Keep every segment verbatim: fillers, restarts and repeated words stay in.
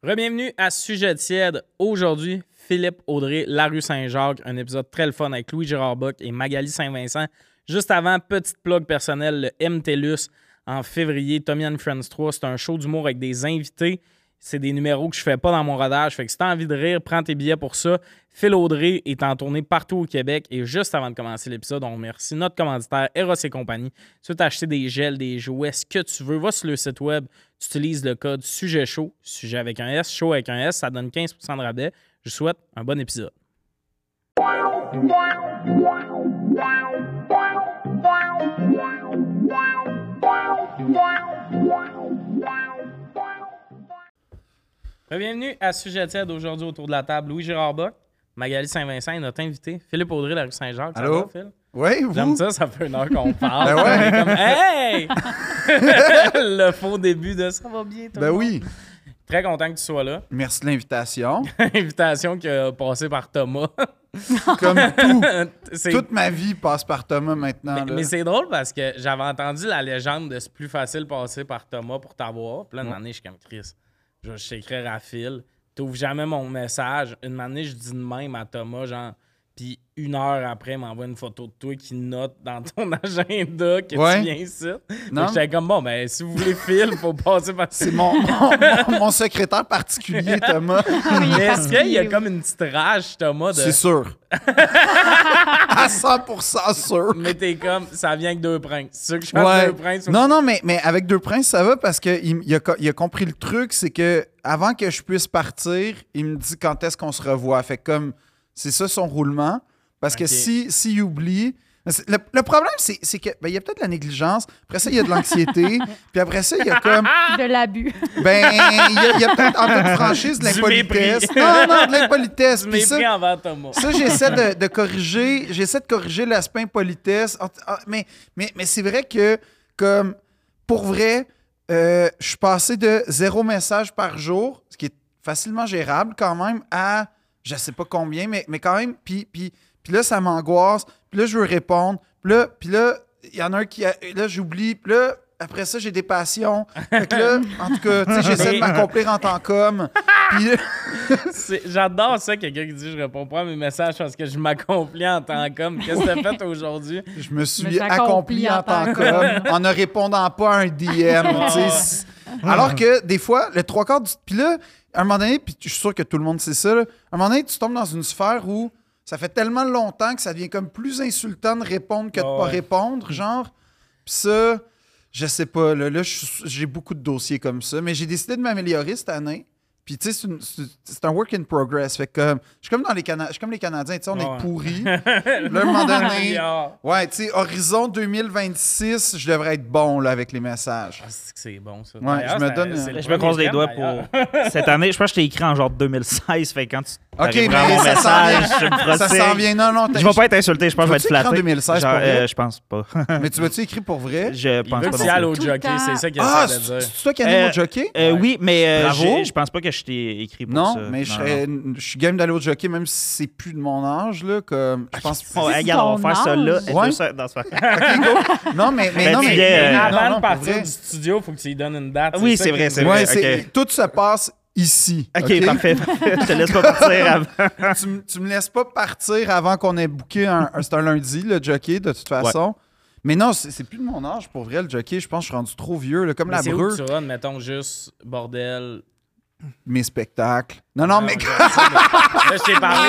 Bienvenue à Sujet tiède. Aujourd'hui, Philippe Audrey, La Rue Saint-Jacques, un épisode très le fun avec Louis-Gérard Bock et Magali Saint-Vincent. Juste avant, petite plug personnelle, le M T L U S en février, Tommy and Friends trois, c'est un show d'humour avec des invités. C'est des numéros que je fais pas dans mon rodage. Fait que si t'as envie de rire, prends tes billets pour ça. Phil Audrey est en tournée partout au Québec. Et juste avant de commencer l'épisode, on remercie notre commanditaire Eros et compagnie. Si tu veux t'acheter des gels, des jouets, ce que tu veux, va sur le site web. Tu utilises le code sujet chaud, sujet avec un S, chaud avec un S, ça donne quinze pour cent de rabais. Je vous souhaite un bon épisode. Bienvenue à Sujet tiède aujourd'hui autour de la table. Louis-Gérard Bock, Magali Saint-Vincent et notre invité, Philippe Audrey, La Rue Saint-Jacques. Allô? Ça va, Phil? Oui, vous? J'aime ça, ça fait une heure qu'on parle. Ben ouais. On est comme, hey! Le faux début de ça va bien, toi. Ben oui. Très content que tu sois là. Merci de l'invitation. Invitation qui a passé par Thomas. Comme tout. C'est... Toute ma vie passe par Thomas maintenant. Mais, là. mais c'est drôle parce que j'avais entendu la légende de c'est plus facile passer par Thomas pour t'avoir. Puis là, une Ouais. année, je suis comme Chris. Je vais juste écrire à Phil. T'ouvres jamais mon message. Une année, je dis de même à Thomas, genre. Puis une heure après, il m'envoie une photo de toi qui note dans ton agenda que Ouais. tu viens ici. Non. Donc j'étais comme, bon, ben, si vous voulez Phil, il faut passer par... C'est mon, mon, mon- mon secrétaire particulier, Thomas. Mais est-ce qu'il y a comme une petite rage, Thomas, de... C'est sûr. À cent pour cent sûr. Mais t'es comme, ça vient avec deux princes. C'est sûr que je fasse Ouais. deux princes. Non, non, mais, mais avec Deux Princes, ça va parce qu'il il a, co- il a compris le truc, c'est que avant que je puisse partir, il me dit quand est-ce qu'on se revoit. Fait que comme, c'est ça son roulement. Parce que Ok. si, s'il oublie... c'est- Le, le problème, c'est, c'est que ben, il y a peut-être la négligence. Après ça, il y a de l'anxiété. Puis après ça, il y a comme... De l'abus. Ben, il y a, il y a peut-être en toute franchise de Du l'impolitesse. mépris. Non, non, de l'impolitesse. Tu Puis mépris ça, envers Thomas. ça j'essaie de, de corriger. J'essaie de corriger l'aspect impolitesse. Ah, ah, Mais, mais, mais c'est vrai que, comme, pour vrai, euh, je suis passé de zéro message par jour, ce qui est facilement gérable quand même, à je sais pas combien, mais, mais quand même. Puis, puis, puis là, ça m'angoisse. Puis là, je veux répondre. Puis là, puis là, il y en a un qui... A, là, j'oublie. Puis là, après ça, j'ai des passions. Fait que là, en tout cas, tu sais, j'essaie de m'accomplir en tant qu'homme. Puis C'est- J'adore ça, quelqu'un qui dit je réponds pas à mes messages parce que je m'accomplis en tant qu'homme. Qu'est-ce que t'as fait aujourd'hui? je me suis suis accompli en tant qu'homme en ne répondant pas à un D M. tu sais. C'est- Alors que des fois, le trois quarts du... Puis là, à un moment donné, puis je suis sûr que tout le monde sait ça, là, à un moment donné, tu tombes dans une sphère où ça fait tellement longtemps que ça devient comme plus insultant de répondre que de Ah pas ouais. répondre, genre. Puis ça, je sais pas, là, là je suis- j'ai beaucoup de dossiers comme ça, mais j'ai décidé de m'améliorer cette année. Puis tu sais, c'est une- c'est c'est un work in progress. Fait que comme, je suis comme dans les Cana- je suis comme les Canadiens, tu sais, on Ouais. est pourris. Là, à un moment donné, Ah, ouais, tu sais, horizon deux mille vingt-six, je devrais être bon là avec les messages. c'est que c'est bon ça. Ouais, D'ailleurs, je me c'est- donne- c'est le Je me premier croise les thème, doigts d'ailleurs. pour cette année. Je pense que je t'ai écrit en genre deux mille seize. Fait que quand tu Ok, arriveras à mais mon ça s'en message, vient. je me Ça protège. s'en vient. Non, non, t'as- Je vais pas être insulté. Je pense que je vais être Tu vas-tu écrire en flatté. deux mille seize Genre, pour vrai? euh, je pense pas. Mais tu vas-tu écrire pour vrai? Je Il pense veut pas que non tu ailles plus. au Tout le jockey, temps. c'est ça qu'il Ah, essaie de dire. c'est c'est toi qui anime Euh, au jockey? Euh, Ouais. Oui, mais euh, Bravo. j'ai- je pense pas que je t'ai écrit pour Non, ça. mais je Non, serais- non. je suis game d'aller au jockey, même si c'est plus de mon âge, là, comme, je pense... Bon, C'est regarde, on va faire ton ça là. âge. et Ouais. deux ça- dans ce- Ok, go. Non, mais, mais, Ben, non, tu mais, viens, mais- euh, non, Avant non, de pour partir vrai. du studio, il faut que tu lui donnes une date. Oui, ça c'est qui- vrai, c'est Ouais, vrai. c'est- ok. tout se passe ici. Ok, ok? parfait. parfait. Je te laisse pas partir avant. tu, m- tu me laisses pas partir avant qu'on ait booké un, un- c'est un lundi, le jockey, de toute façon. Mais non, c'est c'est plus de mon âge, pour vrai, le jockey. Je pense que je suis rendu trop vieux, là, comme Mais la c'est où breu. que tu runs, mettons juste bordel. Mes spectacles. Non, non, mais... je sais, mais- Là, je t'ai parlé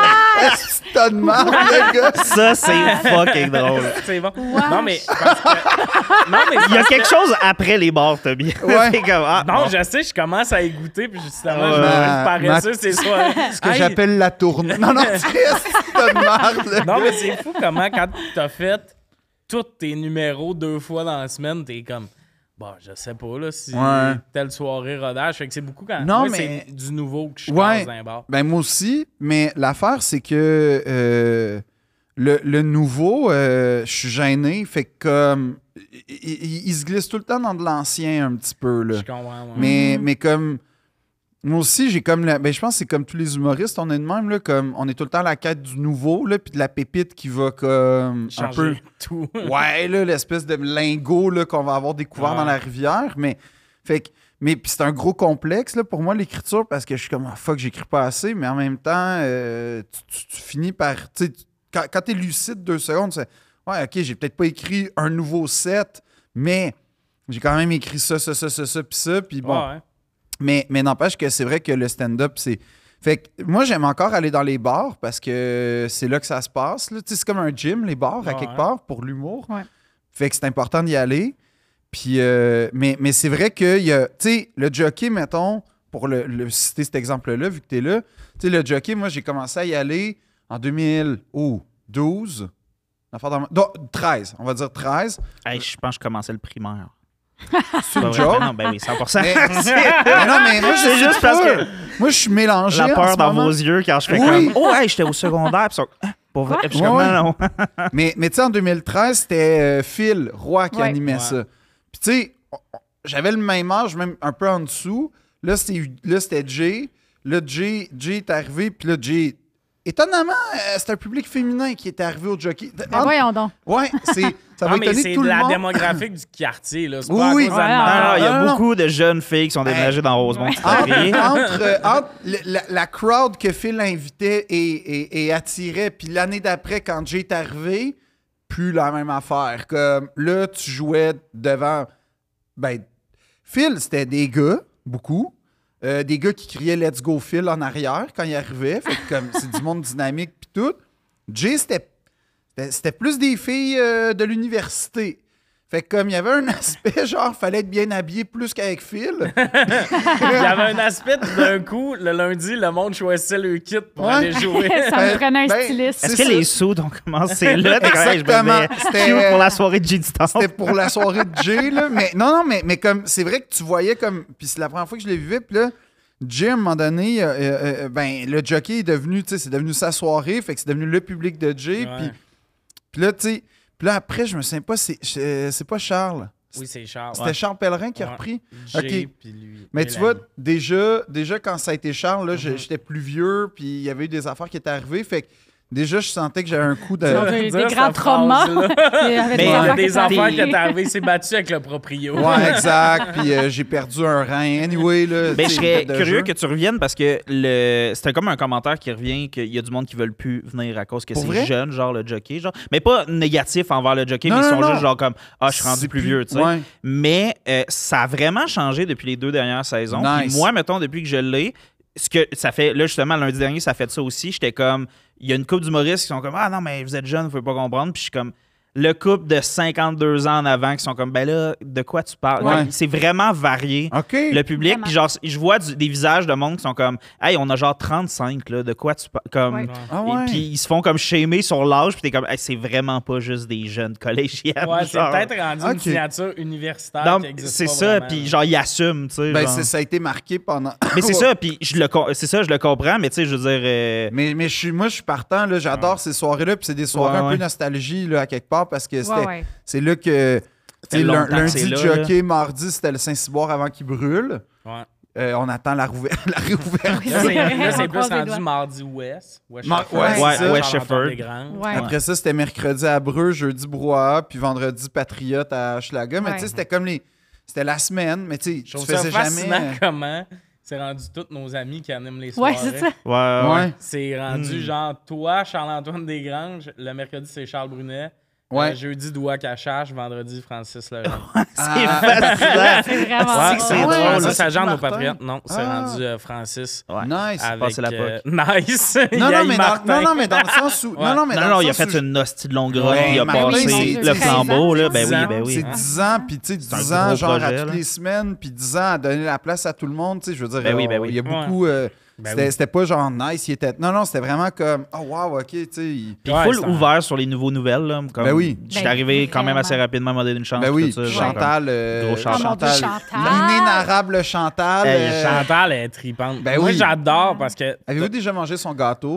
de Est-ce que t'as de marre, le gars? Ça, c'est fucking drôle. ça. C'est bon. Wesh. Non, mais. parce que- Non, mais. Il y a parce quelque que- chose après les bars, Toby. Ouais. C'est comme, ah, Non, bon. je sais, je commence à y goûter, puis justement, Ouais. je Ma- me paresseux, ma- c'est soit. Ce que j'appelle la tournée. Non, non, est-ce que t'as de marre, le Non, gars? mais c'est fou comment, quand t'as fait tous tes numéros deux fois dans la semaine, t'es comme. Bon, je sais pas, là, si Ouais. telle soirée rodage. Fait que c'est beaucoup quand. Non, Moi, mais- c'est du nouveau que je Ouais. casse dans un bar. Ben, moi aussi, mais l'affaire, c'est que euh, le, le nouveau, euh, je suis gêné, fait que comme. Il, il- il se glisse tout le temps dans de l'ancien un petit peu, là. Je comprends, ouais. Mais, mais comme. Moi aussi, j'ai comme. La, ben, je pense que c'est comme tous les humoristes, on est de même, là, comme. On est tout le temps à la quête du nouveau, là, puis de la pépite qui va comme. Un peu. Changer tout. Ouais, là, l'espèce de lingot là, qu'on va avoir découvert Ouais. dans la rivière. Mais, fait que, mais puis c'est un gros complexe là, pour moi, l'écriture, parce que je suis comme, ah, fuck, j'écris pas assez, mais en même temps, euh, tu, tu- tu finis par, tu sais, tu- quand, quand t'es lucide deux secondes, c'est, ouais, ok, j'ai peut-être pas écrit un nouveau set, mais j'ai quand même écrit ça, ça, ça, ça, ça, puis ça, puis bon. Ouais, ouais. Mais, mais n'empêche que c'est vrai que le stand-up, c'est. Fait que moi, j'aime encore aller dans les bars parce que c'est là que ça se passe. Là. Tu sais, c'est comme un gym, les bars, à Ouais. quelque part, pour l'humour. Ouais. Fait que c'est important d'y aller. Puis, euh, mais, mais c'est vrai qu'il y a. Tu sais, le jockey, mettons, pour le, le- citer cet exemple-là, vu que tu es là, tu sais, le jockey, moi, j'ai commencé à y aller en deux mille douze. Enfin, dans ma- non, treize, on va dire treize. Hey, je pense que je commençais le primaire. C'est Pas une vrai? joke. Ben non, ben oui, cent pour cent. Mais, mais non, mais moi, je C'est sais juste pas. parce que Moi, je suis mélangé. la en peur ce dans moment. vos yeux quand je fais Oui. comme oh, hey, j'étais au secondaire. Puis ils sont, ah, pour vrai. Quoi? Puis je suis comme, Ouais, non, non. Mais, mais tu sais, en deux mille treize, c'était euh, Phil Roy qui Ouais. animait Ouais. ça. Puis tu sais, on- on- j'avais le même âge, même un peu en dessous. Là, c'était là, c'était Jay. Là, Jay, Jay est arrivé. Puis là, Jay... Étonnamment, euh, c'est un public féminin qui était arrivé au jockey. Ben En- voyons donc. Ouais, c'est, ça va Ah, mais étonner c'est tout de le la monde. démographique du quartier. Là. C'est Oui, pas à oui. cause Ouais, de ouais. Non, non, il y a Non, non, non. beaucoup de jeunes filles qui sont déménagées dans Rosemont. Ouais. C'est pas vrai. Entre, entre, euh, entre le- la, la crowd que Phil invitait et, et, et attirait, puis l'année d'après, quand Jay est arrivé, plus la même affaire. Comme là, tu jouais devant. Ben, Phil, c'était des gars, beaucoup. Euh, des gars qui criaient Let's go Phil en arrière quand il arrivait. Fait que comme c'est du monde dynamique puis tout. Jay, c'était, c'était, c'était plus des filles euh, de l'université. Fait que comme il y avait un aspect, genre, fallait être bien habillé plus qu'avec Phil. Il y avait un aspect d'un coup, le lundi, le monde choisissait le kit pour Ouais. aller jouer. Ça Ben, me prenait un ben, styliste. Est-ce C'est que ça. les sous ont commencé là? T'es comme, hey, je me Exactement. mets C'était- cute pour la soirée de J du temps. C'était pour la soirée de Jay, là. Mais non, non, mais, mais comme c'est vrai que tu voyais comme. Puis c'est la première fois que je l'ai vu, puis là, Jay, à un moment donné, euh, euh, euh, ben, le jockey est devenu, tu sais, c'est devenu sa soirée, fait que c'est devenu le public de Jay. Ouais. Puis, puis là, tu sais, puis là, après, je me souviens pas, c'est, c'est c'est pas Charles. Oui, c'est Charles. C'était Charles Pellerin qui a Ouais. repris. Jay, Ok. puis lui. Mais et tu la vois, vie. déjà, déjà, quand ça a été Charles, là, Mhm. je- j'étais plus vieux, puis il y avait eu des affaires qui étaient arrivées, fait que déjà, je sentais que j'avais un coup de. Ils ont Ouais. des, Dire des grands cette traumas. phrase-là. Il y avait Mais des Il y affaires a qui des étaient affaires qui arrivées. étaient arrivées. Il s'est battu avec le proprio. Ouais, exact. Puis euh, j'ai perdu un rein. Anyway, là. Ben, tu je sais, serais de curieux jeu. que tu reviennes parce que le c'était comme un commentaire qui revient qu'il y a du monde qui veulent plus venir à cause que Pour c'est vrai? jeune, genre le jockey, genre. Mais pas négatif envers le jockey, Non, mais ils non, sont non. juste genre comme ah, je suis rendu C'est plus vieux, tu sais. Ouais. Mais euh, ça a vraiment changé depuis les deux dernières saisons. Nice. Puis moi, mettons, depuis que je l'ai, ce que ça fait, là, justement, lundi dernier, ça fait ça aussi. J'étais comme, il y a une couple d'humoristes qui sont comme, ah non, mais vous êtes jeunes, vous pouvez pas comprendre. Puis je suis comme, le couple de cinquante-deux ans en avant qui sont comme, ben là, de quoi tu parles? Ouais. Comme, c'est vraiment varié. OK. Le public, Vraiment. puis genre, je vois du- des visages de monde qui sont comme, hey, on a genre trente-cinq, là, de quoi tu parles? Comme, Ouais. Ah et ouais. puis ils se font comme shamer sur l'âge, puis t'es comme, hey, c'est vraiment pas juste des jeunes collégiens. Ouais, c'est genre. peut-être rendu une Ok. signature universitaire Non, qui existe c'est pas ça, vraiment, puis là. genre, ils assument, tu sais. Ben, genre. c'est- ça a été marqué pendant. Mais c'est ça, puis je le com- c'est ça, je le comprends, mais tu sais, je veux dire. euh, Mais, mais je suis, moi, je suis partant. Là, j'adore ces soirées-là. Puis c'est des soirées Ouais, un ouais. peu nostalgie là, à quelque part parce que c'était, Ouais, ouais. c'est là que. tu sais, longtemps lun- que c'est lundi, là, jockey, mardi, c'était le Saint-Cyboire avant qu'il brûle. Ouais. Euh, on attend la, rouver- la réouverture. Là, c'est, là, On c'est plus croise les rendu doigts. mardi ouest. West Mar- Shefford, ouais, c'est ça. West Charles-Antoine Shefford. Desgranges. Ouais. Après ça, c'était mercredi à Breux, jeudi Brouhaha, puis vendredi Patriote à Hochelaga. Mais Ouais. tu sais, c'était comme les. C'était la semaine, mais tu sais, Je tu trouve ça faisais fascinant jamais. comment c'est rendu tous nos amis qui animent les soirées. Ouais, c'est ça. Ouais, ouais. Ouais. C'est rendu Hmm. genre toi, Charles-Antoine Desgranges, le mercredi c'est Charles Brunet, Ouais. euh, jeudi Doua Cachache, vendredi Francis Laurent. C'est Ah. fascinant. C'est vraiment Ouais, drôle. c'est ouais, drôle. Francis Ça, Agent, c'est nos Martin. patriotes. Non, c'est Ah. rendu euh, Francis. Ouais. Nice. Avec, passé la euh, poque. nice. Non, Il y non, a eu mais dans, Martin. non, non, mais dans le sens où. Ouais. Non, non, mais Non, dans non, le il a sens fait où- une hostie de longue run, Ouais, puis il a Martin, passé c'est- le c'est flambeau, là. Ben dix oui, ans. ben oui. C'est dix ans, puis tu sais, C'est un dix ans, gros genre projet, à toutes là. les semaines, puis dix ans à donner la place à tout le monde, tu sais, je veux dire, Ben oui, ben euh, oui. il y a beaucoup... euh, Ben c'était, oui. c'était pas genre nice, il était... Non, non, c'était vraiment comme, oh wow, OK, tu sais... il- Puis Ouais, full c'est un- ouvert sur les nouveaux nouvelles, là. Comme, Ben oui. Je suis Ben, arrivé quand même vraiment. assez rapidement à me donner une chance. Ben oui, tout ça, puis genre, Chantal... euh, Gros Chantal. Oh mon Dieu, Chantal. L'inénarrable Chantal. Hey, euh, Chantal est tripante. Ben Moi, oui. j'adore parce que. Avez-vous déjà mangé son gâteau?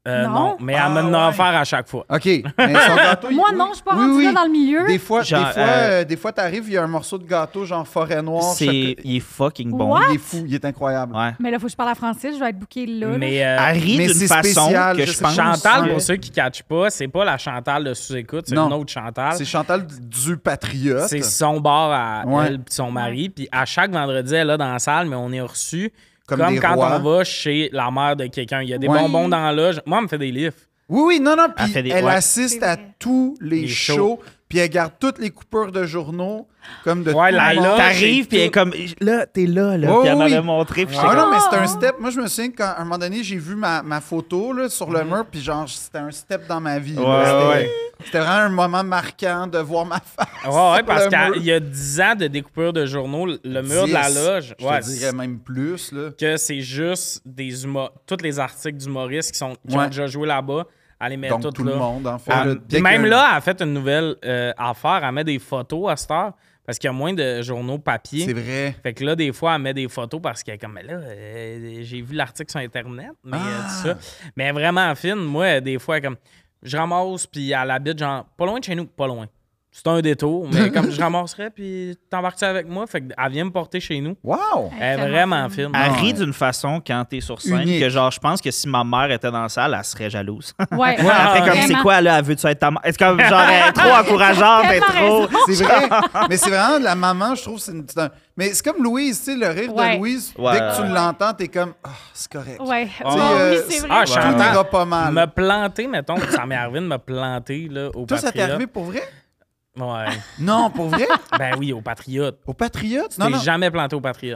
Euh, non. Non. mais Ah, elle me ouais. en offert à chaque fois. OK. Mais son gâteau, il- Moi, non, je suis pas Oui, rendue oui. là dans le milieu. Des fois, Genre, des fois, euh, euh, des fois t'arrives, il y a un morceau de gâteau genre forêt noire. C'est, chocolat- il est fucking bon. What? Il est fou, il est incroyable. Ouais. Mais là, faut que je parle à Francis, je vais être booké là. là. Mais, euh, Elle rit mais d'une c'est façon spécial, que je je sais. pense. Chantal, Ouais. pour ceux qui ne catchent pas, c'est pas la Chantal de sous-écoute, c'est Non. une autre Chantal. C'est Chantal du Patriote. C'est son bar à Ouais. elle et son mari. Puis à chaque vendredi, elle est là dans la salle, mais on est reçu Comme comme, des quand rois. on va chez la mère de quelqu'un. Il y a des Ouais. bonbons dans la loge. Moi, elle me fait des livres. Oui, oui, non, non. Puis Elle fait des- elle ouais. assiste C'est à vrai. tous les, Les shows. shows. Puis elle garde toutes les coupures de journaux. Comme de Ouais, tout la le monde. loge, T'arrives, c'est puis elle est tout. comme, là, t'es là, là. Oh, puis elle oui. m'avait montré, puis j'étais Ah comme, non, mais c'est un Oh. step. Moi, je me souviens qu'à un moment donné, j'ai vu ma, ma photo là, sur Mhm. le mur, puis genre, c'était un step dans ma vie. là. Ouais, C'était- ouais. C'était vraiment un moment marquant de voir ma face. Ouais, ouais, sur parce le mur. qu'il y a dix ans de découpure de journaux, le mur de la dix, loge, Je ouais, te dirais même plus. Là. que c'est juste des humo- tous les articles d'humoristes qui, sont, qui Ouais. ont déjà joué là-bas. Elle les met Donc, toutes tout là. le monde, en fait. Ah, là, puis dès même que- là, elle a fait une nouvelle euh, affaire. Elle met des photos à cette heure parce qu'il y a moins de journaux papier. C'est vrai. Fait que là, des fois, elle met des photos parce qu'elle est comme, mais là, euh, j'ai vu l'article sur Internet, mais euh, Ah. tout ça. Mais elle est vraiment fine. Moi, des fois, elle est comme, je ramasse, puis elle habite, genre, pas loin de chez nous, pas loin. C'est un détour, mais comme je ramasserais, puis t'embarques avec moi. Fait qu'elle vient me porter chez nous. Wow! Elle est vraiment fine. Elle Non, rit ouais. d'une façon quand t'es sur scène Unique. que genre je pense que si ma mère était dans la salle, elle serait jalouse. Ouais, Elle ferait comme vraiment. c'est quoi là, elle veut-tu être ta mère? Est-ce que genre elle est trop encourageante, elle est Tellement trop. C'est vrai. Mais c'est vraiment la maman, je trouve. C'est une- c'est un- Mais c'est comme Louise, tu sais, le rire Ouais. de Louise, Ouais. dès que tu l'entends, t'es comme, ah, c'est correct. Ouais. Tu sais, Oh, euh, oui, c'est vrai. Ah, Tout Chantal, ira pas mal. me planter, mettons, ça m'est arrivé de me planter là, au Toi, ça t'est Patriote. arrivé pour vrai? Ouais. Non, pour vrai? Ben oui, au Patriote. Au Patriote? Tu Non, t'es non. jamais planté au Patriote.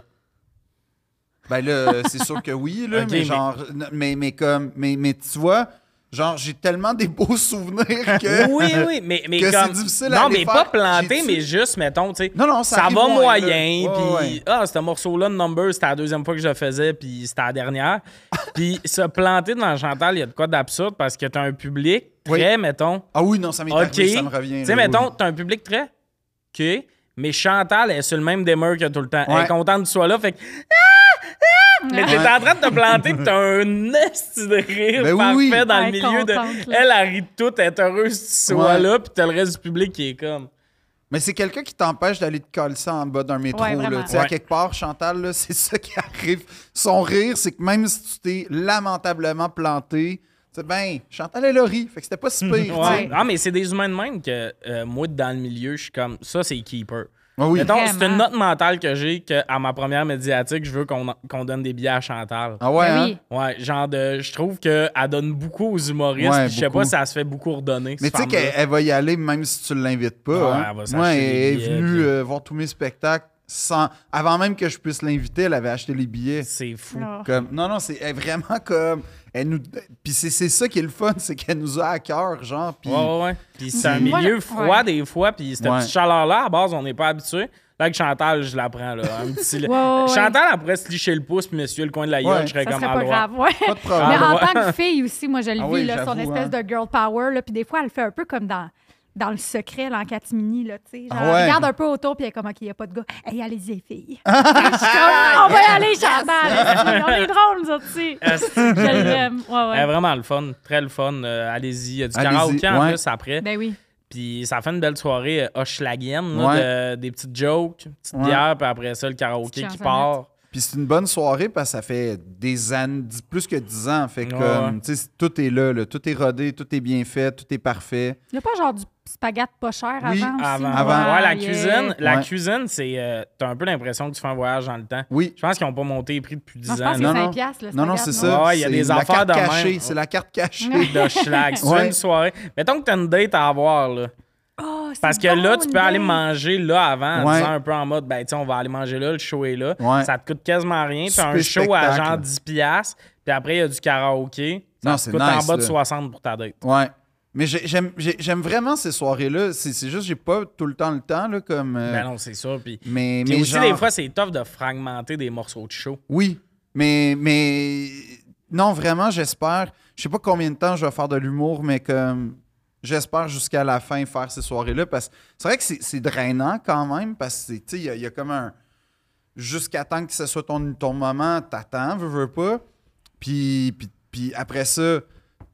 Ben là, c'est sûr que oui, là, Ok, mais mais- genre, mais, mais comme, mais, mais tu vois, genre, j'ai tellement des beaux souvenirs que. Oui, oui, mais, mais que comme... c'est difficile à Non, les mais faire. pas planté, J'ai-tu- mais juste, mettons, tu sais, Non, non, ça ça arrive va moins, moyen, là. puis Ouais, ouais. ah, ce morceau-là de Number, c'était la deuxième fois que je le faisais, puis c'était la dernière. Puis se planter devant Chantal, il y a de quoi d'absurde parce que t'as un public Oui. très, mettons, Ah oui, non, ça m'est OK. arrivé, ça me revient. Tu sais, là, mettons, oui. t'as un public très, OK, mais Chantal est sur le même démeur que tout le temps. Elle Ouais. est contente que tu sois là, fait que... Ah! Ah! Mais t'es Ouais. en train de te planter pis t'as un esti de rire Ben oui, parfait oui. dans Elle le est milieu de... contente, là. Elle, elle rit de tout, elle est heureuse que tu sois Ouais. là pis t'as le reste du public qui est comme... Mais c'est quelqu'un qui t'empêche d'aller te coller ça en bas d'un métro. Ouais, là. vraiment. Tu sais, à Ouais. quelque part, Chantal, là, c'est ça qui arrive. Son rire, c'est que même si tu t'es lamentablement planté, tu sais, ben, Chantal, elle a ri. Fait que c'était pas si pire. tu sais. Ouais. Ah, mais c'est des humains de même que euh, moi, dans le milieu, je suis comme... Ça, c'est keeper. Ah oui. Mettons, c'est Vraiment. une note mentale que j'ai qu'à ma première médiatique, je veux qu'on qu'on donne des billets à Chantal. Ah ouais, Ben hein? oui. Ouais, genre de... Je trouve qu'elle donne beaucoup aux humoristes Ouais, pis je sais beaucoup. pas si ça se fait beaucoup redonner, Mais cette tu sais qu'elle femme-là. elle va y aller même si tu l'invites pas. Ouais, hein. elle va s'acheter Moi, elle des est billets, venue puis- euh, voir tous mes spectacles sans... avant même que je puisse l'inviter, elle avait acheté les billets. C'est fou. Oh. Comme... Non, non, c'est elle est vraiment comme... Elle nous... Puis c'est c'est ça qui est le fun, c'est qu'elle nous a à cœur, genre. Puis... Ouais, ouais, ouais. Puis c'est un Moi, milieu je- froid ouais. des fois, puis cette Ouais. petite chaleur-là, à base, on n'est pas habitué. Là, avec Chantal, je la prends, là. Un petit... Ouais, ouais, ouais. Chantal, elle pourrait se licher le pouce, puis monsieur, le coin de la gueule, Ouais. je serais Ça comme serait à pas droite. grave, ouais. Pas de problème. Mais Ah, en ouais. tant que fille aussi, moi, je le Ah vis, oui, là, son j'avoue, espèce hein. de girl power. Là, puis des fois, elle le fait un peu comme dans, dans le secret, là, en catimini. Là, tu sais. Genre, Ah ouais. elle regarde un peu autour, puis elle est comme, OK, il n'y a pas de gars. Hey, allez-y, les filles. Je suis comme, on va y aller, Chantal. On est drôles, nous autres, tu sais. Esti, Je l'aime. Ouais, Elle est ouais. vraiment le fun, très le fun. Euh, allez-y, il y a du Allez-y, karaoké en ouais. plus après. Ben oui. Puis ça fait une belle soirée euh, hochelagienne, là, Ouais. de- des petites jokes, petites Ouais. bières, puis après ça, le karaoké Petite qui chansonnette. part. Puis c'est une bonne soirée parce que ça fait des années, dix- plus que dix ans. Fait que Ouais, comme, ouais. tu sais, tout est là, là, tout est rodé, tout est bien fait, tout est parfait. Il n'y a pas genre du spaghette pas cher Oui, avant aussi? Avant. Avant. Ouais, la yeah. cuisine, la Ouais. cuisine, c'est. euh, T'as un peu l'impression que tu fais un voyage dans le temps. Oui. Je pense qu'ils n'ont pas monté les prix depuis dix Non, je ans. pense que là. Non, c'est non. cinq piastres, le Non, non, spaghette, c'est non? ça. Ouais, il y a C'est des la affaires carte de même. cachée. C'est la carte cachée. De schlag. Tu Ouais. fais une soirée. Mettons que tu as une date à avoir, là. Oh, c'est Parce que bon, là, tu une peux aller date. manger là avant, en Ouais. disant un peu en mode, ben, tu sais, on va aller manger là, le show est là. Ouais. Ça te coûte quasiment rien. Tu as un Super show à spectacle. genre dix piastres, puis après, il y a du karaoké. Ça Non, te c'est coûte nice, en bas de là. soixante pour ta date. Ouais. Mais j'ai- j'aime j'ai- j'aime vraiment ces soirées-là. C'est c'est juste que j'ai pas tout le temps le temps, là, comme... euh, Ben non, c'est ça. Puis, mais puis mais aussi, genre- des fois, c'est tough de fragmenter des morceaux de show. Oui, mais, mais non, vraiment, j'espère. Je sais pas combien de temps je vais faire de l'humour, mais comme j'espère jusqu'à la fin faire ces soirées-là. Parce que c'est vrai que c'est c'est drainant quand même, parce que tu sais, il y, a- il y a comme un. Jusqu'à temps que ce soit ton, ton moment, t'attends, veux, veux pas. Puis, puis, puis après ça,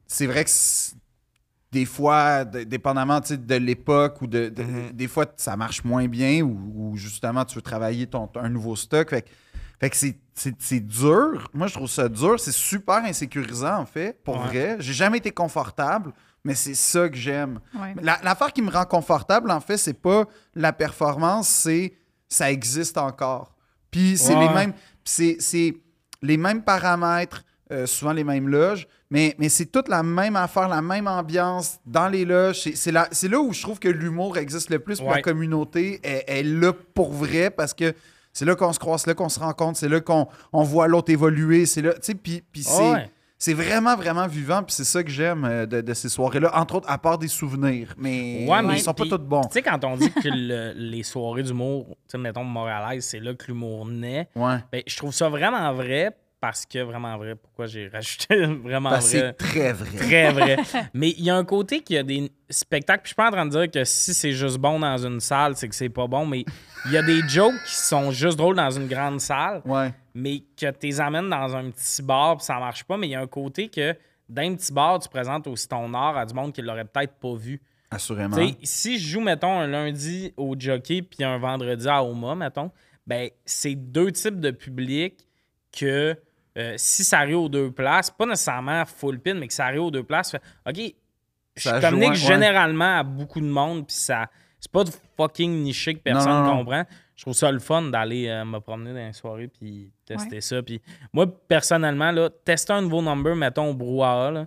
c'est vrai que c'est- des fois, d- dépendamment tu sais, de l'époque ou de, de- Mhm. des fois, ça marche moins bien ou, ou justement, tu veux travailler ton, un nouveau stock. Fait, que- fait que c'est, c'est, c'est dur. Moi, je trouve ça dur. C'est super insécurisant, en fait, pour Ouais. vrai. J'ai jamais été confortable, mais c'est ça que j'aime. Ouais. La- l'affaire qui me rend confortable, en fait, c'est pas la performance, c'est ça existe encore. Puis c'est Ouais. les mêmes, c'est, c'est les mêmes paramètres, euh, souvent les mêmes loges, mais, mais c'est toute la même affaire, la même ambiance dans les loges. C'est, c'est, la- c'est là où je trouve que l'humour existe le plus, puis Ouais. la communauté est, est là pour vrai, parce que c'est là qu'on se croise, c'est là qu'on se rencontre, c'est là qu'on on voit l'autre évoluer, c'est là, tu sais, puis, puis c'est... Ouais. C'est vraiment, vraiment vivant, puis c'est ça que j'aime euh, de, de ces soirées-là, entre autres, à part des souvenirs. Mais, Ouais, mais mais ils sont pas puis, tous bons. Tu sais, quand on dit que le- les soirées d'humour, tu sais, mettons Montréal, c'est là que l'humour naît, Ouais. ben, je trouve ça vraiment vrai parce que vraiment vrai. Pourquoi j'ai rajouté vraiment Parce que vrai? c'est très vrai. Très vrai. Mais il y a un côté qu'il y a des spectacles, puis je suis pas en train de dire que si c'est juste bon dans une salle, c'est que c'est pas bon, mais il y a des jokes qui sont juste drôles dans une grande salle, Ouais. mais que tu les amènes dans un petit bar puis ça marche pas. Mais il y a un côté que dans un petit bar, tu présentes aussi ton art à du monde qui l'aurait peut-être pas vu. Assurément. Tu sais, si je joue, mettons, un lundi au jockey puis un vendredi à Oma, mettons, ben c'est deux types de public que euh, si ça arrive aux deux places, pas nécessairement full pin, mais que ça arrive aux deux places, fait, OK, Ça je communique joint, ouais. généralement à beaucoup de monde, puis ça c'est pas de fucking niché que personne Non, non, non. comprend. Je trouve ça le fun d'aller euh, me promener dans les soirées puis tester Ouais. ça. Puis moi, personnellement, là, tester un nouveau number, mettons, au brouhaha, là,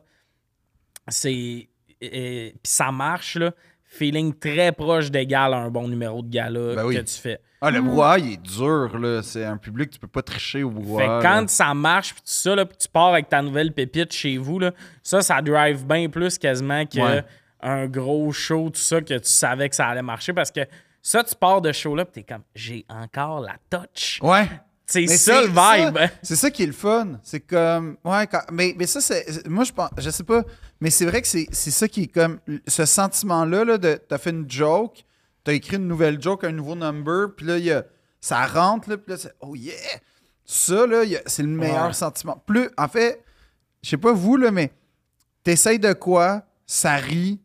c'est... euh, puis ça marche, là. Feeling très proche d'égal à un bon numéro de gala Ben oui. que tu fais. Ah, le brouhaha, il est dur, là. C'est un public, tu peux pas tricher au Fait brouhaha. que quand là. ça marche, puis tout ça, là, puis tu pars avec ta nouvelle pépite chez vous, là, ça, ça drive bien plus quasiment qu'un Ouais. gros show, tout ça, que tu savais que ça allait marcher. Parce que ça, tu pars de show-là, puis t'es comme, j'ai encore la touch. Ouais. C'est Mais ça le vibe. ça- C'est ça qui est le fun. C'est comme. Ouais, quand- mais, mais ça, c'est. Moi, je pense. Je sais pas. Mais c'est vrai que c'est c'est ça qui est comme. Ce sentiment-là, là, de. T'as fait une joke, t'as écrit une nouvelle joke, un nouveau number, puis là, il y a, ça rentre, là, puis là, c'est. Oh yeah! Ça, là, il y a- c'est le meilleur Ouais. sentiment. Plus. En fait, je sais pas vous, là, mais t'essayes de quoi, ça rit.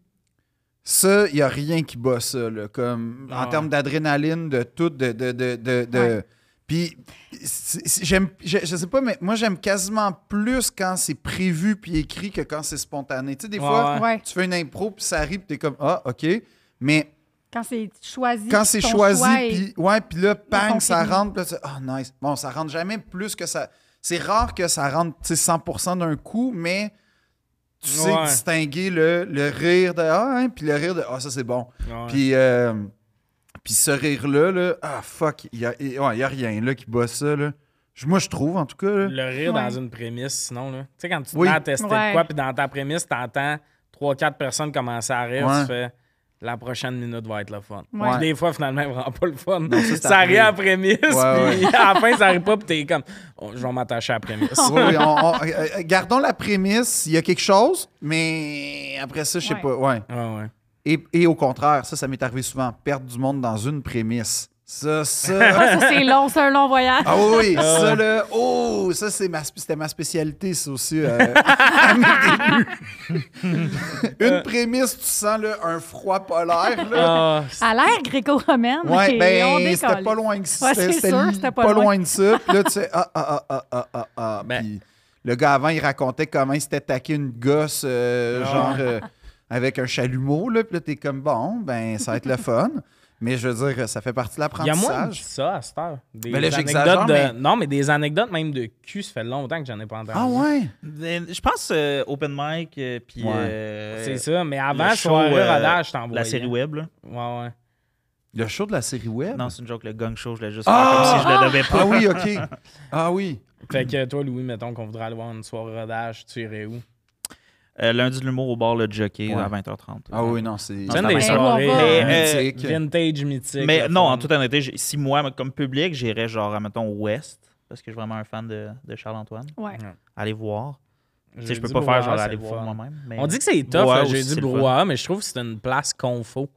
Ça, il n'y a rien qui bat ça, là, comme en Ah. termes d'adrénaline, de tout, de. de, de, de, de- Ouais. Puis, c'est- c'est- j'aime, je, je sais pas, mais moi, j'aime quasiment plus quand c'est prévu puis écrit que quand c'est spontané. Tu sais, des Ouais, fois, ouais. Ouais. tu fais une impro puis ça arrive puis t'es comme, ah, OK. Mais Quand c'est choisi. quand puis c'est ton choisi, choix est- puis ouais, puis là, bang, ça confirmé. rentre, puis là, tu ah, nice. Bon, ça rentre jamais plus que ça. C'est rare que ça rentre, tu sais, cent pour cent d'un coup, mais tu sais Ouais. distinguer le, le rire de, ah, hein, puis le rire de, ah, ça, c'est bon. Ouais. Puis, euh, puis ce rire-là, là, ah, fuck, il n'y a, il- ouais, y a rien là qui bat ça, là. Je- Moi, je trouve, en tout cas. Là. Le rire Ouais. dans une prémisse, sinon, là. Tu sais, quand tu te Oui. mets à tester Ouais. de quoi, puis dans ta prémisse, t'entends trois quatre personnes commencer à rire, Ouais. tu fais la prochaine minute va être le fun. Ouais. Puis des fois, finalement, vraiment pas le fun. Non, ça, c'est ça après. arrive à la prémisse, Ouais, puis à la fin, ça arrive pas, puis t'es comme, oh, je vais m'attacher à la prémisse. Oui, oui, on- on- euh, euh, gardons la prémisse, il y a quelque chose, mais après ça, je sais Ouais. pas. Ouais. Ouais, ouais. Et, et au contraire, ça, ça m'est arrivé souvent, perdre du monde dans une prémisse. Ça, ça. Ah, ça, c'est long, c'est un long voyage. Ah oui, oui, ça là, oh, ça c'est ma, c'était ma spécialité, ça aussi, euh, à mes débuts. Une prémisse, tu sens là, un froid polaire, là. Ah, À l'ère gréco-romaine. Ouais, et on ben, c'était décolle. pas loin que ça. Ouais, C'était c'est c'était sûr, li- c'était pas, pas loin. loin. de ça. Puis là, tu sais, ah, ah, ah, ah, ah, ah, ah. Ben. Puis le gars avant, il racontait comment il s'était taqué une gosse, euh, Ah. genre, euh, avec un chalumeau, là. Puis là, t'es comme, bon, ben, ça va être le fun. Mais je veux dire, ça fait partie de il y a moins de l'apprentissage. ça à cette heure. Des Mais là, j'exagère, anecdotes de... mais- Non, mais des anecdotes même de cul, ça fait longtemps que j'en ai pas entendu. Ah ouais? Euh, Je pense euh, Open Mic, euh, puis. Ouais. euh, C'est ça, mais avant, le show, soirée euh, rodage, je t'envoie. La série web, là. Ouais, ouais. Le show de la série web? Non, c'est une joke, le gang show, je l'ai juste Ah! fait comme si je le devais pas. Ah oui, OK. Ah oui. Fait que toi, Louis, mettons qu'on voudrait aller voir une soirée rodage, tu irais où? Euh, lundi de l'humour au bar Le Jockey Ouais. à vingt heures trente. Ah oui, non, c'est... C'est une c'est des bien. soirées Mais on va. euh, Mais, mythique. vintage mythique. Mais le non, fun. en toute honnêteté, j'ai- si moi, comme public, j'irais genre, mettons, Ouest, parce que je suis vraiment un fan de, de Charles-Antoine. Ouais. Aller voir. Tu sais, je peux Jeudi pas faire genre brouhaha, aller c'est le voir fun. moi-même. mais- On dit que c'est tough, Brouhaha le aussi, jeudi c'est le fun. brouhaha, mais je trouve que c'est une place confo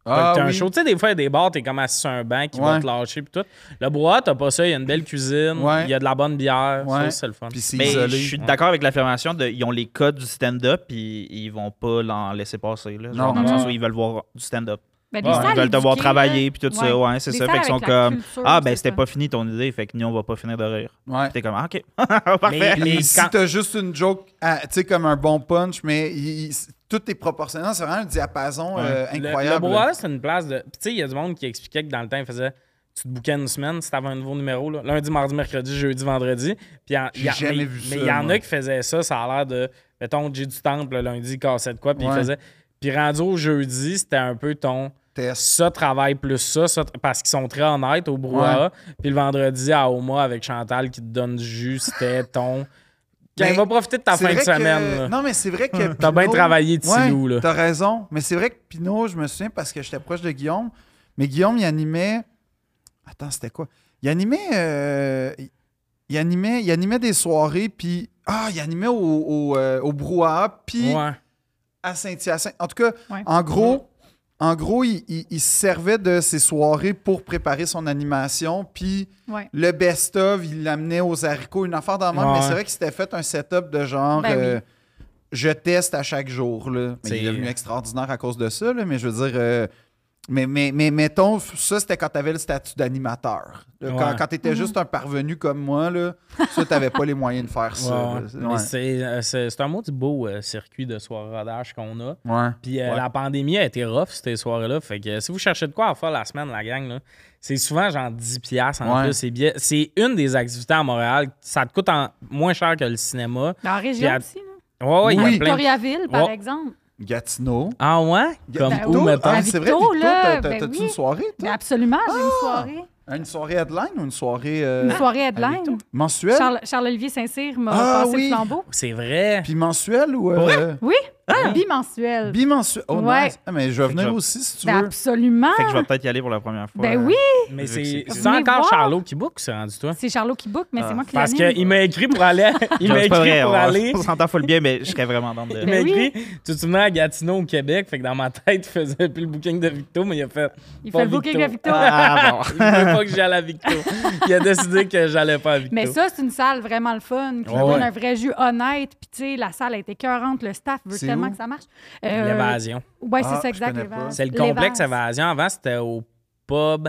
Ah, t'as un oui. show. Tu sais, des fois, il y a des bars, t'es comme assis sur un banc qui va Ouais. te lâcher pis tout. Le brouhaha, t'as pas ça. Il y a une belle cuisine. Il Ouais. y a de la bonne bière. Ouais. Ça, c'est le fun. Puis c'est Mais isolé. je suis d'accord avec l'affirmation de ils ont les codes du stand-up puis ils vont pas l'en laisser passer. Là, genre Non. dans le sens Ouais. où ils veulent voir du stand-up. Ben, Ouais, les ils salles Ils veulent te voir éduquées, travailler là. puis tout ça. Ouais. Ouais, c'est Des ça. salles Fait qu'ils sont avec la comme culture, ah ben c'est c'était ça. pas fini ton idée, fait que nous on va pas finir de rire. Ouais. Puis t'es comme ah, ok. Parfait. Mais- Puis mais si quand- t'as juste une joke, à- tu sais, comme un bon punch, mais il- il- tout est proportionnel. C'est vraiment un diapason euh, Le- incroyable. Le, brouhaha, c'est une place de. Puis, tu sais, il y a du monde qui expliquait que dans le temps, il faisait. Tu te bouquais une semaine si t'avais un nouveau numéro, là. Lundi, mardi, mercredi, jeudi, vendredi. Puis, en- J'ai il y a- jamais mais, vu mais ça, il y en moi. a qui faisaient ça, ça a l'air de. Mettons, J du Temple, le lundi, il cassait de quoi, puis il Ouais. faisait. Puis, rendu au jeudi, c'était un peu ton. Test. Ça travaille plus ça, ça parce qu'ils sont très honnêtes au brouhaha. Puis, le vendredi, à Oma, avec Chantal qui te donne du jus, c'était ton. Quand Mais il va profiter de ta C'est fin de vrai que- semaine. là. Non, mais c'est vrai que. T'as bien Pinot- travaillé, Ouais, Tilou, là. T'as raison. Mais c'est vrai que Pinot, je me souviens parce que j'étais proche de Guillaume. Mais Guillaume, il animait. Attends, c'était quoi? Il animait. euh, Il animait, il animait des soirées, puis. Ah, il animait au, au, euh, au brouhaha, puis Ouais. à Saint-Hyacinthe. En tout cas, Ouais. en gros, en gros il, il- il se servait de ses soirées pour préparer son animation, puis Ouais. le best-of, il l'amenait aux haricots, une affaire dans le même. Ouais. Mais c'est vrai qu'il s'était fait un setup de genre. Ben oui. euh, je teste à chaque jour. Là. Mais C'est- il est devenu extraordinaire à cause de ça, là, mais je veux dire. euh, mais, mais, mais mettons, ça, c'était quand tu avais le statut d'animateur. Là, Quand, Ouais. quand tu étais Mhm. juste un parvenu comme moi, là, ça, tu n'avais pas les moyens de faire ça. Ouais, là. C'est- mais ouais. c'est, euh, c'est, c'est un mot du beau euh, circuit de soirée rodage qu'on a. Ouais. Puis euh, Ouais. la pandémie a été rough, ces soirées-là. Fait que euh, si vous cherchez de quoi à faire la semaine, la gang, là, c'est souvent genre dix piastres en Ouais. plus. C'est, bien- c'est une des activités à Montréal. Ça te coûte en- moins cher que le cinéma. Dans la région Puis à- aussi, là. Ouais, ouais, il y Oui. a plein de... Victoriaville, par Ouais. exemple. Gatineau. Ah ouais? Comme Victo, où, mettons? ah, À c'est vrai, Victo, Victo, là, t'as- t'as- ben t'as-tu oui. une soirée, toi? Ben absolument, j'ai une soirée. Une soirée headline ou une soirée euh, Une soirée à headline. Victo? mensuelle? Charles- Charles-Olivier Saint-Cyr m'a Ah, passé oui. le flambeau. C'est vrai. Puis mensuelle ou euh, Oui, Ah. bimensuel. bimensuelle? Oh, Ouais. nice. Ah, mais je vais Fait que venir je- aussi si tu Ben veux. absolument. Fait que je vais peut-être y aller pour la première fois. Ben euh, oui, Mais Vu que c'est, c'est- c'est Venez encore voir. Charlot qui book, c'est rendu toi? c'est Charlot qui book, mais Ah. c'est moi qui Parce l'anime. qu'il m'a écrit pour aller... Il m'a C'est pas écrit vrai, pour on- aller... on s'entend full bien, mais je serais vraiment dans de. Il Ben m'a oui. écrit, tu te souviens à Gatineau au Québec, fait que dans ma tête, il faisait plus le booking de Victo, mais il a fait. Il pas fait le booking Victo. de Victo. Ah bon. Il voulait pas que j'aille à Victo. Il a décidé que j'allais pas à Victo. Mais ça, c'est une salle vraiment le fun, qui Ouais, donne ouais. un vrai jus honnête. Puis, tu sais, la salle a été écœurante, le staff veut C'est tellement où? que ça marche. Euh, L'évasion. Ouais, Ah, c'est ça, je exact. connais l'évase. pas. C'est le L'évase. complexe Évasion. Avant, c'était au pub.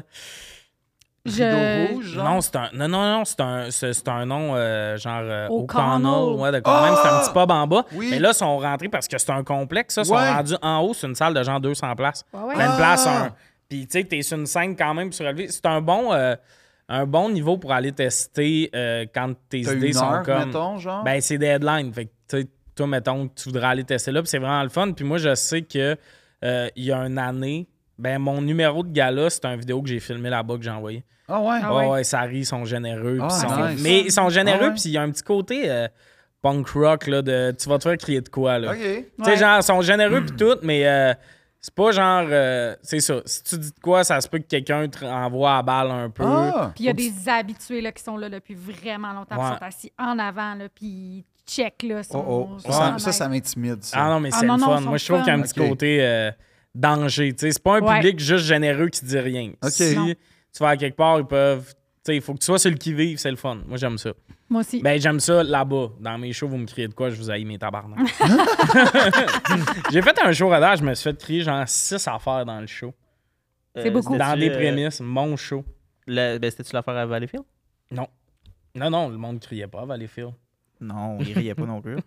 Je- Rideau rouge, genre? Non, c'est un, non, non, non, c'est un, c'est, c'est un nom euh, genre euh, Au O'Connell. Connell. Ouais, de quand même, c'est un petit pub en bas. Oui. Mais là, ils sont rentrés parce que c'est un complexe. Ça, ils sont Ouais. rendus en haut, c'est une salle de genre deux cents places. Ouais, ouais. Mais une Ah! place, un. Puis, tu sais, t'es sur une scène quand même surélevée. C'est un bon, euh, un bon niveau pour aller tester euh, quand tes T'as idées une sont heure, comme. mettons, genre? Ben, c'est des headlines. Fait que, tu sais, toi, mettons, tu voudrais aller tester là, puis c'est vraiment le fun. Puis moi, je sais que euh, il y a une année, ben, mon numéro de gala, c'est une vidéo que j'ai filmé là-bas, que j'ai envoyé. Ah ouais? Ah Ouais, ouais. ouais, ça rit, ils sont généreux. Ah, puis ils sont- nice. Mais ils sont généreux, Ah ouais. puis il y a un petit côté euh, punk rock, là, de tu vas te faire crier de quoi, là. OK. Tu sais, Ouais. genre, ils sont généreux, puis tout, mais euh, c'est pas genre. euh, c'est ça. Si tu dis de quoi, ça se peut que quelqu'un te renvoie à balle un peu. Ah! Puis il y a Faut que des habitués là, qui sont là depuis vraiment longtemps, qui Ouais. sont assis en avant, là, puis ils check, là, Oh, sont, oh. sont Ça, honnêtes. ça, ça m'intimide, ça. Ah non, mais Ah c'est non, le non, fun. ils Moi, sont je trouve qu'il y a un fun. petit Ok. côté euh, danger. Tu sais, c'est pas un Ouais. public juste généreux qui dit rien. Ok. Si Non. tu vas à quelque part, ils peuvent. Tu sais, il faut que tu sois sur le qui-vive, c'est le fun. Moi, j'aime ça. Moi aussi. Ben, j'aime ça là-bas. Dans mes shows, vous me criez de quoi, je vous haïs mes tabarnak. J'ai fait un show radar, je me suis fait crier genre six affaires dans le show. C'est beaucoup. Dans c'était-tu, des euh, prémices, mon show. le- ben, c'était-tu l'affaire à Valleyfield? Non. Non, non, le monde criait pas à Valleyfield. Non, il riait pas non plus.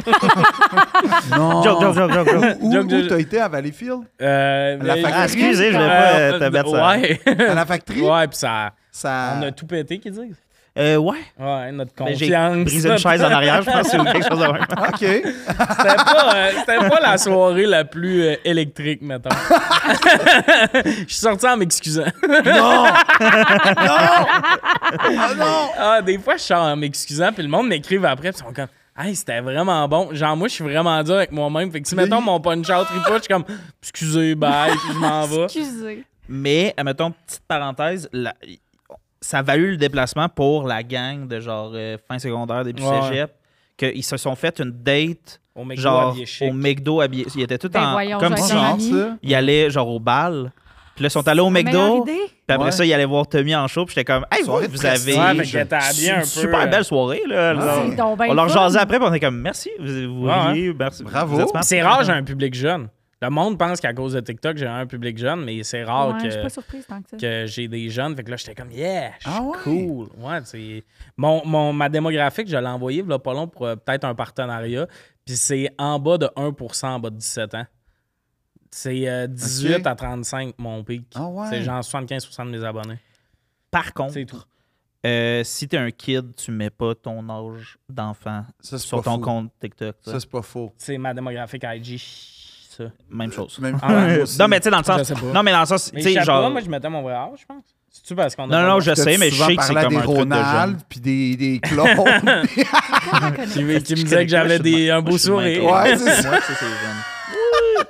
Non. Joke, joke, joke, joke, joke. Où, Joke, où joke. t'as été à Valleyfield? Euh, La mais- factory? Ah, excusez, je voulais Euh, pas euh, te mettre ça. Ouais. À la factory? Ouais, puis ça. Ça... On a tout pété, qu'ils disent. Euh, ouais. Ouais, notre Ben, j'ai confiance. brisé une chaise en arrière, je pense, ou quelque chose de même. OK. C'était pas, euh, c'était pas la soirée la plus euh, électrique, mettons. Je suis sorti en m'excusant. Non! Non! Ah non! Ah, des fois, je sors en m'excusant, puis le monde m'écrive après, puis ils sont comme « Hey, c'était vraiment bon. » Genre, moi, je suis vraiment dur avec moi-même. Fait que si, mettons, mon punch-out riposte, je suis comme « Excusez, bye », puis je m'en vais. Excusez. Mais, admettons, petite parenthèse, la- ça a valu le déplacement pour la gang de genre euh, fin secondaire, début Ouais. cégep, qu'ils se sont fait une date Au McDo genre habillé chic. au McDo habillé. Ils étaient tous Ben en. voyons, Comme je vais si être un Genre ami. ça. ils allaient genre au bal. Puis là, ils sont allés au Meilleure McDo. idée. Puis après Ouais. ça, ils allaient voir Tommy en show. Puis j'étais comme, hey, vous, Soirée de vous avez. prestige. Ouais, fait que t'as habillé un peu. Super belle soirée, là. Ouais. Alors, C'est donc ben on leur fun. jasait après, puis on est comme, merci, vous, vous Ouais, riez, merci. Bravo. vous êtes smart. C'est rare, j'ai un public jeune. Le monde pense qu'à cause de TikTok, j'ai un public jeune, mais c'est rare Ouais, je suis que, pas surprise tant que ça. que j'ai des jeunes. Fait que là, j'étais comme, yeah, je suis Ah ouais? cool. Ouais, c'est... Mon, mon, ma démographique, je l'ai envoyée, là, pas long, pour euh, peut-être un partenariat. Puis c'est en bas de un pour cent en bas de dix-sept ans. C'est euh, dix-huit Ok. à trente-cinq, mon pic. Ah ouais? C'est genre soixante-quinze pour cent de mes abonnés. Par contre, C'est tout. euh, si t'es un kid, tu mets pas ton âge d'enfant Ça, c'est sur pas ton faux. compte TikTok. ça. Ça, c'est pas faux. C'est ma démographique I G. Ça. Même chose. Même Ah ouais? moi aussi. Non, mais tu sais, dans le Je sens. sais pas. Non, mais dans le sens, tu Mais je sais, sais genre. pas, moi, je mettais mon vrai âge, je pense. C'est-tu parce qu'on a Non, pas non, le je droit? sais, mais je souvent sais que c'est parlais comme à un des truc de Ronald, jeune. puis des, des clones. Qui, me- qui me disait que j'avais des, un beau sourire. Ouais, c'est ça. Moi, ça, c'est jeune.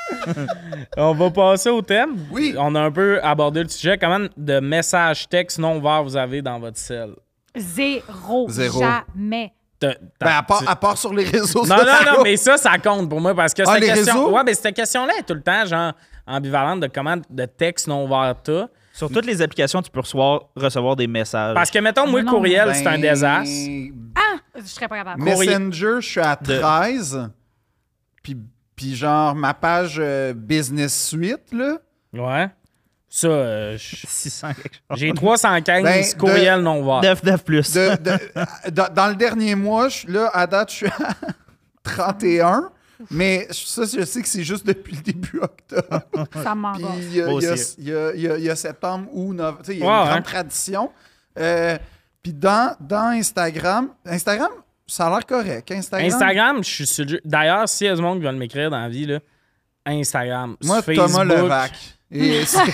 On va passer au thème. Oui. On a un peu abordé le sujet. Combien de messages textes non ouverts vous avez dans votre cell? Zéro. Zéro. Jamais. T'as- t'as- Ben, à part, tu- à part sur les réseaux Non, sociaux. non, non, mais ça, ça compte pour moi parce que Ah, cette les question... réseaux? Ouais, mais cette question-là est tout le temps, genre, ambivalente de comment de textes non ouverts t'as. Sur toutes les applications, tu peux recevoir, recevoir des messages. Parce que, mettons, moi, Non, courriel, Ben, c'est un désastre. Ah! Je serais pas capable. Messenger, je suis à De- treize. Puis, puis genre, ma page euh, Business Suite, là. Ouais. Ça, euh, je- six cents quelque chose. j'ai trois cent quinze Ben, de- courriels non ouverts. neuf, neuf plus. De, de- dans, dans le dernier mois, je, là, à date, je suis à trente et un. Mais ça, je sais que c'est juste depuis le début octobre. Ça Puis m'angoisse. il y a, Moi il y a- aussi. il y a- il y a- il y a septembre ou novembre. Tu sais, il y a Ouais, une grande hein. tradition. Euh, Puis dans, dans Instagram, Instagram, ça a l'air correct. Instagram, Instagram, je suis sur le jeu. D'ailleurs, s'il y a du monde qui va me m'écrire dans la vie, là, Instagram. moi, sur Thomas Facebook, Levac. Et c'est-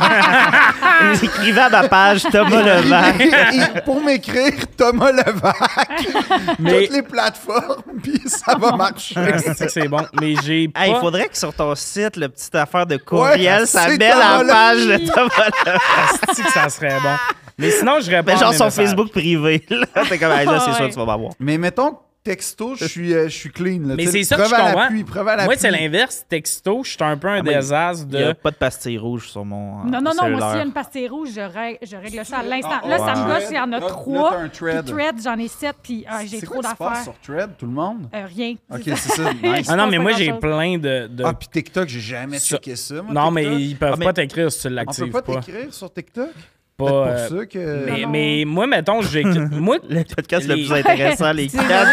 Vous écrivez à ma page Thomas Levac. Et pour m'écrire, Thomas Levac, Mais- toutes les plateformes, puis ça va marcher. C'est que c'est bon. Mais j'ai pas... Hey, il faudrait que sur ton site, le petite affaire de courriel, Ouais, ça c'est met Thomas la page Levac. de Thomas Levac. Asti que ça serait bon. Mais sinon, je réponds Mais à genre mes son messages. Facebook privé. Là, t'es comme, hey, là, c'est Ouais. sûr, tu vas m'avoir. Mais mettons, texto, je suis, euh, je suis clean. Là. Mais Tu sais, c'est ça que preuve je à comprends. l'appui, preuve à Moi, l'appui. c'est l'inverse. Texto, je suis un peu un Ah, mais désastre Il n'y a de... pas de pastille rouge sur mon. euh, Non, non, non, cellulaire. moi, s'il y a une pastille rouge, je règle, je règle ça à l'instant. Ah, Là, ça me ouais. gosse, il y en a Là- là, trois. t'as un thread. Puis thread, j'en ai sept, puis ah, j'ai C'est trop quoi qui se passe d'affaires. sur Thread, tout le monde? Euh, rien. Ok, c'est ça. Nice. Ah non, mais pas moi, j'ai grand-chose. plein de... de- Ah, puis TikTok, j'ai jamais Ça- checké ça. Moi, non, mais TikTok. ils peuvent Ah, mais- pas t'écrire si tu On peut l'actives pas pas. t'écrire sur TikTok? Pas, Peut-être euh, pour ça que... mais, Non, non. mais moi, mettons, j'ai... moi, Le podcast le Les- plus intéressant, les C'est quatre.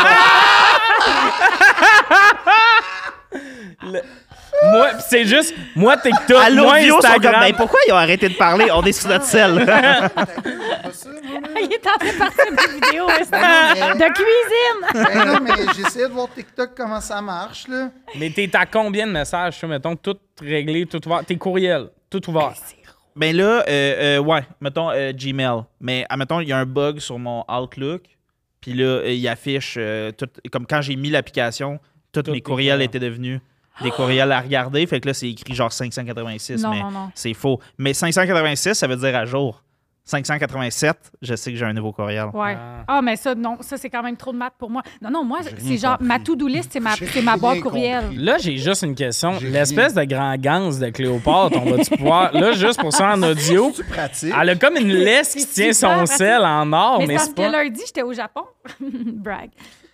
moi c'est juste... Moi, TikTok, À moi, l'audio, sont comme, Instagram... ben, pourquoi ils ont arrêté de parler? On est sur notre selle. Pas ça, moi, là. Il est en train de partir des vidéos hein, mais- de cuisine. Ben non, mais j'essayais de voir TikTok comment ça marche, là. Mais t'es à combien de messages, ça, mettons, tout réglé, tout ouvert? Tes courriels, tout ouvert. Ben là, euh, euh, ouais, mettons euh, Gmail. Mais admettons, il y a un bug sur mon Outlook. Puis là, euh, il affiche, euh, tout, comme quand j'ai mis l'application, tous Tous mes tes courriels courriels. étaient devenus des courriels à regarder. Fait que là, c'est écrit genre cinq cent quatre-vingt-six, Non, mais non, non. c'est faux. Mais cinq cent quatre-vingt-six, ça veut dire à jour. cinq cent quatre-vingt-sept, je sais que j'ai un nouveau courriel. Ouais. Ah. Ah, mais ça, non, ça, c'est quand même trop de maths pour moi. Non, non, moi, J'ai rien c'est genre, compris. ma to-do list, c'est ma, J'ai c'est ma boîte rien courriel. compris. Là, j'ai juste une question. J'ai L'espèce de grand ganse de Cléopâtre, on va-tu pouvoir... Là, juste pour ça, en audio, C'est pratique. elle a comme une laisse qui C'est tient super son pratique. sel en or, mais mais c'est parce c'est que pas... lundi, j'étais au Japon. Brag.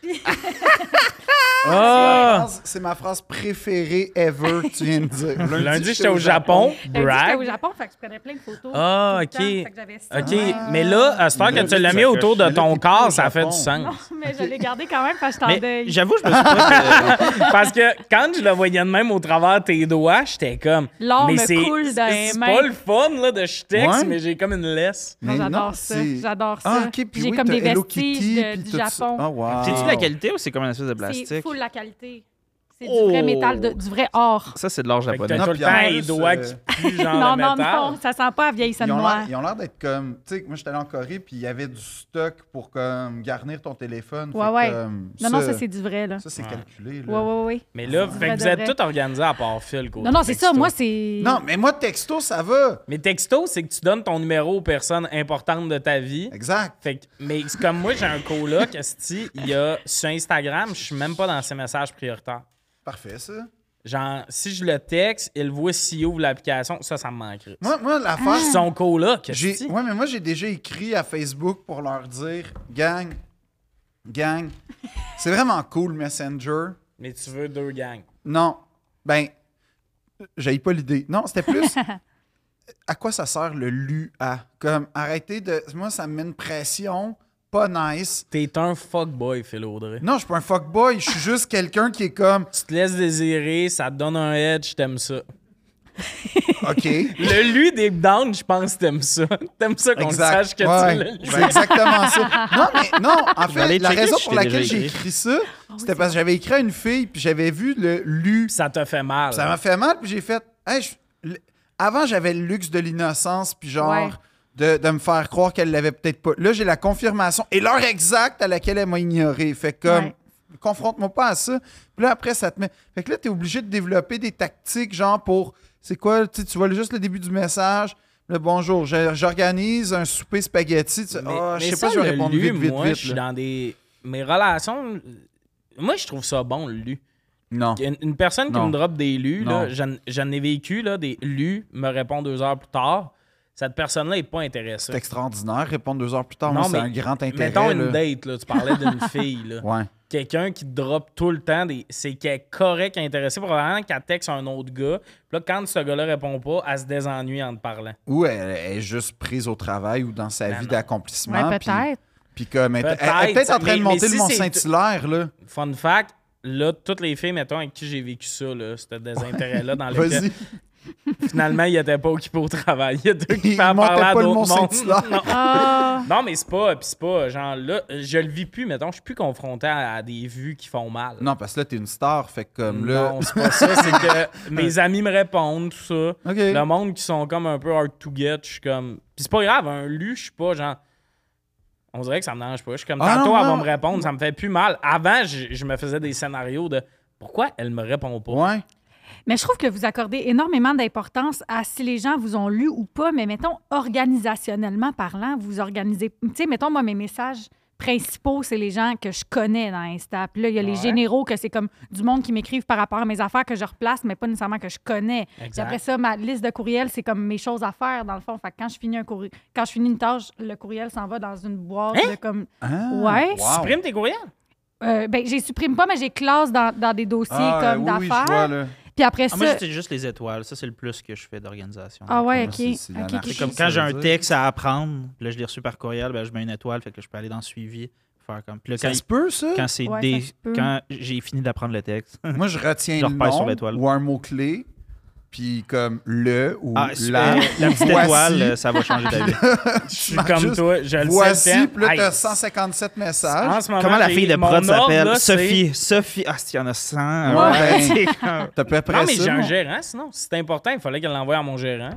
Ah! C'est ma phrase préférée ever que tu viens de dire. Lundi, j'étais au Japon. Lundi, j'étais Brag. au Japon, fait que je prenais plein de photos. Ah, tout le ok. temps, fait que j'avais ça. OK, Ah. mais là, à cette heure que Mais tu là, l'as ça mis autour de coche. ton Mais là, t'es corps, plus au ça fait Japon. du Non, sens. mais je l'ai gardé quand même parce que j'étais en Mais deuil. j'avoue, je me suis pas. Parce que quand je le voyais de même au travers de tes doigts, j'étais comme... L'or mais me c'est coule dans les c'est mains. pas le fun là, de je texte, Ouais. mais j'ai comme une laisse. Non, Mais j'adore non, ça. c'est- J'adore ça. Ah, ok, puis J'ai oui, comme t'as des Hello vestiges Kitty, de- puis du tout ça. Japon. Ah, wow. C'est-tu de la qualité ou c'est comme une espèce de C'est plastique? full la qualité. C'est du Oh. vrai métal, de- du vrai or. Ça, c'est de l'or Fait que japonais. t'as tout le puis en temps plus, les doigts euh, qui puent genre Non, le non, métal. non, ça sent pas la vieille scène Ils ont noire. l'air- ils ont l'air d'être comme. Tu sais, moi, j'étais allé en Corée, puis il y avait du stock pour comme garnir ton téléphone. Ouais, Fait que, ouais. comme, Non, non, ça, c'est du vrai, là. Ça, c'est Ouais. calculé. Là. Ouais, ouais, ouais. Mais là, C'est fait vrai que vous de êtes vrai. tout organisé à part Phil. côté Non, non, c'est ça. texto. Moi, c'est. Non, mais moi, texto, ça va. Mais texto, c'est que tu donnes ton numéro aux personnes importantes de ta vie. Exact. Fait que, mais c'est comme moi, j'ai un coloc, esti, il y a sur Instagram, je suis même pas dans ses messages prioritaires. Parfait, ça. Genre, si je le texte, il voit s'il ouvre l'application, ça, ça me manquerait. Moi, moi l'affaire. Ils sont colocs, J'ai... qu'est-ce que Ouais, mais moi, j'ai déjà écrit à Facebook pour leur dire gang, gang, c'est vraiment cool, Messenger. Mais tu veux deux gangs. Non. Ben, j'avais pas l'idée. Non, c'était plus. À quoi ça sert le lu à? Comme, arrêtez de. Moi, ça me met une pression. Pas nice. T'es un fuckboy, Phil Audrey. Non, je suis pas un fuckboy. Je suis juste quelqu'un qui est comme. Tu te laisses désirer, ça te donne un edge, t'aimes ça. OK. Le lui des down, je pense que t'aimes ça. T'aimes ça qu'on Exact. sache que Ouais. tu l'as lu. C'est exactement ça. Non, mais non, en vais fait, aller la checker raison si pour je t'ai laquelle déjà j'ai écrit. écrit ça, c'était parce que j'avais écrit à une fille, puis j'avais vu le lu. Ça te fait mal. Ça m'a fait mal, puis j'ai fait. Hey, je- le- Avant, j'avais le luxe de l'innocence, puis genre. Ouais. De, de me faire croire qu'elle l'avait peut-être pas. Là, j'ai la confirmation et l'heure exacte à laquelle elle m'a ignoré. Fait que comme, Ouais. confronte-moi pas à ça. Puis là, après, ça te met. Fait que là, t'es obligé de développer des tactiques, genre pour. C'est quoi, tu sais, tu vois juste le début du message. Le bonjour, je- j'organise un souper spaghetti. Tu- Mais, Ah, je mais sais ça, pas si je vais le répondre lu, vite, vite, moi, vite. je suis là. dans des... Mes relations... Moi, je trouve ça bon, le lu. Non. Une, une personne qui Non. me drop des lus, Non. là, j'en, j'en ai vécu, là, des lus, me répond deux heures plus tard. Cette personne-là n'est pas intéressée. C'est extraordinaire. Répondre deux heures plus tard, Non, moi, c'est mais un grand intérêt. Mettons une là. date, là, tu parlais d'une fille. Là. Ouais. Quelqu'un qui te drop tout le temps, des... c'est qu'elle est correcte, intéressée, probablement qu'elle texte un autre gars. Puis là, quand ce gars-là répond pas, elle se désennuie en te parlant. Ou elle, elle est juste prise au travail ou dans sa Ben vie non. d'accomplissement. Ouais, puis- peut-être. Puis comme, elle, elle- elle est Peut-être, peut-être en train mais- de monter mais le si Mont c'est- Saint-Hilaire, là. Fun fact, là, toutes les filles, mettons, avec qui j'ai vécu ça, là, ce désintérêt-là, dans lequel Vas-y. finalement, ils n'étaient pas occupés au travail. Il y a deux qui Ils font montaient parler à pas le d'autres Mont mondes. Saint-Hilaire. Non. Ah, Non, mais c'est pas, pis c'est pas, genre là, je le vis plus, mettons, je suis plus confronté à, à des vues qui font mal. Non, parce que là, t'es une star, fait que comme là. Non, c'est pas ça, c'est que mes amis me répondent, tout ça. OK. Le monde qui sont comme un peu hard to get, je suis comme. Pis c'est pas grave, un lu, je suis pas genre. On dirait que ça me dérange pas. Je suis comme, Ah, tantôt, non, elle va non. me répondre, ça me fait plus mal. Avant, je, je me faisais des scénarios de pourquoi elle me répond pas. Ouais. mais je trouve que vous accordez énormément d'importance à si les gens vous ont lu ou pas, mais mettons, organisationnellement parlant, vous organisez. Tu sais, mettons, moi, mes messages principaux, c'est les gens que je connais dans Insta. Puis là, il y a les Ouais. généraux, que c'est comme du monde qui m'écrivent par rapport à mes affaires que je replace, mais pas nécessairement que je connais. Puis Exact. après ça, ma liste de courriels, c'est comme mes choses à faire, dans le fond. Fait que quand je finis un courriel, quand je finis une tâche, le courriel s'en va dans une boîte Hein? de comme. Ah, Ouais. wow. Supprime tes courriels. Euh, ben, j'ai supprime pas, mais j'ai classe dans, dans des dossiers Ah, comme oui, oui, je vois, d'affaires. là. Puis après Ah, ça. moi, c'est juste les étoiles. Ça, c'est le plus que je fais d'organisation. Ah ouais, Moi, OK. c'est- c'est OK, l'anarchie. OK, C'est comme OK. quand j'ai ça un veut dire. texte à apprendre, puis là, je l'ai reçu par courriel, ben, je mets une étoile, fait que je peux aller dans suivi, faire comme. Puis là, Ça quand, se peut, ça? quand c'est Ouais, des. ça se peut. Quand j'ai fini d'apprendre le texte. Moi, je retiens Je le repars sur nom l'étoile. ou un mot-clé, puis comme le ou Ah, la. super. La petite voici. étoile, euh, ça va changer d'avis. Je suis marques comme juste, toi, je le Voici, sais. le puis là, temps. t'as Hey, cent cinquante-sept messages. en ce moment, Comment la j'ai- fille de mon prod ordre, s'appelle? là, c'est- Sophie. Sophie. Ah, il y en a cent. Ouais. Ouais. C'est comme- T'as à peu près Non, mais ça. j'ai un mon- gérant, sinon. Si c'est important, il fallait qu'elle l'envoie à mon gérant.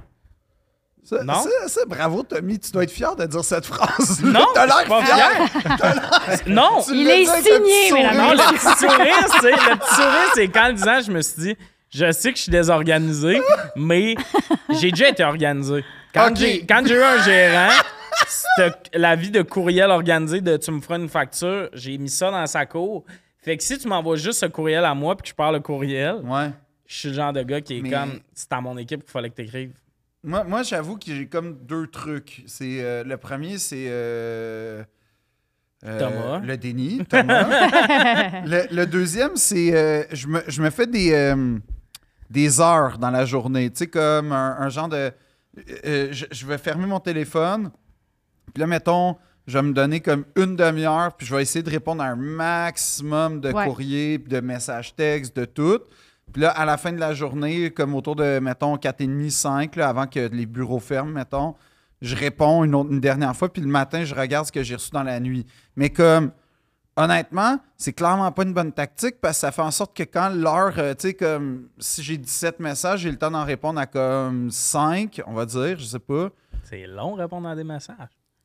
Ça, Non? ça, ça, bravo, Tommy, tu dois être fier de dire cette phrase. Non, t'as je suis l'air pas fier. fier. Non! Tu Il le est dis avec un petit signé, sourire. mesdames. Non, le petit sourire, c'est le petit sourire, c'est quand le disant, je me suis dit, je sais que je suis désorganisé, mais j'ai déjà été organisé. Quand Ok. j'ai quand j'ai eu un gérant, c'était la vie de courriel organisé de tu me feras une facture, j'ai mis ça dans sa cour. Fait que si tu m'envoies juste ce courriel à moi puis que je parle le courriel, Ouais. je suis le genre de gars qui est Mais- comme c'est à mon équipe qu'il fallait que t'écrives. Moi, moi j'avoue que j'ai comme deux trucs. C'est euh, le premier, c'est euh, euh, Thomas. le déni, Thomas. le, le deuxième, c'est euh, je me je me fais des euh, des heures dans la journée, tu sais comme un, un genre de euh, je, je vais fermer mon téléphone. Puis là, mettons, je vais me donner comme une demi-heure, puis je vais essayer de répondre à un maximum de Ouais. courriers, puis de messages textes, de tout. Puis là, à la fin de la journée, comme autour de, mettons, quatre heures trente, cinq, là, avant que les bureaux ferment, mettons, je réponds une, autre- une dernière fois, puis le matin, je regarde ce que j'ai reçu dans la nuit. Mais comme, honnêtement, c'est clairement pas une bonne tactique, parce que ça fait en sorte que quand l'heure, euh, tu sais, comme, si j'ai dix-sept messages, j'ai le temps d'en répondre à comme cinq, on va dire, je sais pas. C'est long répondre à des messages.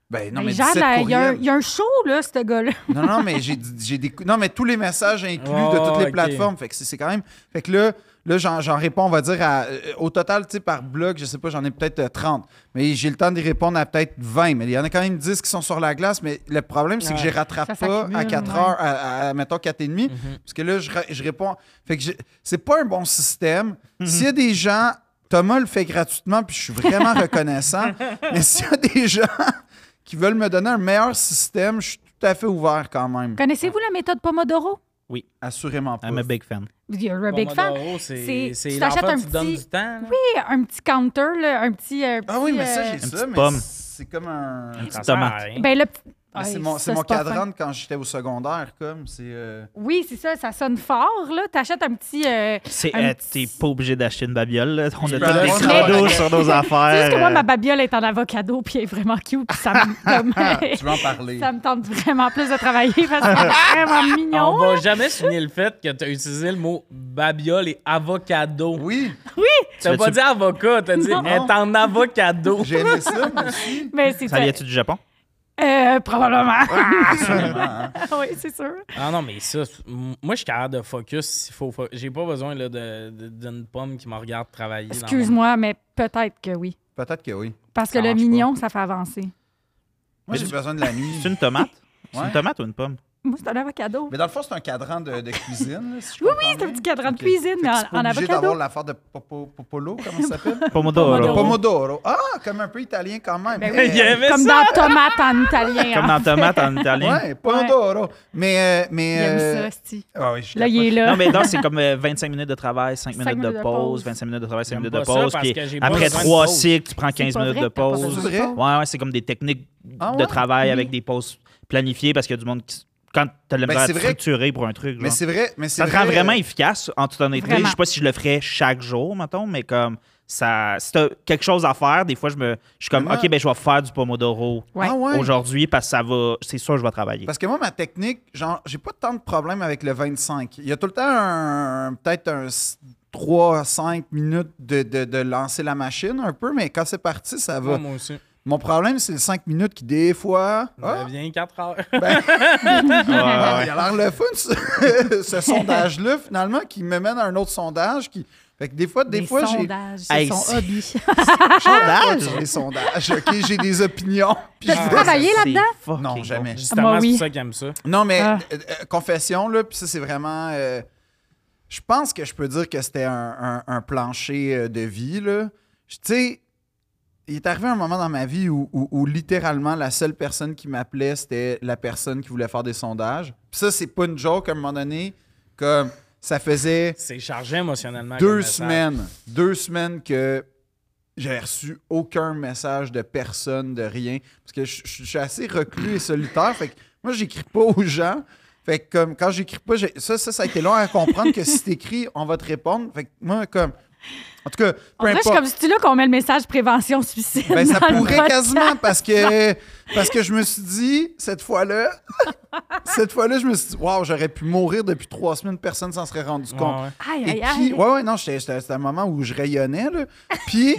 Ben non, Ben, mais il gère dix-sept la- il y, a un- courriels. il y a un show, là, ce gars-là. Non, non, mais j'ai j'ai des. Non, mais tous les messages inclus Oh, de toutes les ok. plateformes. Fait que c'est c'est quand même. Fait que là, là j'en j'en réponds, on va dire, à, euh, au total, tu sais, par blog, je sais pas, j'en ai peut-être euh, trente. Mais j'ai le temps d'y répondre à peut-être vingt. Mais il y en a quand même dix qui sont sur la glace. Mais le problème, c'est que Ouais. je les rattrape Ça pas s'accumule, à quatre ouais. heures, à, à, mettons quatre et demi. Mhm. Parce que là, je, ra- je réponds. Fait que j'ai- c'est pas un bon système. S'il y a des gens. Thomas le fait gratuitement, puis je suis vraiment reconnaissant. Mais s'il y a des gens qui veulent me donner un meilleur système, je suis tout à fait ouvert quand même. Connaissez-vous la méthode Pomodoro? Assurément pas. I'm a big fan. You're a big fan. Pomodoro, c'est C'est- c'est tu l'enfant, t'achètes un tu te donnes petit- du temps. là. Oui, un petit counter, là, un petit... euh, Ah oui, petit, mais ça, euh, j'ai ça, petite mais pomme. c'est comme un... Ça petite sert à tomate. rien. Ben, le petit- Mais c'est Ouais, mon, ça, c'est mon pas cadran fin. de quand j'étais au secondaire, comme, c'est... euh, Oui, c'est ça, ça sonne fort, là. T'achètes un petit... euh, C'est, Un euh, petit- T'es pas obligé d'acheter une babiole. Là. On a peux tous avoir des ça. credos sur nos C'est affaires. juste que moi, euh, ma babiole est en avocado, puis elle est vraiment cute, puis ça me, comme, tu veux en parler? ça me tente vraiment plus de travailler parce que c'est vraiment On mignon. va jamais souligner le fait que tu as utilisé le mot babiole et avocado. Oui, T'as Tu pas l'as-tu- dit avocat, t'as dit Non. elle est en avocado. j'ai aimé ça, moi aussi. Mais c'est Ça vient-tu du Japon? Euh, probablement. Absolument, hein. oui, c'est sûr. Ah non, mais ça, m- moi, je suis capable de focus s'il faut. fo- J'ai pas besoin là, de- de- d'une pomme qui me regarde travailler. dans mon- Excuse-moi, mais peut-être que oui. Peut-être que oui. Parce Ça que le marche mignon, ça fait avancer. Moi, j'ai besoin de la nuit. C'est une tomate? C'est Ouais. une tomate ou une pomme? Moi, c'est un avocado. Mais dans le fond, c'est un cadran de, de cuisine, là, si je Oui, comprends oui, c'est un bien. petit cadran de Ok. cuisine, Fait mais que en, c'est pas en obligé avocado. d'avoir l'affaire de popo- popolo, comment ça s'appelle? Pomodoro. Pomodoro. Pomodoro. Ah, comme un peu italien quand même. Ben Eh, Il y avait Comme ça. dans tomate en italien. Comme hein. dans tomate en italien. Ouais, Pomodoro. Mais... euh, mais Il aime euh, ça, sti. Ah oui, je Là, il est là. Non, mais non, c'est comme euh, vingt-cinq minutes de travail, cinq minutes, minutes de de pause, pause. vingt-cinq minutes de travail, cinq J'aime minutes pas de ça pause. parce Puis que j'ai pas après besoin de trois pause. cycles, tu prends C'est quinze pas minutes vrai, de t'as pas pause. besoin de C'est vrai? pause. Ouais, ouais, c'est comme des techniques Ah de ouais? travail Oui. avec des pauses planifiées parce qu'il y a du monde qui. Quand t'as le Ben, temps c'est de vrai structurer pour un truc. Mais genre. c'est vrai, mais c'est Ça te vrai, rend vraiment euh, efficace, en toute honnêteté. Vraiment. Je sais pas si je le ferais chaque jour, mettons, mais comme ça. Si t'as quelque chose à faire, des fois, je me. Je suis comme, Mais moi- OK, ben je vais faire du Pomodoro Ouais. Ah ouais? aujourd'hui parce que ça va. C'est sûr, je vais travailler. Parce que moi, ma technique, genre, j'ai pas tant de problème avec le vingt-cinq. Il y a tout le temps un, peut-être un trois à cinq minutes de, de, de lancer la machine un peu, mais quand c'est parti, ça va. Ouais, moi aussi. Mon problème, c'est les cinq minutes qui, des fois. Ça Ah, vient quatre heures. ben, Ouais, il a l'air le fun, ce, ce sondage-là, finalement, qui me mène à un autre sondage. Qui... Fait que des fois, des Les fois j'ai. sondages, c'est Hey, son c'est- hobby. Sondage? Sur les sondages. OK, j'ai des opinions. Puis T'as-tu je- travaillé C'est là-dedans? fucking Non, bon. jamais. Justement, Moi, c'est oui. pour ça qu'il aime ça. Non, mais Ah. euh, euh, confession, là, puis ça, c'est vraiment. euh, je pense que je peux dire que c'était un, un- un plancher euh, de vie, là. Tu sais, il est arrivé un moment dans ma vie où, où- où littéralement la seule personne qui m'appelait, c'était la personne qui voulait faire des sondages. Puis ça, c'est pas une joke à un moment donné. Comme ça faisait C'est chargé émotionnellement. comme deux message. semaines, deux semaines que j'avais reçu aucun message de personne, de rien. Parce que je, je- je suis assez reclus et solitaire. Fait que moi, j'écris pas aux gens. Fait que comme quand j'écris pas, j'ai- ça, ça, ça a été long à comprendre que si t'écris, on va te répondre. Fait que moi, comme. En tout cas, peu En vrai, je suis importe. comme si tu là qu'on met le message prévention suicide. Ben, ça dans le pourrait podcast. quasiment parce que parce que je me suis dit cette fois-là, cette fois-là, je me suis dit waouh, j'aurais pu mourir depuis trois semaines, personne s'en serait rendu Ouais, compte. ouais. Aïe, Et aïe, puis, aïe. ouais, ouais, non, j'étais- j'étais- c'était un moment où je rayonnais, là. Puis,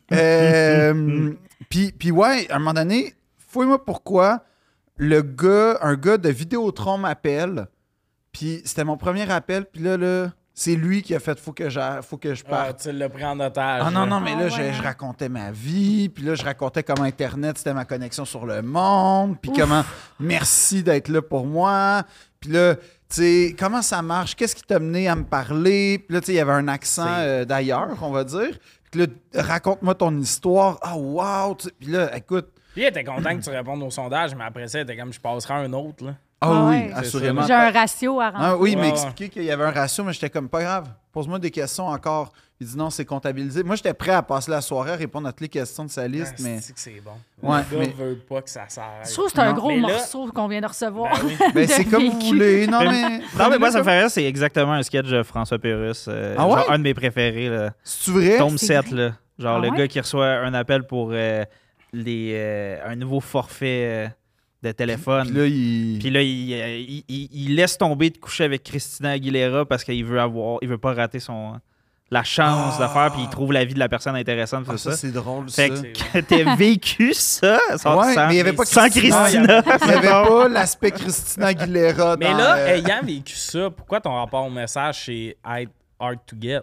euh, puis, puis, ouais, à un moment donné, fouille-moi pourquoi le gars, un gars de Vidéotron m'appelle, puis c'était mon premier appel, puis là, là, c'est lui qui a fait « faut que j'a- faut que je Ah, parte ». tu l'as pris en otage. Ah non, là. non, mais Ah là, je, ouais. je racontais ma vie, puis là, je racontais comment Internet, c'était ma connexion sur le monde, puis Ouf. comment merci d'être là pour moi, puis là, tu sais, comment ça marche, qu'est-ce qui t'a mené à me parler, puis là, tu sais, il y avait un accent C'est- euh, d'ailleurs, on va dire, puis là, raconte-moi ton histoire, ah, wow, tu sais, puis là, écoute, Puis il était content que tu répondes au sondage, mais après ça, il était comme je passerai à un autre. Là. ah Ah oui, ouais. assurément. J'ai un ratio à rendre. Ah oui, il m'a Ouais, expliqué qu'il y avait un ratio, mais j'étais comme, pas grave, pose-moi des questions encore. Il dit non, c'est comptabilisé. Moi, j'étais prêt à passer la soirée à répondre à toutes les questions de sa liste, Ah, mais... c'est que c'est bon. Ouais, le gars mais- veut pas que ça s'arrête. Je trouve que c'est un Non. gros Mais là- morceau qu'on vient de recevoir. Ben oui. Ben, de c'est comme vous vécu. voulez. Non, Mais- mais. Non, mais moi, ça me fait rire, c'est exactement un sketch de François Pérusse. euh, Ah genre ouais? un de mes préférés, là. C'est-tu vrai? Tome c'est sept, vrai? là. Genre Ah le ouais? gars qui reçoit un appel pour euh, les, euh, un nouveau forfait euh, de téléphone. Puis là, il. Puis là, il, euh, il- il- il laisse tomber de coucher avec Christina Aguilera parce qu'il veut avoir, il veut pas rater son, la chance Ah. de faire, puis il trouve la vie de la personne intéressante, Ah, tout ça, ça. c'est drôle, Fait ça. que t'as vécu ça sans, Ouais, sans- mais il y avait pas sans Christina. Christina. Il n'y avait pas l'aspect Christina Aguilera Mais dans, là, euh, ayant vécu ça, pourquoi ton rapport au message, c'est être hard to get?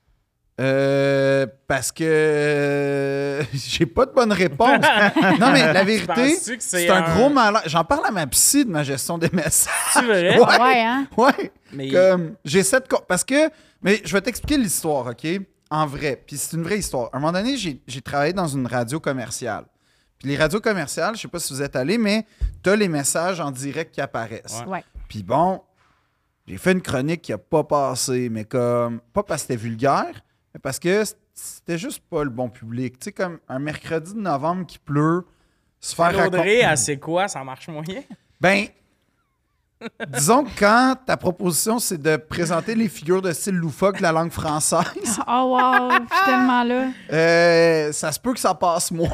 Euh, parce que euh, j'ai pas de bonne réponse. Non, mais la vérité, penses-tu que c'est c'est un, un- gros malheur. J'en parle à ma psy de ma gestion des messages. C'est vrai? Ouais. Ouais, hein? Ouais. Mais Comme, j'essaie de... co- Parce que... Mais je vais t'expliquer l'histoire, OK? En vrai. Puis c'est une vraie histoire. À un moment donné, j'ai j'ai travaillé dans une radio commerciale. Puis les radios commerciales, je sais pas si vous êtes allés, mais t'as les messages en direct qui apparaissent. Ouais. Ouais. Puis bon, j'ai fait une chronique qui a pas passé, mais comme... Pas parce que c'était vulgaire, mais parce que c'était juste pas le bon public. Tu sais, comme un mercredi de novembre qui pleut, se faire Audrey, raconter... elle sait quoi? Ça marche moyen? Ben, disons que quand ta proposition, c'est de présenter les figures de style loufoque de la langue française, Oh, wow, je suis tellement là. euh, ça se peut que ça passe moins.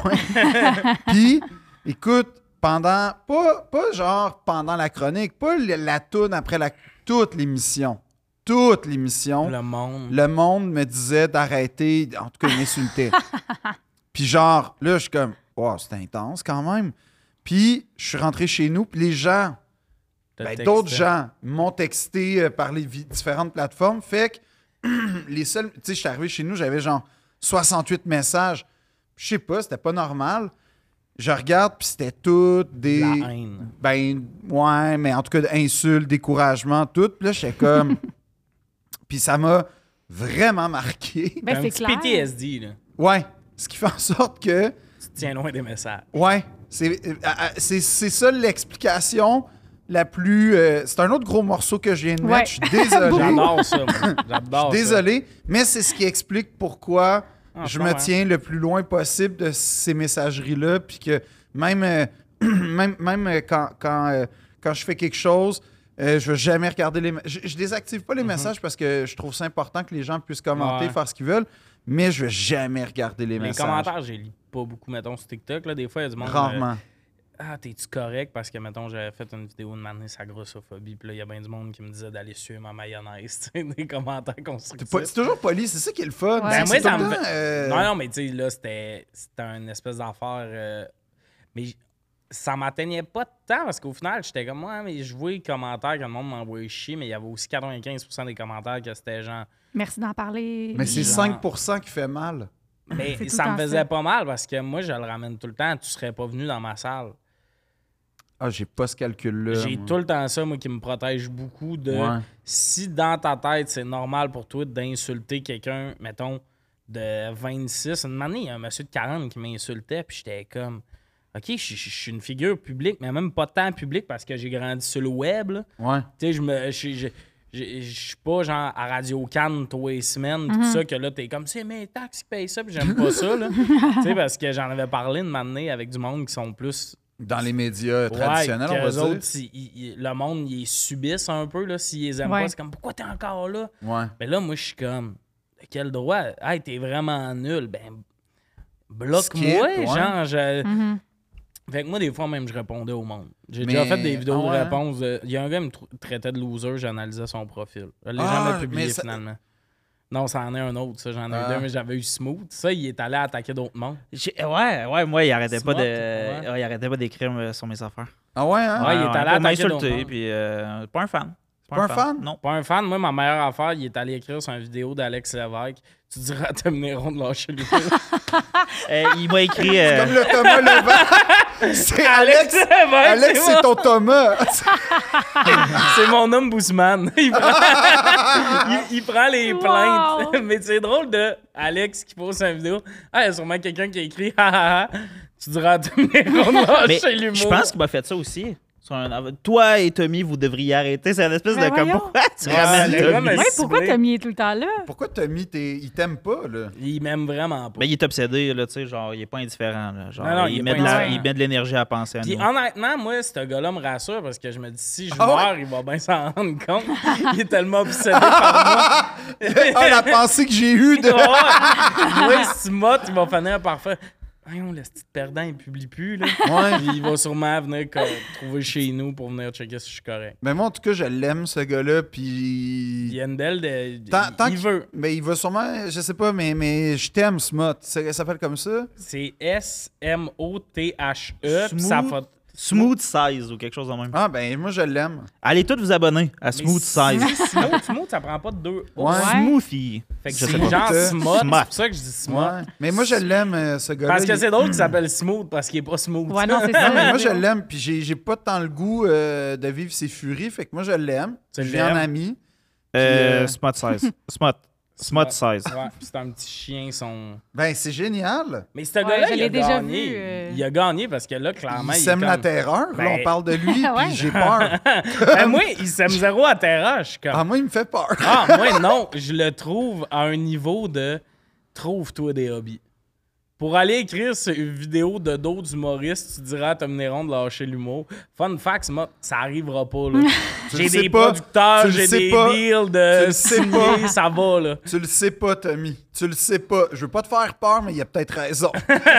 Puis, écoute, pendant, pas, pas genre pendant la chronique, pas le- la toune après la, toute l'émission, toute l'émission, Le monde. le monde me disait d'arrêter, en tout cas, il m'insultait. Puis genre, là, je suis comme, wow, c'est intense quand même. Puis, je suis rentré chez nous, puis les gens... te Ben, textait. d'autres gens m'ont texté euh, par les vi- différentes plateformes. Fait que les seuls. Tu sais, je suis arrivé chez nous, j'avais genre soixante-huit messages. Je sais pas, c'était pas normal. Je regarde, puis c'était tout des. La haine. Ben, ouais, mais en tout cas, insultes, découragement, tout. Puis là, j'étais comme. Puis ça m'a vraiment marqué. Ben, un c'est petit clair. P T S D, là. Ouais. Ce qui fait en sorte que. Tu te tiens loin des messages. Ouais. C'est euh, euh, c'est- c'est ça l'explication la plus. euh, c'est un autre gros morceau que je viens de mettre. Ouais. Je suis désolé. J'adore ça, moi. Je J'adore suis ça. désolé, mais c'est ce qui explique pourquoi Ah, je je me comprends. tiens le plus loin possible de ces messageries-là, puis que même, euh, même, même euh, quand, quand, euh, quand je fais quelque chose, euh, je ne veux jamais regarder les... me- Je, je désactive pas les messages parce que je trouve ça important que les gens puissent commenter, Mhm. Ouais. faire ce qu'ils veulent, mais je ne veux jamais regarder les, Les messages. commentaires, j'ai lu pas beaucoup, mettons, sur TikTok. Là, des fois, il y a du monde. euh, Rarement. ah, t'es-tu correct? Parce que, mettons, j'avais fait une vidéo de m'amener sa grossophobie. Puis là, il y a bien du monde qui me disait d'aller suivre ma mayonnaise. Tu sais, des commentaires C'est constructifs. pas- c'est toujours poli, c'est ça qui est le fun. Ouais. C'est- Ben, c'est moi, tout ça le me temps, fait- euh, Non, non, mais tu sais, là, c'était c'était une espèce d'affaire. euh, Mais j- ça m'atteignait pas de temps parce qu'au final, j'étais comme moi, mais je vois les commentaires que le monde m'envoyait chier, mais il y avait aussi quatre-vingt-quinze pour cent des commentaires que c'était genre. Merci d'en parler. Mais c'est Genre- cinq pour cent qui fait mal. Mais C'est tout ça le me temps faisait ça. pas mal parce que moi, je le ramène tout le temps. Tu serais pas venu dans ma salle. Ah, j'ai pas ce calcul-là. J'ai moi. tout le temps ça, moi, qui me protège beaucoup de. Ouais. Si dans ta tête, c'est normal pour toi d'insulter quelqu'un, mettons, de vingt-six, une année, il y a un monsieur de quarante qui m'insultait, puis j'étais comme. OK, je je- je suis une figure publique, mais même pas tant publique parce que j'ai grandi sur le web. là. Ouais. Tu sais, je me. Je je- je- je suis pas genre à Radio Cannes tous les semaines, pis tout ça, que là, t'es comme, c'est mes taxes qui payent ça, puis j'aime pas ça, là. Tu sais, parce que j'en avais parlé de m'amener avec du monde qui sont plus. Dans les médias traditionnels, ouais, on va qu'eux dire. autres, si- ils- ils- le monde, ils subissent un peu, là, s'ils les aiment Ouais. pas. C'est comme, pourquoi t'es encore là? Ouais. Mais là, moi, je suis comme, de quel droit? Hey, t'es vraiment nul. Ben, bloque-moi, Skip, ouais. genre. Je... Mhm. Fait que moi, des fois, même, je répondais au monde. J'ai Mais- déjà fait des vidéos ah ouais? de réponses. de- Il y a un gars qui me tr- traitait de loser, j'analysais son profil. Je l'ai Ah, jamais publié, mais ça- finalement. Non, ça en est un autre, ça. J'en ai Ah. eu deux, mais j'avais eu Smooth. Ça, il est allé attaquer d'autres mondes. J'ai- Ouais, ouais, moi, il arrêtait pas Smart, de. ouais. ouais, il arrêtait pas d'écrire euh, sur mes affaires. Ah ouais, hein? Ouais, il est allé pour attaquer m'insulter, d'autres mondes. puis euh, pas un fan. Pas un fan? Non. Pas un fan, moi, ma meilleure affaire, il est allé écrire sur une vidéo d'Alex Lévesque. Tu diras à Tom Néron de lâcher le Euh, il m'a écrit. euh, Comme le Thomas Levac. C'est Alex. Lévesque, Alex, c'est moi. ton Thomas. C'est mon homme Bousman. Il prend, il, il prend les Wow. plaintes. Mais c'est drôle de Alex qui pose une vidéo. Ah, il y a sûrement quelqu'un qui a écrit « Ha ha ha ». Tu diras à Tom Néron de Mais lâcher l'humour. je pense qu'il m'a fait ça aussi. Sur un- Toi et Tommy, vous devriez arrêter. C'est une espèce Ben de comme voyons. pourquoi tu Ouais, ramènes le gars Tommy? m'a- Ouais, pourquoi ciblé. Tommy est tout le temps là? Pourquoi Tommy, t'es- il t'aime pas, là? Il m'aime vraiment pas. Mais il est obsédé, là, tu sais, genre, il est pas indifférent, là. Genre, Non, non, il il, est met pas de la- indifférent. il met de l'énergie à penser à Puis nous. honnêtement, moi, ce gars-là me rassure parce que je me dis si je Ah ouais? meurs, il va bien s'en rendre compte. Il est tellement obsédé par moi. Ah, la pensée que j'ai eue de. Ouais. Moi, si tu mottes, il va finir par faire Voyons, le petit perdant, il publie plus, là. Ouais. Puis il va sûrement venir co- trouver chez nous pour venir checker si je suis correct. Mais moi, en tout cas, je l'aime, ce gars-là, Il puis... y a une belle de... Tant- il, tant il qu'il- veut. Mais il va sûrement... Je sais pas, mais, mais je t'aime, Smot. Ça, ça s'appelle comme ça? C'est S M O T H E. puis ça Smooth. fait... Smooth Size ou quelque chose de même. Ah, ben, moi, je l'aime. Allez tous vous abonner à Smooth Size. Smooth, smooth, ça prend pas de deux O. Ouais. Smoothie. Fait que Je sais c'est pas. genre Euh, smooth. C'est Smart. pour ça que je dis smooth. Ouais. Mais moi, je l'aime, euh, ce gars-là. Parce que Il- c'est drôle qu'il s'appelle smooth parce qu'il est pas smooth. Ouais, non, c'est Non, ça. mais moi, je l'aime, puis j'ai j'ai pas tant le goût euh, de vivre ses furies, fait que moi, je l'aime. Tu Je viens en l'aimes? ami. Euh, euh, Smart Size. Smart. Smart Size. Ouais, puis c'est un petit chien, son... Ben, c'est génial. Mais ce Ouais, gars-là, je il l'ai a déjà gagné. vu, euh. Il a gagné parce que là, clairement, Il il, sème est la comme... terreur. Là, Ben- on parle de lui, Ouais. puis j'ai peur. Ben, moi, il sème zéro à terreur. Je suis comme... Ah, moi, il me fait peur. Ah, moi, non. Je le trouve à un niveau de trouve-toi des hobbies. Pour aller écrire sur une vidéo de d'autres humoristes, tu diras à Tom Néron de lâcher l'humour. Fun fact, moi, ça arrivera pas. là. Tu J'ai le sais des pas. producteurs, Tu le j'ai sais des pas. deals Tu de le sais signer, pas. ça va, là. Tu le sais pas, Tommy. Tu le sais pas. Je veux pas te faire peur, mais il a peut-être raison.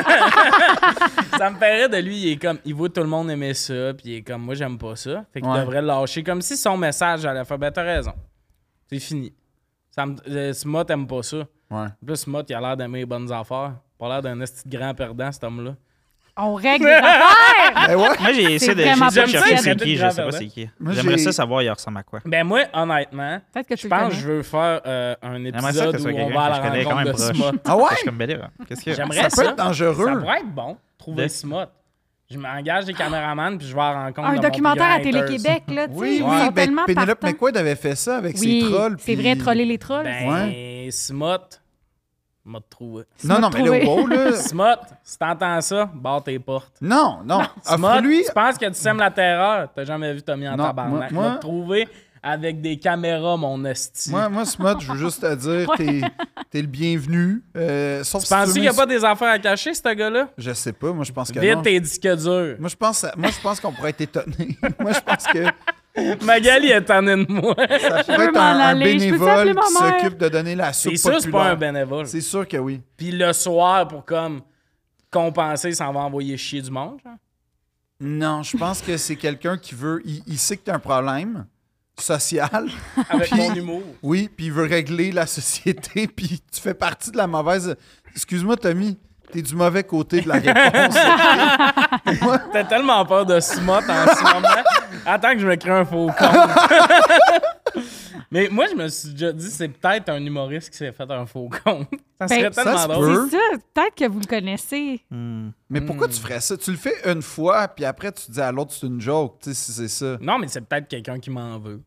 Ça me ferait de lui, il est comme, il voit tout le monde aimer ça, puis il est comme, moi, j'aime pas ça. Fait qu'il Ouais. devrait le lâcher, comme si son message allait faire, ben, t'as raison. C'est fini. Ça me, euh, Smot aime pas ça. Ouais. En plus, Smot, il a l'air d'aimer les bonnes affaires. Pas l'air d'un esti de grand perdant, cet homme-là. On règle des affaires! Ben ouais. Moi, j'ai essayé de, vraiment j'ai essayé de pas chercher ça. c'est qui, je sais Grave, pas c'est qui. Moi, J'aimerais j'ai- ça savoir, il ressemble à quoi. Ben, moi, honnêtement, Peut-être que tu je le pense connais. que je veux faire euh, un J'aimerais ça épisode que ce où soit on quelqu'un va à que la je connais quand rencontre même de proche. Smot. Ah ouais? Je suis comme ben là, qu'est-ce qu'il y a? J'aimerais Ça ça. peut être dangereux. Ça pourrait être bon, trouver De- Smot. Je m'engage des caméramans puis je vais à la rencontre Un de mon documentaire à plus grand haters. Télé-Québec, là, tu sais. Oui, ils oui. sont Ben, tellement Penelope partants. McQuaid avait fait ça avec Oui, ses trolls. c'est puis- vrai, troller les trolls. Ben, Smot, m'a trouvé. Non, non, mais là, trouvé. wow, là. Smot, si t'entends ça, barre tes portes. Non, non. Smot, Offre-lui. tu penses que tu sèmes la terreur? T'as jamais vu Tommy en Non, tabarnak. moi- moi- M'a trouvé avec des caméras, mon esti. Moi, moi, Smot, je veux juste te dire, t'es t'es le bienvenu. Euh, sauf Tu si penses veux qu'il n'y a m'ins- pas des affaires à cacher, ce gars-là? Je sais pas, moi, je pense que Vite non. tes disques durs. Moi, je pense, moi, je pense qu'on pourrait être étonné. Moi, je pense que Magali est tannée de moi. ça pourrait veux être m'en un, un aller. Je peux-tu bénévole appeler qui ma mère? s'occupe de donner la soupe C'est sûr que c'est pas un populaire. bénévole. C'est sûr que oui. Puis le soir, pour comme compenser, ça en va envoyer chier du monde. genre. Non, je pense que c'est quelqu'un qui veut... Il, il sait que t'as un problème social. Avec Puis- mon humour. Oui, puis il veut régler la société, puis tu fais partie de la mauvaise... Excuse-moi, Tommy, t'es du mauvais côté de la réponse. Moi, T'as tellement peur de Smot en ce moment. Attends que je me crée un faux compte. Mais moi, je me suis déjà dit, c'est peut-être un humoriste qui s'est fait un faux compte. Ça Ben, serait ça tellement se drôle. peut. C'est ça, peut-être que vous le connaissez. Hmm. mais pourquoi tu ferais ça? Tu le fais une fois, puis après, tu dis à l'autre, c'est une joke, tu sais, si c'est ça. Non, mais c'est peut-être quelqu'un qui m'en veut.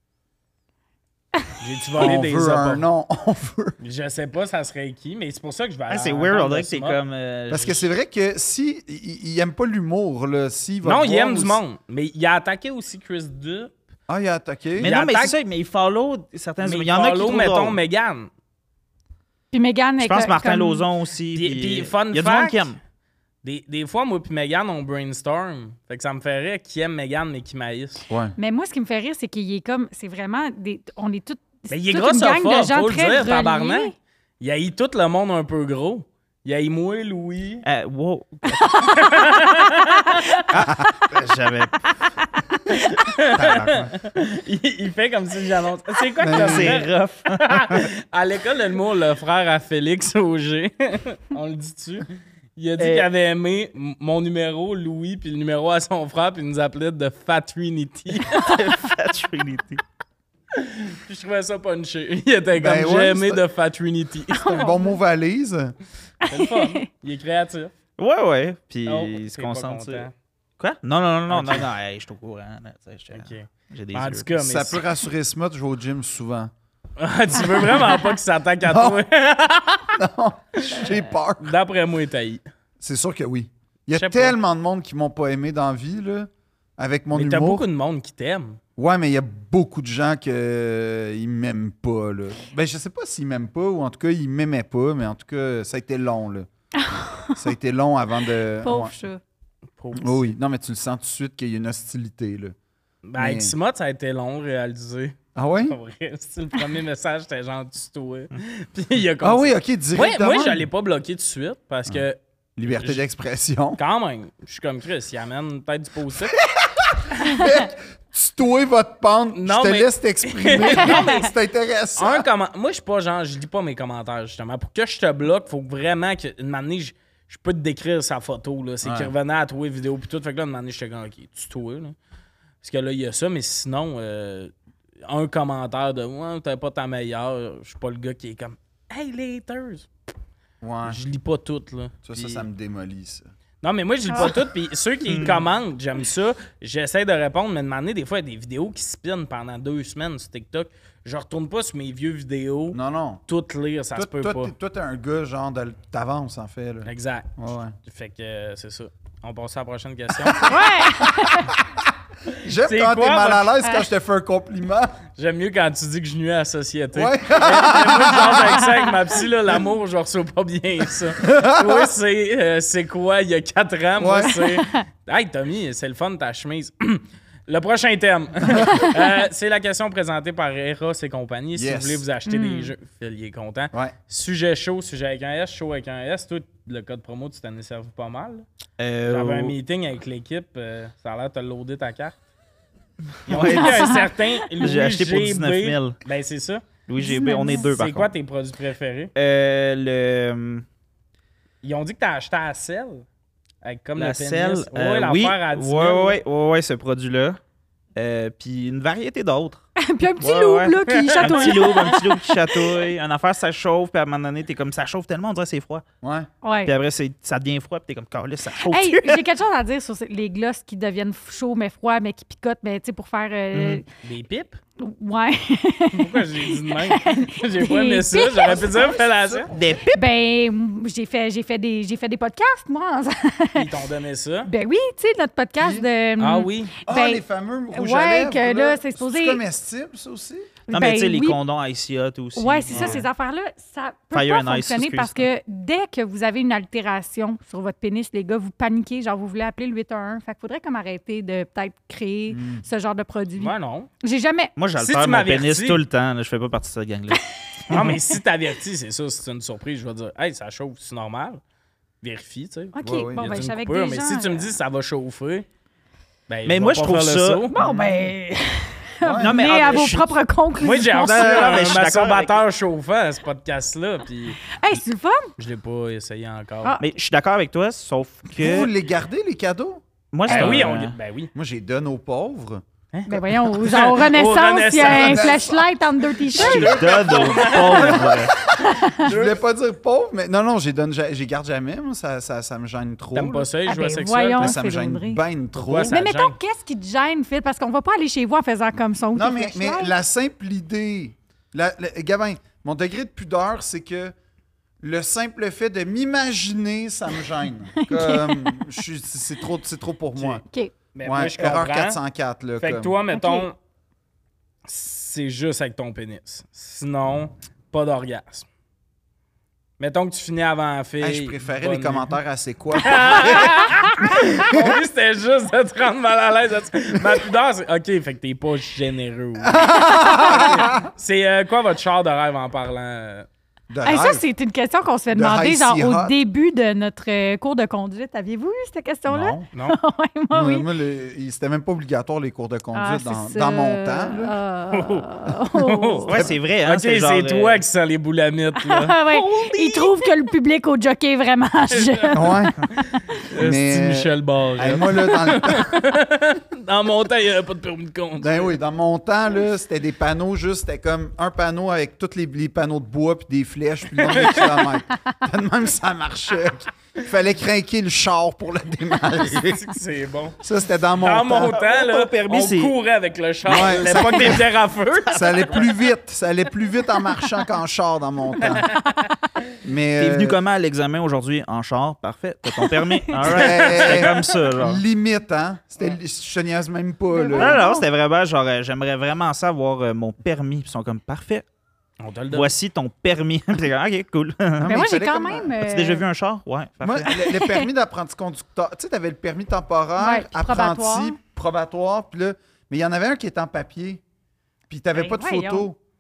J'ai-tu volé On des veut un opportunités? nom, on veut. Je sais pas ça serait qui, mais c'est pour ça que je vais aller Ah, c'est à la weird, on rencontre dirait de que c'est Smot. comme. euh, Parce je- que c'est vrai que si il, il aime pas l'humour, là, s'il va Non, te il voir aime du aussi- monde. Mais il a attaqué aussi Chris Dupe. Ah, il a attaqué. Mais il non, mais attaque- c'est ça, mais il follow certains. Mais Il y en a qui follow, trouvent mettons, drôle. Megan. Puis Mégane Je est pense co- Martin comme- Lauzon aussi. Puis- puis- puis fun il y a du monde fact, qui aime. Des, des fois, moi puis Megan, on brainstorm. Fait que ça me ferait qui aime Megan, mais qui maïs. Ouais. Mais moi, ce qui me fait rire, c'est qu'il est comme. C'est vraiment. Des, on est tous. Mais il est toute gros une gang sofa, de gens faut le très dire, reliés. tabarnak. Il haït tout le monde un peu gros. Il haït moi, Louis. Euh, wow. J'avais. il, il fait comme si j'annonce. C'est quoi que Mais t'as C'est fait? rough. À l'école de l'humour, le frère à Félix Auger, on le dit-tu? Il a dit Eh. qu'il avait aimé m- mon numéro, Louis, puis le numéro à son frère, puis il nous appelait de Fat Trinity. Fat Trinity. Puis je trouvais ça punché. Il était comme, Ben j'ai ouais, aimé c'est- de Fat Trinity. C'est un bon mot valise. C'est le fun. Il est créatif. Ouais, ouais. Puis Oh, il se t'es pas concentre sur. content. Quoi? Non, non, non, non, Ok. non, non, hey, je suis au courant. là, tu sais, je- Ok. J'ai des En yeux. tout cas, mais Ça si- peut rassurer Smot, je vais au gym souvent. Ah, tu veux vraiment pas qu'il s'attaque à Non. toi? J'ai peur. D'après moi, il taillit. C'est sûr que oui. Il y a Je sais pas. tellement de monde qui m'ont pas aimé dans la vie, là, avec mon Mais t'as humour. beaucoup de monde qui t'aime. Ouais, mais il y a beaucoup de gens qui ils m'aiment pas, là. Ben, je sais pas s'ils m'aiment pas, ou en tout cas, ils m'aimaient pas, mais en tout cas, ça a été long, là. Ça a été long avant de... Pauvre Ouais. chat. Pauvre Oh oui, non, mais tu le sens tout de suite qu'il y a une hostilité, là. Ben, Mais- avec Smot, ça a été long réalisé. Ah ouais? Pas vrai. C'est le premier message, c'était genre tuto. Puis il a Ah continué. oui, ok, Moi, directement. moi je l'ai pas bloqué tout de suite parce que Liberté Je- d'expression. Quand même. Je suis comme Chris, il amène peut-être du positif. Tutoyer votre pente, Non, je te mais- laisse t'exprimer. Non, mais c'est intéressant. Un comment... Moi, je suis pas genre, je lis pas mes commentaires, justement. Pour que je te bloque, faut vraiment que. Une année, je, je peux te décrire sa photo, là. C'est Ouais. qu'il revenait à trouver vidéo puis tout. Fait que là, une année, j'étais comme, OK, tu toi, là. Parce que là, il y a ça, mais sinon, euh, un commentaire de, ouais, t'es pas ta meilleure. Je suis pas le gars qui est comme, hey, les haters. Ouais. Je lis pas tout, là. Ça, ça, Puis- ça me démolit, ça. Non, mais moi, je lis pas tout. Puis ceux qui Hmm. commentent, j'aime ça. J'essaie de répondre, mais de m'amener des fois, il y a des vidéos qui spinent pendant deux semaines sur TikTok. Je retourne pas sur mes vieux vidéos. Non, non. Toutes lire, ça Toi, se peut toi, pas. t'es- toi, t'es un gars, genre, de t'avances, en fait. Là. Exact. Ouais, ouais. Fait que euh, c'est ça. On passe à la prochaine question. J'aime C'est quand t'es quoi, mal à votre- l'aise quand je te fais un compliment. J'aime mieux quand tu dis que je nuis à la société. Ouais. Mais, mais moi, je jase avec ça avec ma psy, là, l'amour, je reçois pas bien ça. Toi, c'est euh, c'est quoi, il y a quatre ans? Moi, Ouais. c'est... Hey, Tommy, c'est le fun, ta chemise. Le prochain thème. Euh, c'est la question présentée par Eros et compagnie. Si Yes. vous voulez vous acheter des jeux, Phil, il est content. Ouais. Sujet chaud, sujet avec un S, chaud avec un S. Toi, le code promo, tu t'en es servi pas mal. là. Euh, J'avais un meeting avec l'équipe, euh, ça a l'air de te loader ta carte. Ils ont Ouais. dit un certain Louis J'ai acheté pour G B. dix-neuf mille. Ben, c'est ça. Louis G B, on est deux par C'est quoi contre. tes produits préférés? Euh, le... Ils ont dit que t'as acheté à Cell. Avec comme La le selle, pénis. euh, ouais, oui, l'affaire à dix mille. ouais, ouais, ouais, ouais, ce produit-là. Euh, puis une variété d'autres. Puis un petit Ouais, loup, ouais. là, qui Un petit chatouille. loup, un petit loup qui chatouille. Une affaire, ça chauffe, puis à un moment donné, t'es comme, ça chauffe tellement, on dirait que c'est froid. Ouais. Ouais. Puis après, c'est- ça devient froid, puis t'es comme, calé, ça chauffe. Hey, j'ai quelque chose à dire sur ces- les glosses qui deviennent chauds mais froids, mais qui picotent, mais tu sais, pour faire. euh, Des pipes? Ouais. Pourquoi j'ai dit de même? J'ai pas aimé ça. J'aurais pu dire fellation. Des pipes. Ben, j'ai fait, j'ai fait des, j'ai fait des podcasts, moi. Ils t'ont donné ça. Ben oui, tu sais, notre podcast Qui? de. Ah oui. Ah, Ben, les fameux rouges ouais, à lèvres, que là, c'est supposé- comestible, ça aussi? Non, mais Ben tu sais, les oui. condoms Icy Hot aussi. Ouais, c'est ça, ces affaires-là, ça peut Fire pas and Ice, fonctionner excuse. parce que dès que vous avez une altération sur votre pénis, les gars, vous paniquez, genre vous voulez appeler le huit un un. Fait qu'il faudrait comme arrêter de peut-être créer ce genre de produit. Moi, non. J'ai jamais. Moi, Si j'altère tu mon m'avertis- pénis tout le temps. Là, je fais pas partie de cette gang-là. Non, mais si t'avertis, c'est ça. C'est une surprise. Je vais dire, hey, ça chauffe, c'est normal. Vérifie, tu sais. OK, Ouais, ouais, bon, Y a-tu ben, une je savais que coupure? des Mais gens, si tu me euh, dis ça va chauffer, ben, Mais je moi, vais je pas trouve faire le ça- saut. Bon, ben. Non, mais, mais ah, à vos je suis- propres conclusions. Moi, j'ai reçu Non, non, non, mais un je suis d'accord masturbateur chauffant à ce podcast-là, puis Hey, c'est le fun? je l'ai pas essayé encore. Ah. Mais je suis d'accord avec toi, sauf Vous que. les gardez, les cadeaux? Moi, c'est Ben un- oui, on... ben oui. Moi, j'ai donne aux pauvres. Ben voyons, genre au Renaissance, il y a un Renaissance. flashlight entre deux t-shirts. Je donne aux pauvres. Je voulais pas dire pauvre, mais non, non, j'ai donne, j'ai garde jamais. Moi, ça, ça, ça me gêne trop. T'aimes pas là. ça, les Ah, jouets ben sexuels? voyons. Mais Non, ça me Phil gêne Audrey. ben trop. Pourquoi ça- Mais mettons, gêne. qu'est-ce qui te gêne, Phil? Parce qu'on va pas aller chez vous en faisant comme ça. ou Non, tes mais, mais flashlights. la simple idée. La, la- Gabin, mon degré de pudeur, c'est que le simple fait de m'imaginer, ça me gêne. Comme, je suis- c'est trop, c'est trop pour moi. OK. Mais moi, Ouais, je erreur comprends. quatre cent quatre. Là, Fait que comme. toi, mettons, Ok. c'est juste avec ton pénis. Sinon, pas d'orgasme. Mettons que tu finis avant la fille. Hey, je préférais bonne les nuit. commentaires à c'est quoi. Pour lui, c'était juste de te rendre mal à l'aise. Ma pudeur, c'est OK, fait que t'es pas généreux. Ok. C'est euh, quoi votre char de rêve en parlant? euh? De Hey, ça, rêve. c'est une question qu'on se fait De demander, Icy genre, Hot. au début de notre euh, cours de conduite. Aviez-vous eu cette question-là? Non. Non? Ouais, moi, Moi, oui. moi, le- il- c'était même pas obligatoire les cours de conduite Ah, dans, c'est dans ça. mon temps. là. Ah. Oh. Ouais, c'est vrai. Hein, OK, c'est c'est genre, toi euh, qui sens les boulamites, là. Ah ouais. Il trouve que le public au jockey est vraiment jeune. Ouais. C'est Mais- Michel Barrette. Hey, moi, là, dans le temps, Dans mon temps, il n'y avait pas de permis de conduire. ben oui, dans mon temps, là, c'était des panneaux juste, c'était comme un panneau avec tous les, les panneaux de bois puis des flèches puis le nombre de kilomètres. Puis de même, ça marchait. Il fallait craquer le char pour le démarrer. C'est bon. Ça, c'était dans mon Dans temps. mon temps, là, Ton permis, on c'est- courait avec le char. Ouais, L'époque des pierres à feu. Ça allait plus vite. Ça allait plus vite en marchant qu'en char dans mon temps. Mais, T'es euh, venu comment à l'examen aujourd'hui? En char? Parfait. T'as ton permis. All right. C'était- C'était comme ça, genre. limite, hein? C'était, je te niaise même pas, Non, là. non, non, c'était vraiment genre, euh, j'aimerais vraiment ça avoir euh, mon permis. Puis ils sont comme, parfait. On te le donne. Voici ton permis. Puis t'es comme, ok, cool. Non, Mais mais moi, il j'ai fallait quand comme- même. As-tu euh, déjà vu un char? Ouais, Moi, parfait. le, le permis d'apprenti conducteur, tu sais, t'avais le permis temporaire, Ouais, puis apprenti, probatoire. probatoire, puis là, mais il y en avait un qui était en papier, puis t'avais Ben, pas de voyons. photo.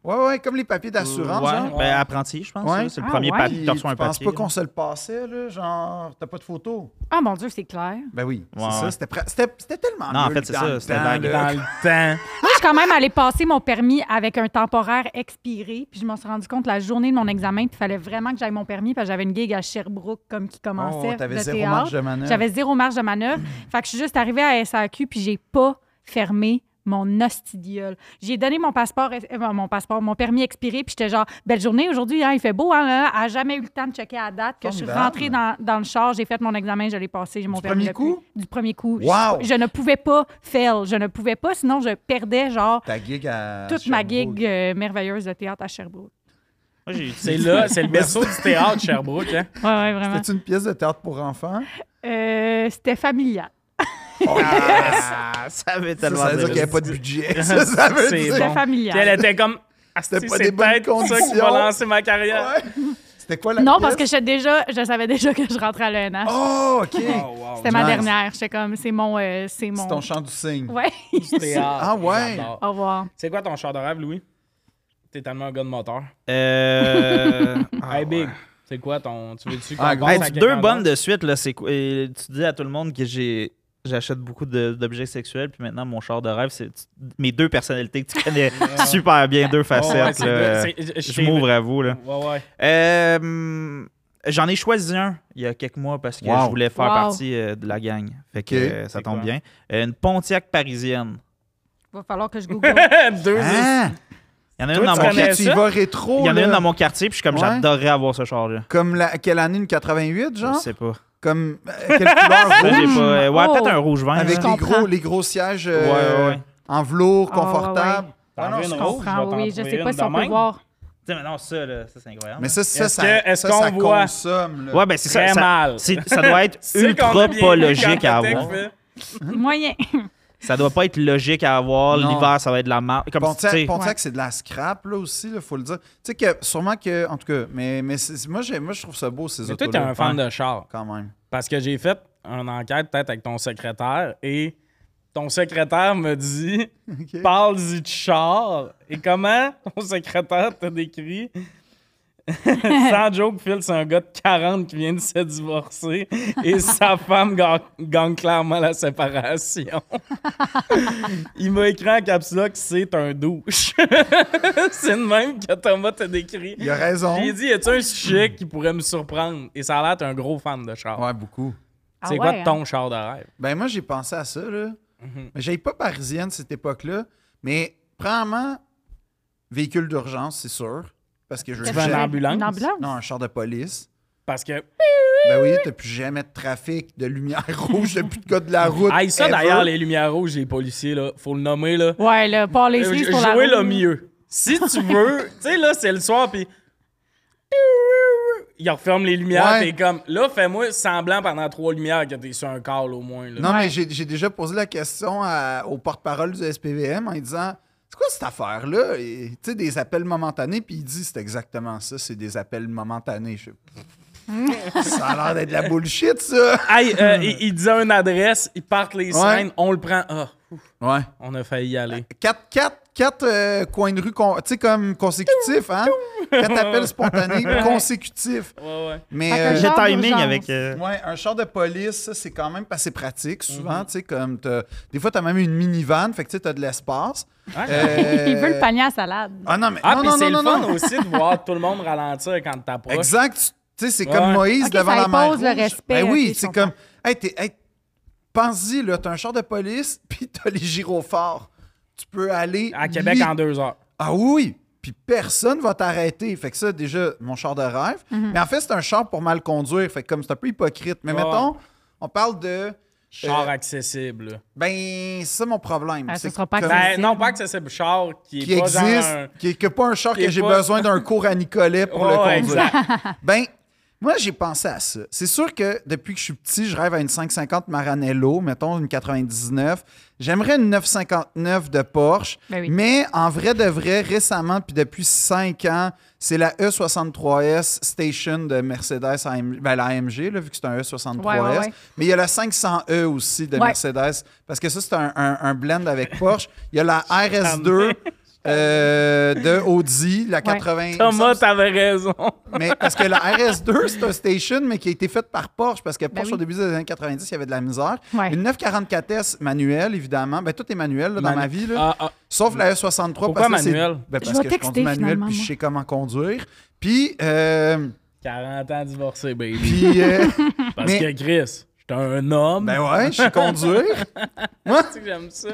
Ouais, ouais, comme les papiers d'assurance, Ouais, genre. ben, apprenti, je pense. Ouais. là. C'est le Ah, premier ouais. papier. Puis Tu reçois un tu penses papier. pas qu'on se le passait, là? Genre, t'as pas de photo? Ah, mon Dieu, c'est clair. Ben oui, Ouais, c'est ça. ouais. C'était, pra- c'était, c'était tellement Non, en mieux fait, que c'est dans ça, le c'était temps, vague. là. Dans le temps. Moi, je suis quand même allée passer mon permis avec un temporaire expiré. Puis je m'en suis rendu compte la journée de mon examen. Puis il fallait vraiment que j'aille mon permis. Parce que j'avais une gig à Sherbrooke comme qui commençait. Oh, t'avais de zéro théâtre. marge de manœuvre. J'avais zéro marge de manœuvre. Fait que je suis juste arrivée à S A Q. Puis j'ai pas fermé mon hostidiole. J'ai donné mon passeport, euh, mon passeport, mon permis expiré, puis j'étais genre, belle journée aujourd'hui, hein, il fait beau, hein, là. Elle a jamais eu le temps de checker à date. Que je suis Formidable. rentrée dans, dans le char, j'ai fait mon examen, je l'ai passé, j'ai mon Du permis premier depuis. coup? Du premier coup. Wow! Je, je ne pouvais pas fail, je ne pouvais pas, sinon je perdais, genre, Ta gig à toute ma Sherbrooke. gig euh, merveilleuse de théâtre à Sherbrooke. Moi, j'ai C'est là, c'est le berceau du théâtre, Sherbrooke. Hein? Ouais, ouais, vraiment. C'était une pièce de théâtre pour enfants? Euh, C'était familial. Oh yes! Ah, ça veut Ça, tellement ça veut dire dire. qu'il n'y avait pas de budget. Ça, ça veut C'est dire. C'était bon. familial. Puis elle était comme. Ah, C'était c'est pas c'est des bonnes peut-être ça qui va conditions. lancer ma carrière. Ouais. C'était quoi la Non, pièce? parce que je, déjà, je savais déjà que je rentrais à l'E N H. Oh, OK. Oh, wow. C'était ma nice. dernière. J'étais comme, c'est mon... euh, c'est mon... C'est ton chant du cygne. Ouais. Du théâtre. Ah ouais? J'adore. Au revoir. C'est quoi ton char de rêve, Louis? T'es tellement un gars de moteur. Euh... Hey, Big, c'est quoi ton. Tu veux-tu qu'on Ah, passe Hey, à tu- quelqu'un deux bonnes d'autre? de suite, là, c'est quoi? Et tu dis à tout le monde que j'ai j'achète beaucoup de- d'objets sexuels, puis maintenant, mon char de rêve, c'est tu- mes deux personnalités que tu connais super bien, deux Oh, ouais, facettes. c'est là. good. C'est- Je t'ai- m'ouvre à vous. Là. Ouais, ouais. Euh, J'en ai choisi un il y a quelques mois parce que Wow. je voulais faire Wow. partie euh, de la gang. Fait que Ok. euh, ça C'est tombe quoi? bien. Euh, une Pontiac parisienne. Va falloir que je google. Deux. Hein? Il y en a Toi, une dans tu mon connais Ok, tu y ça? vas rétro, Il y en a là. une dans mon quartier, puis je suis comme Ouais. j'adorerais avoir ce char-là. Comme la... quelle année, une quatre-vingt-huit, Je genre? sais pas. Comme euh, quelle couleur Ça, j'ai rouge? pas. euh, ouais, Oh. peut-être un rouge vin. Avec Je les comprends. gros, les gros sièges euh, Ouais, ouais, ouais. en velours, Ah, ouais, confortable. T'en Ah non, veux je une Je rouge? comprends, je vais t'en oui. Je trouver sais pas une si on de peut même. voir. Tu sais, mais non, ça, là, ça c'est incroyable. Mais ça, ça, Est-ce ça, que- est-ce ça, ça qu'on voit- consomme. Là. Ouais, ben c'est ça. Très Ça, mal. c'est- ça doit être C'est qu'on a ultra bien pas vu logique quand à Patek avoir. fait- Moyen. Ça doit pas être logique à avoir. Non. L'hiver, ça va être de la marque. Comme tu Pontiac, sais. Pontiac Ouais. c'est de la scrap, là, aussi, il faut le dire. Tu sais que, sûrement que, en tout cas, mais, mais c'est- moi, j'ai- moi, je trouve ça beau, ces Mais autos toi, t'es un fan de char. Quand même. Parce que j'ai fait une enquête peut-être avec ton secrétaire et ton secrétaire me dit OK. parle-y de char. Et comment ton secrétaire t'a décrit? Sans joke, Phil, c'est un gars de quarante qui vient de se divorcer et sa femme ga- gagne clairement la séparation. Il m'a écrit en caps lock, c'est un douche. C'est le même que Thomas t'a décrit. Il a raison. J'ai dit, y a-tu un sujet qui pourrait me surprendre? Et ça a l'air d'être un gros fan de char. Ouais, beaucoup. C'est Ah quoi ouais, ton char de rêve? Ben, moi, j'ai pensé à ça, là. Mhm. Mais j'avais pas parisienne cette époque-là. Mais, premièrement, véhicule d'urgence, c'est sûr. Parce que je Tu veux une ambulance? Une ambulance? Non, un char de police. Parce que. Ben oui, t'as plus jamais de trafic, de lumière rouge, de plus de code de la route. Hey, ça ever. d'ailleurs, les lumières rouges, les policiers, là, faut le nommer, là. Ouais, là, pas les Euh, cerises pour la Jouer route. le mieux. Si tu veux, tu sais, là, c'est le soir, puis. Il referme les lumières, Ouais. t'es comme. Là, fais-moi semblant pendant trois lumières que t'es sur un câble au moins, là. Non, Ouais. mais j'ai j'ai déjà posé la question à- au porte-parole du S P V M en lui disant c'est quoi cette affaire-là? Et, Tu sais, des appels momentanés, puis il dit c'est exactement ça, c'est des appels momentanés. Je fais, ça a l'air d'être de la bullshit, ça! Hey, euh, il, il disait une adresse, ils partent les Ouais. scènes, on le prend. Ah, ouf, Ouais. on a failli y aller. Quatre, quatre, quatre euh, coins de rue, con- tu sais, comme consécutifs, hein? Quatre appels spontanés consécutifs. Ouais, ouais. Mais. Fait que euh, Le Char timing d'urgence. avec. euh, Ouais, un char de police, ça, c'est quand même assez pratique, souvent, Mhm. tu sais, comme t'as- des fois, t'as même une minivan, fait que tu sais, t'as de l'espace. Ouais. Euh, Il veut le panier à salade. Ah non, mais Ah, non, puis non, c'est non, le non, fun non. aussi de voir tout le monde ralentir quand t'approches. Exact, tu tu sais, c'est Ouais. comme Moïse Ok, devant ça la mer impose le rouge. respect, Ben oui, ok, je c'est comprends. comme, hey, t'es- hey, pense-y, là, t'as un char de police, puis t'as les gyrophares. Tu peux aller... À Québec li- en deux heures. Ah oui, oui. Puis personne va t'arrêter. Fait que ça, déjà, mon char de rêve. Mhm. Mais en fait, c'est un char pour mal conduire. Fait que comme c'est un peu hypocrite. Mais Ouais. mettons, on parle de... Char Euh, accessible. là. Ben, c'est ça mon problème. Ah, c'est ce sera pas comme- accessible. Ben, non, pas accessible. Char qui est qui pas existe, genre un... qui est pas un char qui que est j'ai pas- besoin d'un cours à Nicolet pour le Ouais, conduire. exact. Ben, moi, j'ai pensé à ça. C'est sûr que depuis que je suis petit, je rêve à une cinq cent cinquante Maranello, mettons une quatre-vingt-dix-neuf. J'aimerais une neuf cent cinquante-neuf de Porsche. Ben oui. Mais en vrai de vrai, récemment, puis depuis cinq ans, c'est la E soixante-trois S Station de Mercedes A M G, ben, la A M G, là, vu que c'est un E soixante-trois S. Ouais, ouais, ouais. Mais il y a la cinq cents E aussi de Ouais. Mercedes, parce que ça, c'est un, un- un blend avec Porsche. Il y a la R S deux. euh, de Audi, la quatre-vingts. Thomas, t'avais raison. Mais parce que la R S deux, c'est un station, mais qui a été faite par Porsche, parce que Porsche, oui. au début des années quatre-vingt-dix, il y avait de la misère. Ouais. Une neuf cent quarante-quatre S manuelle, évidemment. Ben, tout est manuel là, dans Manu- ma vie. Là. Ah, ah. Sauf la E soixante-trois. Pourquoi parce que c'est- manuel? Ben, Je parce vais que je conduis texter, manuel, finalement, puis je moi. sais comment conduire. Puis, euh, quarante ans divorcé, baby. puis euh, Parce mais- que Chris, j'étais un homme. ben ouais, je sais conduire. Moi, Tu sais que j'aime ça.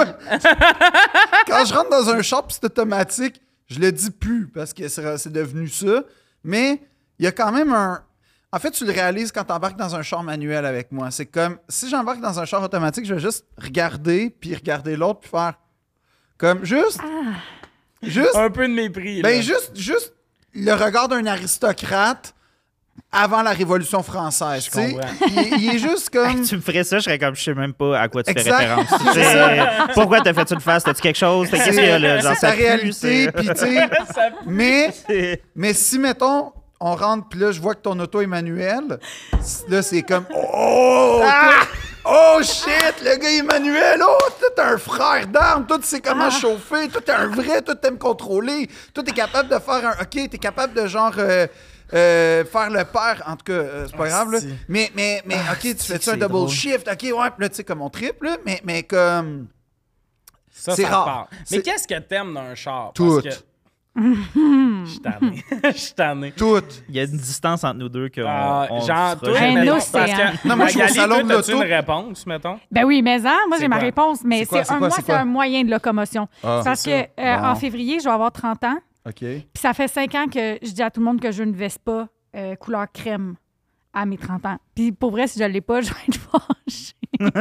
quand je rentre dans un shop pis c'est automatique, je le dis plus parce que c'est c'est devenu ça. Mais il y a quand même un. En fait, tu le réalises quand tu embarques dans un char manuel avec moi. C'est comme si j'embarque dans un char automatique, je vais juste regarder, puis regarder l'autre, puis faire comme juste. Juste. Un peu de mépris. là. Ben, juste, juste le regard d'un aristocrate avant la Révolution française. Je tu sais. comprends. Il, il est juste comme. Tu me ferais ça, je serais comme, je sais même pas à quoi tu Exact. fais référence. Tu C'est sais, pourquoi t'as fait ça de face? T'as-tu quelque chose? Qu'est-ce qu'il y a là? Genre, C'est ça la pue, réalité, c'est- puis tu sais. Ça- Mais. c'est- Mais si, mettons, on rentre, puis là, je vois que ton auto est manuel, là, c'est comme Oh! toi- Oh shit! Le gars est manuel! Oh! Toi, t'es un frère d'armes! Toi, tu sais comment chauffer! Toi, t'es un vrai! Toi, t'aimes contrôler! Toi, t'es capable de faire un. OK, t'es capable de genre. euh, euh, faire le père, en tout cas, euh, c'est pas grave, là. Asti. Mais, mais, mais, OK, tu Asti, fais-tu un c'est double drôle. shift? OK, ouais, puis là, tu sais, comme on triple, là, mais, mais comme. Ça, C'est ça rare. part. Mais C'est- qu'est-ce que t'aimes d'un char? Tout. Parce que... Je suis tanné. Je suis tanné. Tout. Il y a une distance entre nous deux qu'on Ah, on genre, fera toi, jamais. Un mettons, océan. parce que Non, moi, je suis au Magali, salon toi, de t'as-tu l'auto. une réponse, mettons? Ben oui, mais hein, moi, C'est j'ai ma quoi? réponse. Mais C'est quoi, c'est c'est un, quoi, moi, c'est c'est quoi? un moyen de locomotion. Ah. Parce C'est que ça. euh, Bon. en février, je vais avoir trente ans. OK. Puis ça fait cinq ans que je dis à tout le monde que je veux une Vespa euh, couleur crème à mes trente ans. Puis pour vrai, si je l'ai pas, je vais être fâchée.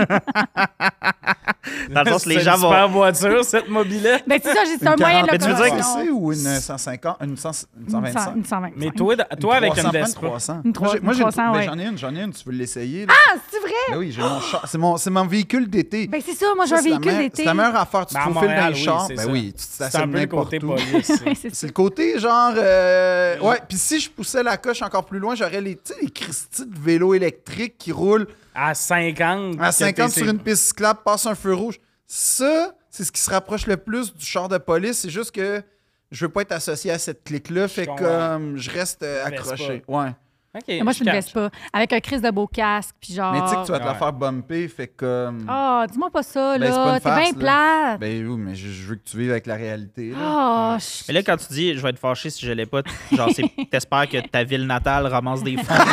Dans le sens, les C'est gens une vont. super voiture, cette mobilette. Ben c'est ça, j'ai- c'est un Une moyen de quarante, Mais tu veux dire que locomotion. C ou une cent cinquante, une, cent, une cent Une cent- vingt-cinq? une cent vingt-cinq. Mais toi, toi avec une trois cents, Vespa. trois cents. Une Moi, j'ai- moi, j'ai trois cents, ben, ouais. j'en ai une, j'en ai une, tu veux l'essayer? là? Ah, c'est vrai? Ben oui, j'ai mon char. C'est mon, c'est mon véhicule d'été. Ben c'est ça, moi j'ai Ça, un c'est la véhicule meilleure- d'été. C'est la meilleure affaire. Tu Ben, te à faufiles dans Montréal, les oui, chars. c'est Ben ça. oui, tu C'est un stationnes peu le n'importe côté où. police. Ouais, c'est C'est ça. le côté genre. euh, Ouais, puis si je poussais la coche encore plus loin, j'aurais les, tu sais, les Christy de vélo électrique qui roulent À cinquante. à que cinquante t'es- sur une piste cyclable, passe un feu rouge. Ça, c'est ce qui se rapproche le plus du char de police. C'est juste que je veux pas être associé à cette clique-là, fait que comprends. comme je reste euh, Vespa. accroché. Ouais. OK, Et moi, je suis une catch. Vespa. Avec un crise de beau casque, puis genre... Mais tu sais que tu vas te la Ouais. faire bumper, fait que comme. Ah, dis-moi pas ça, Ben, c'est pas là. une T'es bien farce, plate. Ben oui, mais je, je veux que tu vives avec la réalité. Là. Ah, je- Mais là, quand tu dis, je vais être fâché si je l'ai pas, genre, c'est- t'espères que ta ville natale ramasse des fonds.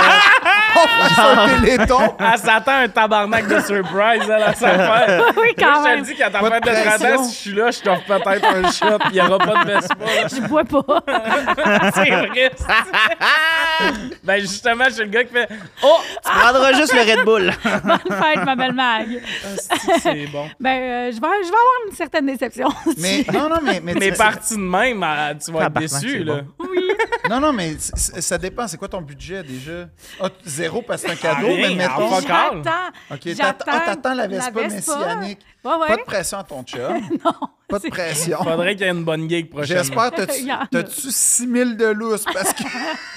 On fait ça un téléthon! Elle s'attend à un tabarnak de surprise, elle, à sa fête. Oui, quand Moi, je même. te dis qu'à ta Pas de fête de trente ans, pression. si je suis là, je t'offre peut-être un shot, il n'y aura pas de Vespa. là. Je bois pas. C'est vrai. c'est- ben, justement, je suis le gars qui fait Oh! Tu prendras juste le Red Bull. Bonne fête, ma belle Mag. Asti, c'est bon. Ben, euh, je, vais, je vais avoir une certaine déception. Mais non, non, mais. mais Mais c'est- parti de même, ah, tu vas être Tabarnak, déçu, c'est là. bon. Non, non, mais c- c- ça dépend. C'est quoi ton budget déjà? Ah, t- zéro parce que c'est un Ah, cadeau, rien, mais ah, mettons. fuck all. J'attends. Ok, J'attends t'attends ah, t'attends la Vespa Vespa. messianique. Ouais, ouais. Pas de pression à ton chum. Non. Pas de pression. Faudrait qu'il y ait une bonne gig prochainement. J'espère. T'as-tu Il y en a. t'as-tu six mille de lousse parce qu'il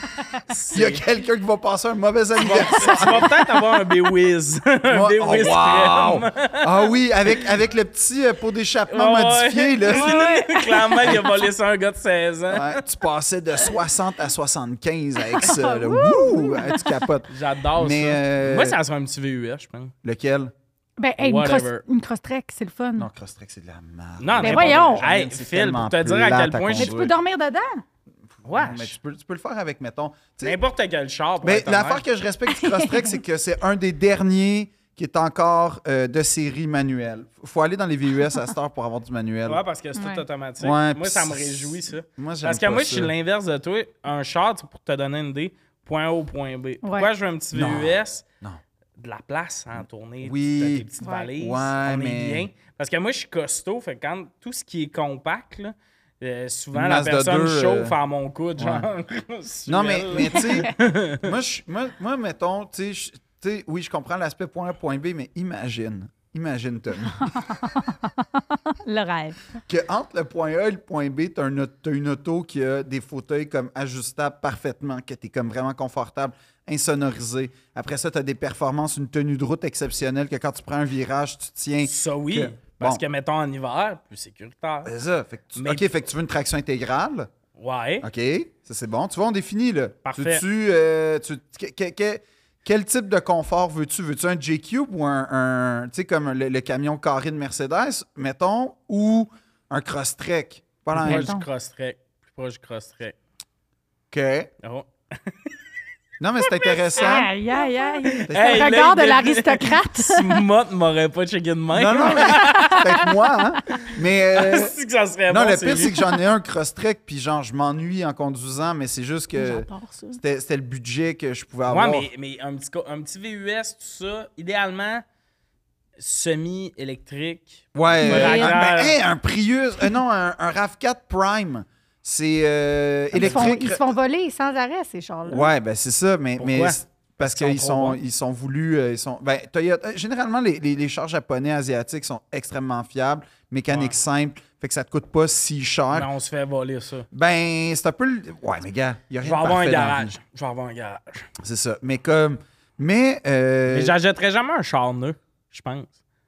y a quelqu'un qui va passer un mauvais anniversaire? Tu vas peut-être avoir un B-Wiz. un Moi- B-Wiz oh, wow! crème. Ah oui, avec, avec le petit euh, pot d'échappement Ouais, modifié. Là. Clairement, il a volé ça à un gars de seize ans. Ouais, tu passais de soixante à soixante-quinze avec ça. Là. Wouh! Ouais, tu capotes. J'adore Mais, ça. euh, Moi, ça serait un petit V U S, je pense. Lequel? Ben, hey, une, Whatever. cross, une cross-trek, c'est le fun. Non, Crosstrek, c'est de la merde. Non, Mais n'importe voyons. quoi. Hey, C'est Phil, tellement pour te dire à plate quel à point Mais je tu peux dormir dedans. Ouais. Mais tu peux, tu peux le faire avec, mettons. tu sais, N'importe quel char. pour Mais être l'affaire honnête. que je respecte du Crosstrek, c'est que c'est un des derniers qui est encore euh, de série manuelle. Faut aller dans les V U S à cette heure pour avoir du manuel. Ouais, parce que c'est Ouais. tout automatique. Ouais, moi, pis ça me c'est- réjouit, ça. Moi, j'aime Parce que pas moi, je ça. suis l'inverse de toi. Un char, tu sais, pour te donner une idée, point A au point B. Pourquoi Ouais. je veux un petit Non. V U S? Non. De la place en tournée, Oui. t'as tes petites Ouais. valises, Ouais, on mais- est bien. Parce que moi, je suis costaud, fait que quand tout ce qui est compact, là, euh, souvent Une la Mazda personne deux, chauffe euh, à mon coude, genre. Non, mais, Suel. mais tu sais, moi, je- moi, moi, mettons, tu sais, je- tu sais, oui, je comprends l'aspect point A, point B, mais imagine, imagine, Tommy, Le rêve. que entre le point A et le point B, tu as une auto qui a des fauteuils comme ajustables parfaitement, que tu es comme vraiment confortable, insonorisé. Après ça, tu as des performances, une tenue de route exceptionnelle que quand tu prends un virage, tu tiens. Ça, oui. Que- Parce bon. que, mettons, en hiver, plus sécuritaire. C'est ça. Fait que tu... Mais- OK, fait que tu veux une traction intégrale. Ouais. OK, ça c'est bon. Tu vois, on définit, là. Parfait. Veux-tu, euh, tu- que- que- que- quel type de confort veux-tu? Veux-tu un J-Cube ou un, un tu sais, comme le, le camion carré de Mercedes, mettons, ou un Crosstrek? Pas la Plus même. proche du cross-track. Plus proche du cross-track. OK. Oh. Non, mais c'est intéressant. Aïe, aïe, aïe. Hey, Le regard là, de il- l'aristocrate. Si Mott m'aurait pas checké de main. Non, non, mais c'est peut-être moi, hein? Mais... euh, c'est que ça serait non, bon, le c'est pire, lui. c'est que j'en ai un Crosstrek, puis genre, je m'ennuie en conduisant, mais c'est juste que J'adore ça. c'était c'était le budget que je pouvais avoir. Ouais, mais, mais un, petit, co- un petit V U S, tout ça, idéalement, semi-électrique. Ouais, Ouais, euh, la un, grave. ben, hey, un Prius, euh, non, un, un RAV quatre Prime, c'est euh, Ils se, font, électrique. ils se font voler sans arrêt, ces chars-là. Ouais, ben c'est ça, mais, Pourquoi? mais c'est parce qu'ils qu'ils sont sont, trop bons. ils sont voulus, euh, ils sont, ben Toyota, euh, généralement les, les, les chars japonais, asiatiques sont extrêmement fiables, mécanique Ouais. simple, fait que ça te coûte pas si cher. Mais on se fait voler ça. Ben c'est un peu, le- ouais, mais gars, il y a Je rien vais de avoir un parfait dans la garage. vie. Je vais avoir un garage. C'est ça, mais comme, mais, euh, Mais j'achèterais jamais un char neuf, je pense.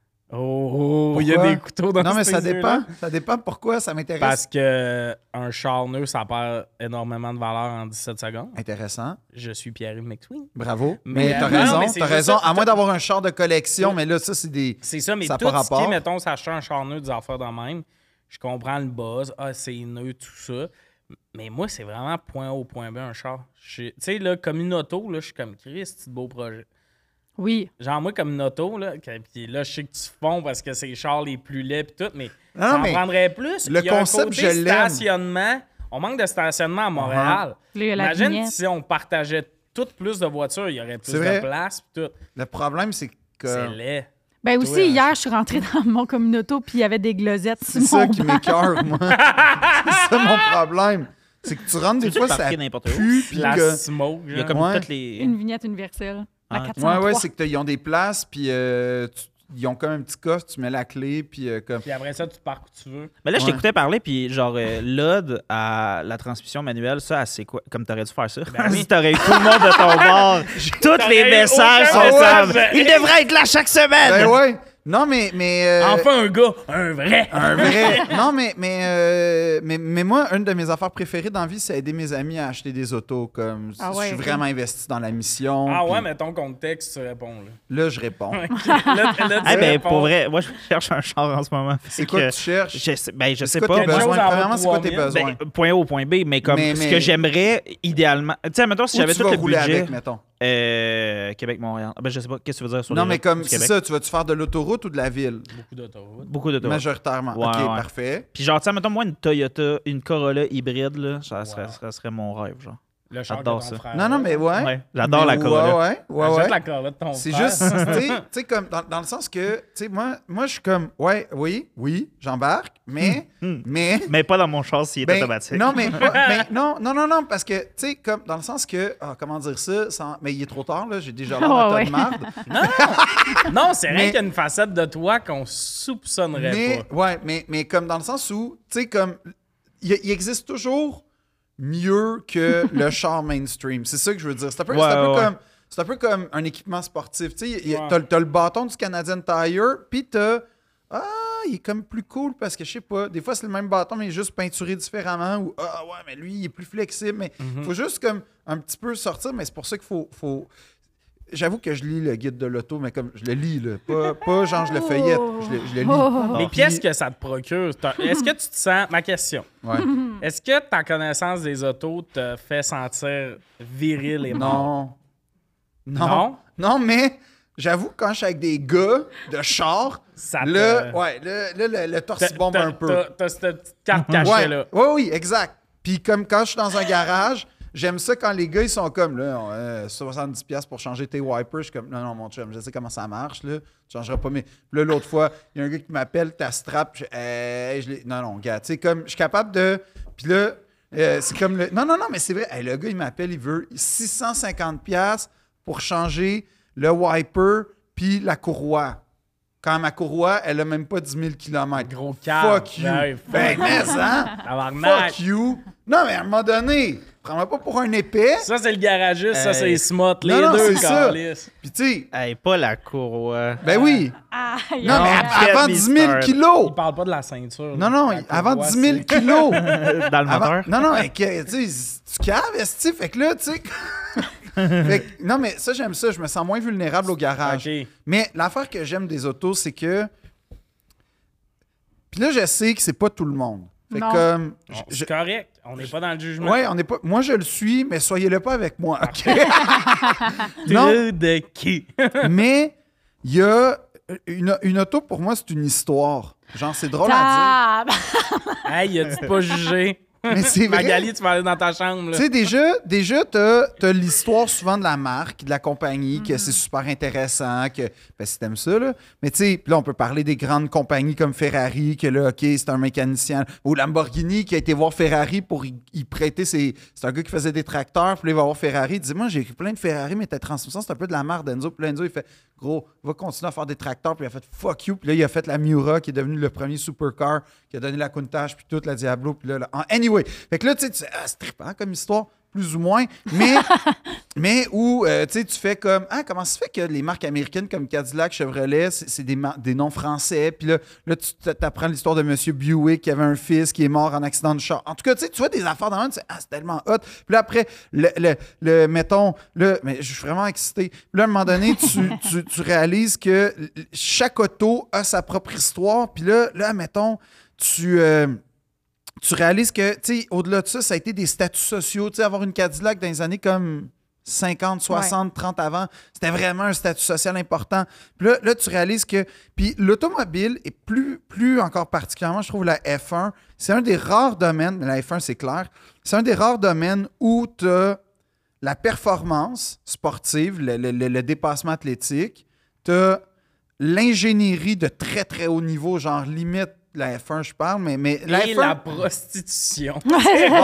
Oh, oh, il y a pourquoi? des couteaux dans Non, mais ces ça yeux-là. dépend, ça dépend pourquoi ça m'intéresse. Parce que un char neuf, ça perd énormément de valeur en dix-sept secondes. Intéressant. Je suis Pierre-Yves McSween. Bravo. Mais, Mais, t'as euh, non, raison, mais c'est t'as juste raison. ça. À moins d'avoir un char de collection, mais là, ça, c'est des. C'est ça, mais Ça a tout pas ce qui est, rapport. mettons, s'acheter un char neuf, des affaires de même, je comprends le buzz, ah, c'est neuf, tout ça. Mais moi, c'est vraiment point A au point B, un char. Je- Tu sais, là, comme une auto, là, je suis comme Chris, c'est un beau projet. Oui. Genre, moi, comme une auto, là, que- puis là, je sais que tu fonds parce que c'est les chars les plus laids pis tout, mais Non, ça en mais prendrait plus. le Il y a un concept, côté je l'aime. stationnement. On manque de stationnement à Montréal. Là, il y a la Imagine vignette. si on partageait tout plus de voitures, il y aurait plus C'est vrai. de place pis tout. Le problème, c'est que. C'est laid. Ben aussi, Toi, hier, je suis rentrée dans mon communauto puis il y avait des glosettes C'est sur ça mon qui banc. m'écoeure, moi. c'est ça mon problème. C'est que tu rentres des Tu fois, peux ça parquer n'importe où. pue, puis La que- smoke, Il y a genre. comme Ouais. toutes les. Une vignette universelle. La Ah, quatre Ouais, cent trois. ouais, c'est qu'ils ont des places, puis euh, tu- ils ont comme un petit coffre, tu mets la clé, puis euh, comme. Puis après ça, tu pars où tu veux. Mais là, je Ouais. t'écoutais parler, puis genre, euh, l'O D à la transmission manuelle, ça, c'est quoi? Comme t'aurais dû faire ça. Ben oui. Si t'aurais eu tout le monde de ton bord, tous les eu messages aucun sont message. comme, il devrait être là chaque semaine! Ben ouais. Non, mais. mais euh, Enfin, un gars, un vrai. Un vrai. Non, mais, mais, euh, mais, mais moi, une de mes affaires préférées dans la vie, c'est aider mes amis à acheter des autos. Comme, Ah je ouais, suis ok. vraiment investi dans la mission. Ah ouais, puis mais ton contexte, tu réponds. Là. Là, je réponds. là, là, tu Ah ben, réponds. pour vrai, moi, je cherche un char en ce moment. C'est Fait quoi que que tu cherches? Je sais, ben, je sais C'est quoi pas. tes quelque chose besoins? à Premièrement, c'est quoi tes trois mille? besoins? Ben, point A au point B, mais comme Mais- ce mais- que j'aimerais idéalement. Tu sais, mettons, si Où j'avais tu tout vas le rouler budget. avec, mettons? Euh, Québec-Montréal. Ah, ben, je sais pas. Qu'est-ce que tu veux dire sur Non, les mais routes comme, du c'est Québec? ça, tu vas-tu faire de l'autoroute ou de la ville? Beaucoup d'autoroutes. Beaucoup de Majoritairement. Ouais, OK, ouais. parfait. Puis genre, tu sais, mettons, moi, une Toyota, une Corolla hybride, là, ça, serait, Wow. ça serait mon rêve, genre. Le char J'adore de ton ça. frère. Non, non, mais ouais. Ouais, j'adore Mais la Corolla. Ouais, ouais, ouais. Achète ouais. la Corolla de ton C'est frère. juste, tu sais- tu sais, comme dans, dans le sens que, tu sais, moi, moi je suis comme, ouais, oui, oui, j'embarque, mais, Hmm. mais. Mais pas dans mon char s'il est Ben, automatique. non, mais, pas- mais non, non, non, non, parce que, tu sais, comme dans le sens que, ah, comment dire ça, sans- mais il est trop tard, là, j'ai déjà l'air d'un Ouais, tas ouais. de marde. Non, c'est rien Mais- qu'il y a une facette de toi qu'on soupçonnerait Mais, pas. ouais, mais, mais comme dans le sens où, tu sais, comme, il, y a- il existe toujours mieux que le char mainstream. C'est ça que je veux dire. C'est un peu, Ouais, c'est un peu ouais. comme. C'est un peu comme un équipement sportif. Tu sais, il y a- Ouais. t'as, t'as le bâton du Canadian Tire, puis t'as. Ah, il est comme plus cool parce que je sais pas. Des fois, c'est le même bâton, mais il est juste peinturé différemment. Ou ah, ouais, mais lui, il est plus flexible. Mais il Mhm. faut juste comme un petit peu sortir. Mais c'est pour ça qu'il faut. faut... J'avoue que je lis le guide de l'auto, mais comme je le lis, là. Pas, pas genre je le feuillette. Je le, je le lis. Oh. Mais Puis- qu'est-ce que ça te procure? T'as- Est-ce que tu te sens... Ma question. Ouais. Est-ce que ta connaissance des autos te fait sentir viril et mort? Non. Non. Non? Non, mais j'avoue, quand je suis avec des gars de char, Ça te... là, ouais, là, là, le, le torse T'as- bombe t'as- un peu. T'as t'as cette petite carte Ouais, cachée-là. ouais, oui, exact. Puis comme quand je suis dans un garage, j'aime ça quand les gars, ils sont comme, là, euh, soixante-dix dollars pour changer tes wipers. Je suis comme, non, non, mon chum, je sais comment ça marche, là. Tu changeras pas mes... Puis là, l'autre fois, il y a un gars qui m'appelle, ta strap. Je, Hey, je l'ai- non, non, gars, tu sais, comme, je suis capable de... Puis là, euh, c'est comme le... Non, non, non, mais c'est vrai. Hey, le gars, il m'appelle, il veut six cent cinquante dollars pour changer le wiper puis la courroie. quand ma courroie, elle a même pas dix mille kilomètres. Gros câble. Fuck you. Ouais, Ben, fuck. mais hein? Tabarnak. Fuck you. Non, mais à un moment donné, prends-moi pas pour un épais. Ça, c'est le garagiste, ça, Hey. c'est Smot. Les Non, non, deux, c'est ça. câlisse. Puis tu sais, Hey, pas la courroie. ben oui. Aïe, Non, mais aïe, av- aïe. avant Get me dix mille started. kilos. Il parle pas de la ceinture. Non, non, La avant courroie, dix mille c'est- kilos. Dans le Avant- moteur. Non, non, et que, tu sais, tu caves, est-ce que, fait que là, tu sais. Fait que- non, mais ça, j'aime ça. Je me sens moins vulnérable au garage. OK. Mais l'affaire que j'aime des autos, c'est que. Puis là, je sais que c'est pas tout le monde. Fait que Non. comme. Bon, je- C'est correct. On n'est pas dans le jugement. Ouais, on n'est pas. Moi, je le suis, mais soyez-le pas avec moi. OK? non, Trou de qui? mais il y a. Une, une auto, pour moi, c'est une histoire. Genre, c'est drôle à Tab- Hey, il a dit de pas juger. dire. Mais c'est vrai. Magali, tu vas aller dans ta chambre. Là. Tu sais, déjà, déjà t'as, t'as l'histoire souvent de la marque, de la compagnie, que c'est super intéressant, que ben, si t'aimes ça, là. Mais tu sais, puis là, on peut parler des grandes compagnies comme Ferrari, que là, OK, c'est un mécanicien. Ou Lamborghini qui a été voir Ferrari pour y, y prêter ses. C'est un gars qui faisait des tracteurs, puis là, il va voir Ferrari. Il dit, moi, j'ai plein de Ferrari, mais ta transmission, c'est un peu de la merde, Enzo. Puis là, Enzo, il fait, gros, va continuer à faire des tracteurs, puis il a fait fuck you. Puis là, il a fait la Miura, qui est devenue le premier supercar, qui a donné la Countach, puis toute la Diablo, puis là, là, en- anyway. Fait que là, tu sais, tu sais, ah, c'est trippant comme histoire, plus ou moins, mais, mais où, euh, tu sais, tu fais comme, ah, comment ça se fait que les marques américaines comme Cadillac, Chevrolet, c'est c'est des, ma- des noms français, puis là, là tu t'apprends l'histoire de M. Buick qui avait un fils qui est mort en accident de char. En tout cas, tu sais, tu vois des affaires dans le monde, tu sais, ah, c'est tellement hot. Puis là, après, le, le, le- mettons, là, mais je suis vraiment excité. Puis là, à un moment donné, tu, tu, tu réalises que chaque auto a sa propre histoire, puis là, là, mettons, tu... euh, tu réalises que, tu sais, au-delà de ça, ça a été des statuts sociaux. Tu sais, avoir une Cadillac dans les années comme cinquante, soixante, trente avant, c'était vraiment un statut social important. Puis là, là tu réalises que... Puis l'automobile, et plus, plus encore particulièrement, je trouve la F un, c'est un des rares domaines, mais la F un, c'est clair, c'est un des rares domaines où tu as la performance sportive, le, le- le- le dépassement athlétique, tu as l'ingénierie de très, très haut niveau, genre limite la F un, je parle, mais, mais la Et F un... la prostitution. Bon,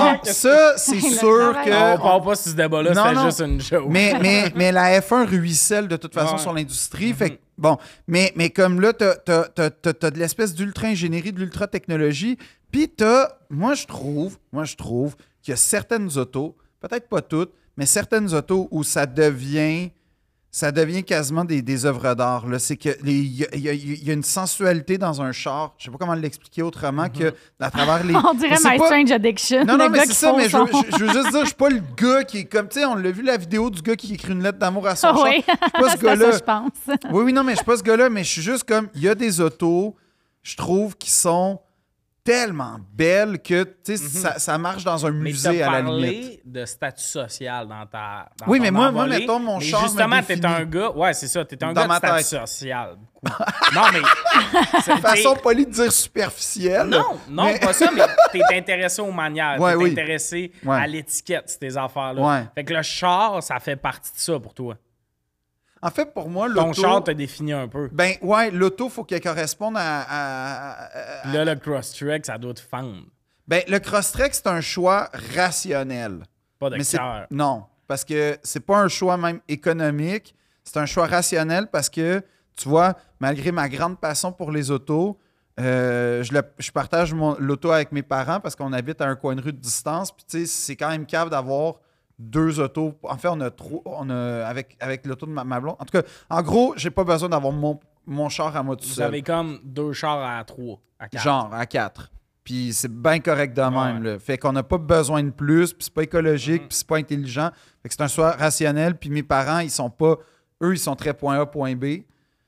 ça, c'est Le sûr travail. que... On parle pas sur ce débat-là, Non, c'était non. juste une joke. Mais, mais, mais la F un ruisselle de toute façon Ouais. sur l'industrie. Fait que, bon, mais, mais comme là, t'as, t'as, t'as, t'as, t'as de l'espèce d'ultra-ingénierie, de l'ultra-technologie. Puis t'as, moi je trouve, moi je trouve qu'il y a certaines autos, peut-être pas toutes, mais certaines autos où ça devient... Ça devient quasiment des, des œuvres d'art. Là. C'est que les- il y, a- il y a- il y a une sensualité dans un char. Je sais pas comment l'expliquer autrement que à travers les. On dirait Mais c'est My pas- Strange Addiction. Non, le non, mais gars c'est qui ça, font mais je, son- veux- je- je veux juste dire, je suis pas le gars qui est comme, tu sais, on l'a vu la vidéo du gars qui écrit une lettre d'amour à son Ah char. oui, Je suis pas ce c'est à gars-là. ça, je pense. Oui, oui, non, mais je suis pas ce gars-là, mais je suis juste comme, il y a des autos, je trouve, qui sont tellement belles que, tu sais, ça, ça marche dans un Mais musée t'as à la parlé limite. de statut social dans ta dans Oui, ton mais moi- moi, envolée. mettons, mon Mais char me justement, t'es définit. un gars... Ouais, c'est ça, t'es un Dans gars de ma statut tête. social. beaucoup. Non, mais... c'est- Façon t'es- polie de dire superficielle. Non, non, mais- pas ça, mais t'es intéressé aux manières, Ouais, t'es oui. intéressé Ouais. à l'étiquette, ces affaires-là. Ouais. Fait que le char, ça fait partie de ça pour toi. En fait, pour moi, Ton l'auto... char te définit un peu. Ben, ouais, l'auto, faut qu'elle corresponde à... à- à- Puis là, le cross-track, ça doit te fendre. Ben, le cross-trek, c'est un choix rationnel. Pas de Mais c'est cœur. non, parce que c'est pas un choix même économique, c'est un choix rationnel parce que, tu vois, malgré ma grande passion pour les autos, euh, je, le- je partage mon, l'auto avec mes parents parce qu'on habite à un coin de rue de distance, puis tu sais, c'est quand même cave d'avoir deux autos. En fait, on a trop, on a, avec, avec l'auto de ma, ma blonde. En tout cas, en gros, j'ai pas besoin d'avoir mon, mon char à moi tout Vous seul. avez comme deux chars à trois, à quatre. Genre, à quatre. Puis c'est bien correct de même. Ouais. Là. Fait qu'on n'a pas besoin de plus, puis c'est pas écologique, puis c'est pas intelligent. Fait que c'est un choix rationnel, puis mes parents, ils sont pas... Eux, ils sont très point A, point B.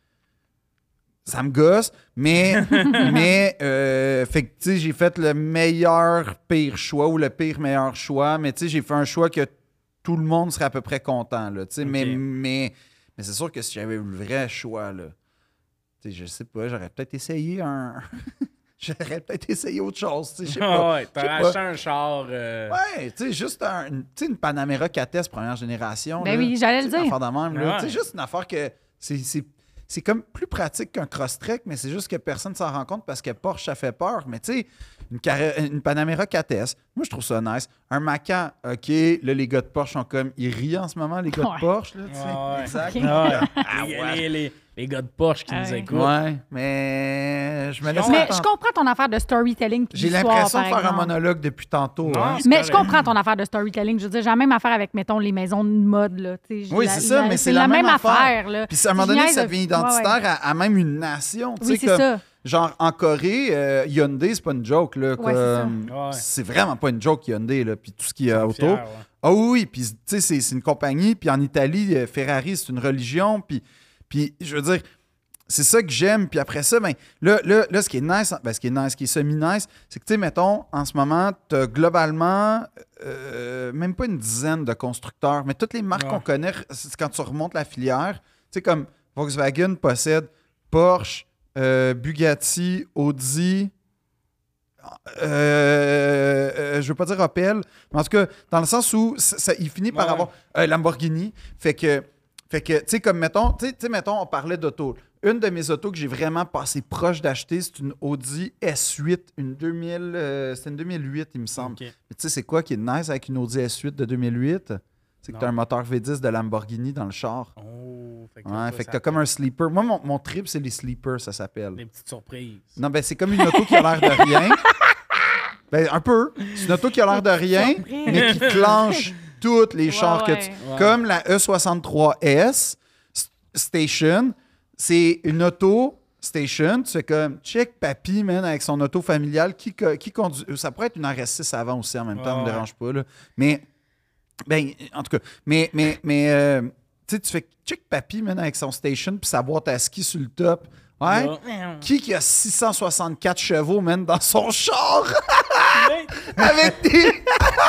Ça me gosse, mais... mais euh, fait que, tu sais, j'ai fait le meilleur pire choix ou le pire meilleur choix, mais tu sais, j'ai fait un choix que tout le monde serait à peu près content, là. Tu sais, mais, Ok. mais, mais c'est sûr que si j'avais eu le vrai choix, là, tu sais, je sais pas, j'aurais peut-être essayé un... J'aurais peut-être essayé autre chose, tu sais, je sais pas. Ah ouais, Je sais t'as pas. acheté un char. euh, Ouais, tu sais, juste un, une, tu sais, une Panamera quatre S première génération. Ben là. oui, j'allais le Tu sais, une dire. affaire de même, là. Ouais. Tu sais, juste une affaire que c'est, c'est, c'est comme plus pratique qu'un cross-trek, mais c'est juste que personne ne s'en rend compte parce que Porsche, ça fait peur. Mais tu sais, une, carré- une Panamera quatre S, moi, je trouve ça nice. Un Macan, OK. Là, les gars de Porsche sont comme... Ils rient en ce moment, les gars Ouais. de Porsche. Là, tu sais. Ouais, ouais. Exact. Ok. Ouais. Ah, les, ouais. les, les, les gars de Porsche qui Ah nous ouais. écoutent. Ouais, mais je me laisse Mais attendre. je comprends ton affaire de storytelling. puis J'ai d'histoire, l'impression de par faire un exemple. monologue depuis tantôt. Non, hein. c'est Mais je correct. comprends ton affaire de storytelling. Je veux dire, j'ai la même affaire avec, mettons, les maisons de mode. Là, tu sais, Oui, la- c'est ça, la- mais c'est la même affaire. là. Puis à un moment Je donné, niaise ça de- devient Ouais, ouais. identitaire à, à même une nation. tu Oui, sais, c'est comme- ça. Genre, en Corée, euh, Hyundai, c'est pas une joke. Là, Ouais, c'est ça. comme- Ouais. c'est vraiment pas une joke, Hyundai. Là, puis tout ce qu'il y a autour. Fier, ouais. Ah oui, oui, puis tu sais, c'est, c'est une compagnie. Puis en Italie, euh, Ferrari, c'est une religion. Puis, puis je veux dire, c'est ça que j'aime. Puis après ça, ben, là, là, là, ce qui est nice, ben, ce qui est nice, ce qui est semi-nice, c'est que, tu sais, mettons, en ce moment, tu as globalement euh, même pas une dizaine de constructeurs, mais toutes les marques Ouais. qu'on connaît, c'est quand tu remontes la filière, tu sais, comme Volkswagen possède Porsche, euh, Bugatti, Audi, euh, euh, je veux pas dire Opel, mais en tout cas, dans le sens où ça, ça- il finit par Ouais. avoir euh, Lamborghini. Fait que, fait que tu sais, comme mettons, tu sais- tu sais, mettons, on parlait d'auto. Une de mes autos que j'ai vraiment passé proche d'acheter, c'est une Audi S huit, une deux mille, euh, c'était une deux mille huit, il me semble. Ok. Mais tu sais, c'est quoi qui est nice avec une Audi S huit de deux mille huit? C'est que tu as Non. un moteur V dix de Lamborghini dans le char. Oh, fait que, Ouais, ça, fait que ça t'as comme fait un sleeper. Moi, mon, mon trip, c'est les sleepers, ça s'appelle. des petites surprises. Non, ben c'est comme une auto qui a l'air de rien. Ben, un peu. C'est une auto qui a l'air de rien, Surprise. mais qui clenche toutes les chars que ouais. tu... Ouais. Comme la E soixante-trois S S- Station, c'est une auto station. Tu fais comme, check papy, man, avec son auto familiale qui, co- qui conduit... Ça pourrait être une R S six avant aussi en même temps, ça me Ouais. dérange pas, là. Mais, ben, en tout cas, mais, mais, mais euh, tu sais, tu fais check papy, man, avec son station, puis sa boîte à ski sur le top. Ouais. Là, Qui qui a six cent soixante-quatre chevaux, man, dans son char? mais- Avec des...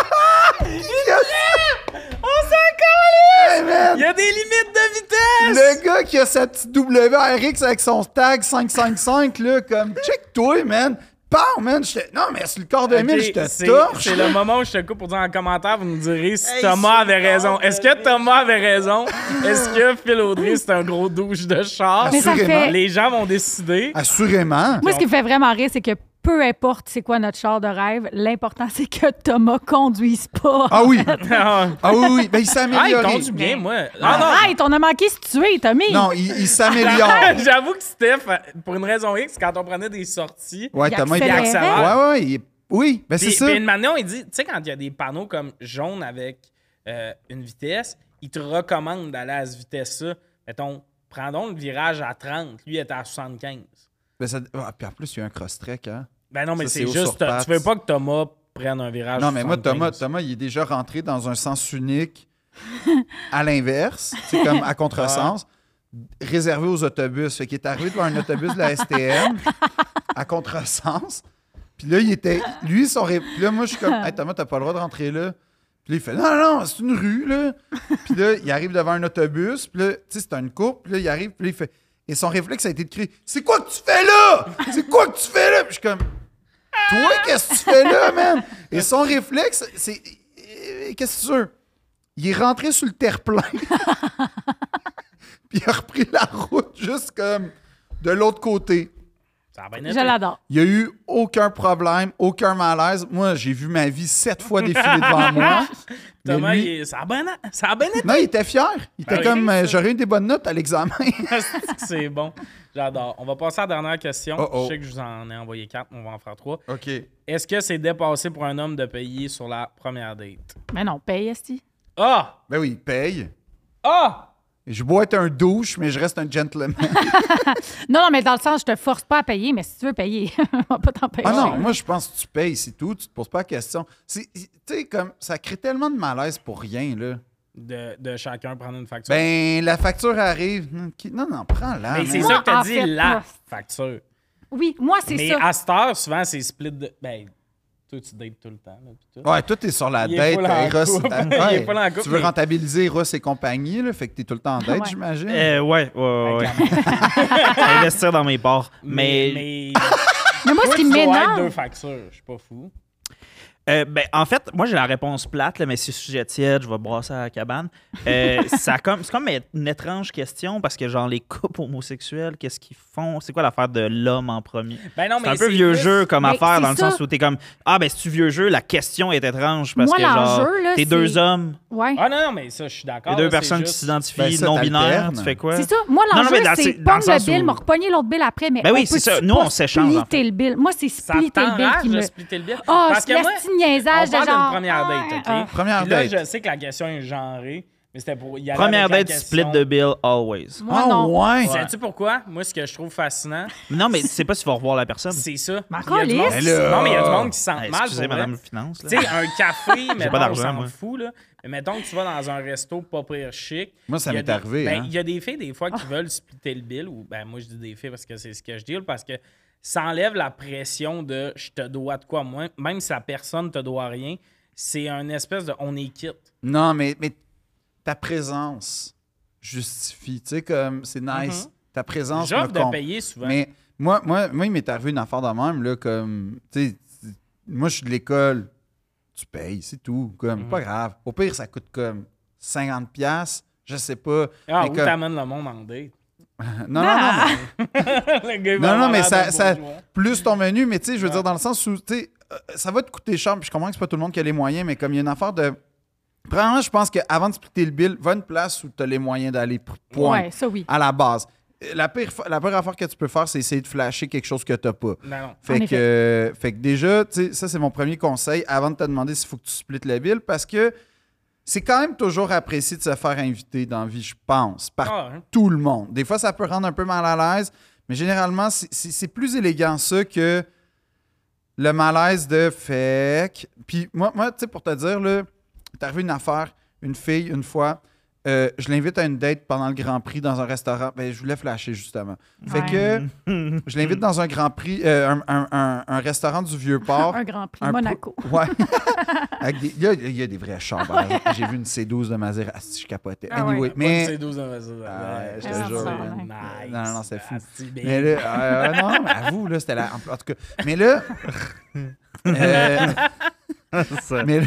On s'en Hey, man! Il y a des limites de vitesse! Le gars qui a sa petite W R X avec son tag cinq cent cinquante-cinq, là, comme, check-toi, man! Pam, man! J'étais... Non, mais sur le quart de mille, Ok, je te c'est- torche! C'est le moment où je te coupe pour dire en commentaire, vous nous direz si Hey, Thomas c'est avait le raison. corps Est-ce de que Thomas avait raison? Est-ce que Phil Audrey, c'est un gros douche de char? Mais ça me Assurément. fait- Les gens vont décider. Assurément! Moi, ce qui me fait vraiment rire, c'est que peu importe c'est quoi notre char de rêve, l'important, c'est que Thomas conduise pas. Ah oui! Ah, Ah oui, oui! Ben, il s'est il amélioré. conduit bien, moi. Ah non! Arrête, on a manqué se tuer, Tommy. Non, il, il s'améliore. J'avoue que Steph, pour une raison X, quand on prenait des sorties, Ouais, Il Thomas, il accélérait. accélère. Ouais, ouais, il est- oui, ben c'est puis, ça. puis une manière, il dit, tu sais, quand il y a des panneaux comme jaune avec euh, une vitesse, il te recommande d'aller à cette vitesse-là. Mettons, prends donc le virage à trente. Lui, il était à soixante-quinze. Ben, ça- ah, puis en plus, il y a un cross-trek, hein? Ben non, mais Ça, c'est c'est au juste, sur-pattes. tu veux pas que Thomas prenne un virage Non, mais moi, soixante-quinze. Thomas, Thomas, il est déjà rentré dans un sens unique à l'inverse, c'est comme à contresens, réservé aux autobus. Fait qu'il est arrivé devant un autobus de la S T M à contresens. Puis là, il était. Lui, son ré- Puis là, moi, je suis comme, hey, Thomas, t'as pas le droit de rentrer là. Puis là, il fait, non, non, non, c'est une rue, là. Puis là, il arrive devant un autobus. Puis là, tu sais, c'est une courbe. Puis là, il arrive. Puis là, il fait. Et son réflexe a été de crier, c'est quoi que tu fais là? C'est quoi que tu fais là? Puis je suis comme, toi, qu'est-ce que tu fais là, man? Et son réflexe, c'est. euh, Qu'est-ce que tu veux? Il est rentré sur le terre-plein. Puis il a repris la route juste comme de l'autre côté. Ça a bien Je été. l'adore. Il n'y a eu aucun problème, aucun malaise. Moi, j'ai vu ma vie sept fois défiler devant moi. Mais Thomas, lui- il est- ça a bien ça a bien été. Non, il était fier. Il était Ben oui, comme, euh, ça. j'aurais eu des bonnes notes à l'examen. C'est bon. J'adore. On va passer à la dernière question. Oh, oh. Je sais que je vous en ai envoyé quatre, mais on va en faire trois. OK. Est-ce que c'est dépassé pour un homme de payer sur la première date? Mais non, paye, Esti. Ah! Ben oui, il paye. Ah! Je bois être un douche, mais je reste un gentleman. Non, non, mais dans le sens, je te force pas à payer, mais si tu veux payer, on va pas t'empêcher. Ah non, moi, je pense que tu payes, c'est tout. Tu te poses pas la question. C'est- Tu sais, comme, ça crée tellement de malaise pour rien, là. De, de chacun prendre une facture. Ben, la facture arrive. Ok, non, non, prends-la. mais c'est man. ça que t'as en dit, fait, la moi, facture. Oui, moi, c'est Mais ça. à cette heure, souvent, c'est split de. Ben, toi, tu dates tout le temps. Là, pis tout. Ouais, toi, t'es sur la Il est date. full en Eros, couple. ah, Il est ouais. full en couple, Tu veux mais- rentabiliser Eros et compagnie, là, fait que t'es tout le temps en date, Ouais. j'imagine. Euh, ouais, ouais, ouais. ouais. Avec la- Investir dans mes parts. Mais. Mais, mais... Mais moi, Toi, ce qui tu dois être m'énerve. deux factures. Je suis pas fou. Euh, ben, en fait, moi, j'ai la réponse plate, là, mais c'est sujet tiède, je vais brasser à la cabane. Euh, ça comme, c'est comme une étrange question parce que, genre, les couples homosexuels, qu'est-ce qu'ils font? C'est quoi l'affaire de l'homme en premier? Ben non, c'est mais un peu c'est vieux plus- jeu comme Mais affaire, c'est dans le ça. sens où t'es comme, ah, ben, c'est-tu vieux jeu? La question est étrange parce Moi, que, genre, l'enjeu, là, t'es c'est- deux hommes, Ouais. Ah non, non, mais ça, je suis d'accord. t'es deux là, personnes c'est qui juste- s'identifient Ben, ça, non-binaires, t'alternes. tu fais quoi? C'est ça. Moi, Non, non, l'enjeu, mais dans- c'est c'est- dans pogne le sens le bill, où- me repogner l'autre bill après, mais Ben oui, on c'est peut ça. tu Nous, pas on s'échange, en splitter fait. le bill. Moi, c'est Ça splitter le bill t'enrage qui de me... splitter le bill? Ah, Parce c'est que moi, le petit niaisage on de parle genre... d'une première date, OK? Ah. Première Puis là, date. je sais que la question est genrée, mais c'était pour y aller Première avec la date, question- split the bill, always. Moi, Ah, non. ouais. Sais-tu pourquoi? Moi, ce que je trouve fascinant, Non, mais tu sais pas si tu vas revoir la personne. c'est ça. Mais Il y a du monde calisse. qui- Mais là- Non, mais il y a du monde qui se sent Hey, mal excusez, pour Madame vrai. Finance. là. Tu sais, un café, mais pas on d'argent, s'en moi. fout, là. Mais mettons que tu vas dans un resto pas pire chic. Moi, ça il y a m'est des- arrivé, ben, hein. il y a des filles, des fois, qui veulent splitter le bill, ou ben moi, je dis des filles parce que c'est ce que je dis, parce que ça enlève la pression de je te dois de quoi, moi. Même si la personne te doit rien, c'est un espèce de on est quitte. Non, mais, mais ta présence justifie. Tu sais, comme, c'est nice. Mhm. Ta présence J'offre me de con- payer souvent. Mais moi, moi, moi, il m'est arrivé une affaire de même, là, comme, tu sais, moi, je suis de l'école, tu payes, c'est tout, comme, Mhm. pas grave. Au pire, ça coûte comme cinquante piastres, je sais pas. Ah, mais où comme- t'amènes le monde en date? Non, non, non, Ah! mais Le gars, il va Non, non, avoir mais l'air ça- d'un ça- bourgeois. plus ton menu, mais tu sais, je veux Ouais. dire, dans le sens où, tu sais, euh, ça va te coûter cher, puis je comprends que c'est pas tout le monde qui a les moyens, mais comme il y a une affaire de... Premièrement, je pense qu'avant de splitter le bill, va à une place où tu as les moyens d'aller, p- point, Ouais, ça oui. à la base. La pire, fa- la pire affaire que tu peux faire, c'est essayer de flasher quelque chose que t'as pas. Non, non. Fait En que, effet. euh, fait que déjà, tu sais, ça, c'est mon premier conseil avant de te demander s'il faut que tu splittes le bill, parce que c'est quand même toujours apprécié de se faire inviter dans la vie, je pense, par Ah, hein. tout le monde. Des fois, ça peut rendre un peu mal à l'aise, mais généralement, c'est- c'est c'est plus élégant ça que le malaise de fake. Puis moi, moi tu sais, pour te dire, là, t'es arrivé une affaire, une fille, une fois, euh, je l'invite à une date pendant le Grand Prix dans un restaurant. Ben, je voulais flasher, justement. Fait Ouais. que je l'invite dans un Grand Prix, euh, un, un- un- un restaurant du Vieux-Port. Un Grand Prix, Un Monaco. pro- Ouais. Avec des- Il y, a- il y a des vrais chars. par exemple. J'ai vu une C douze de Maserati, je capotais. Ah Anyway, ouais. Pas mais... une C douze dans ça. Ah ouais, je te Ah, jure. ça, man. ouais. Nice. Non, non, c'est fou. Asti, ben, Mais là, euh, non, mais avoue, là, c'était la. En tout cas. Mais là. euh, Ça. mais,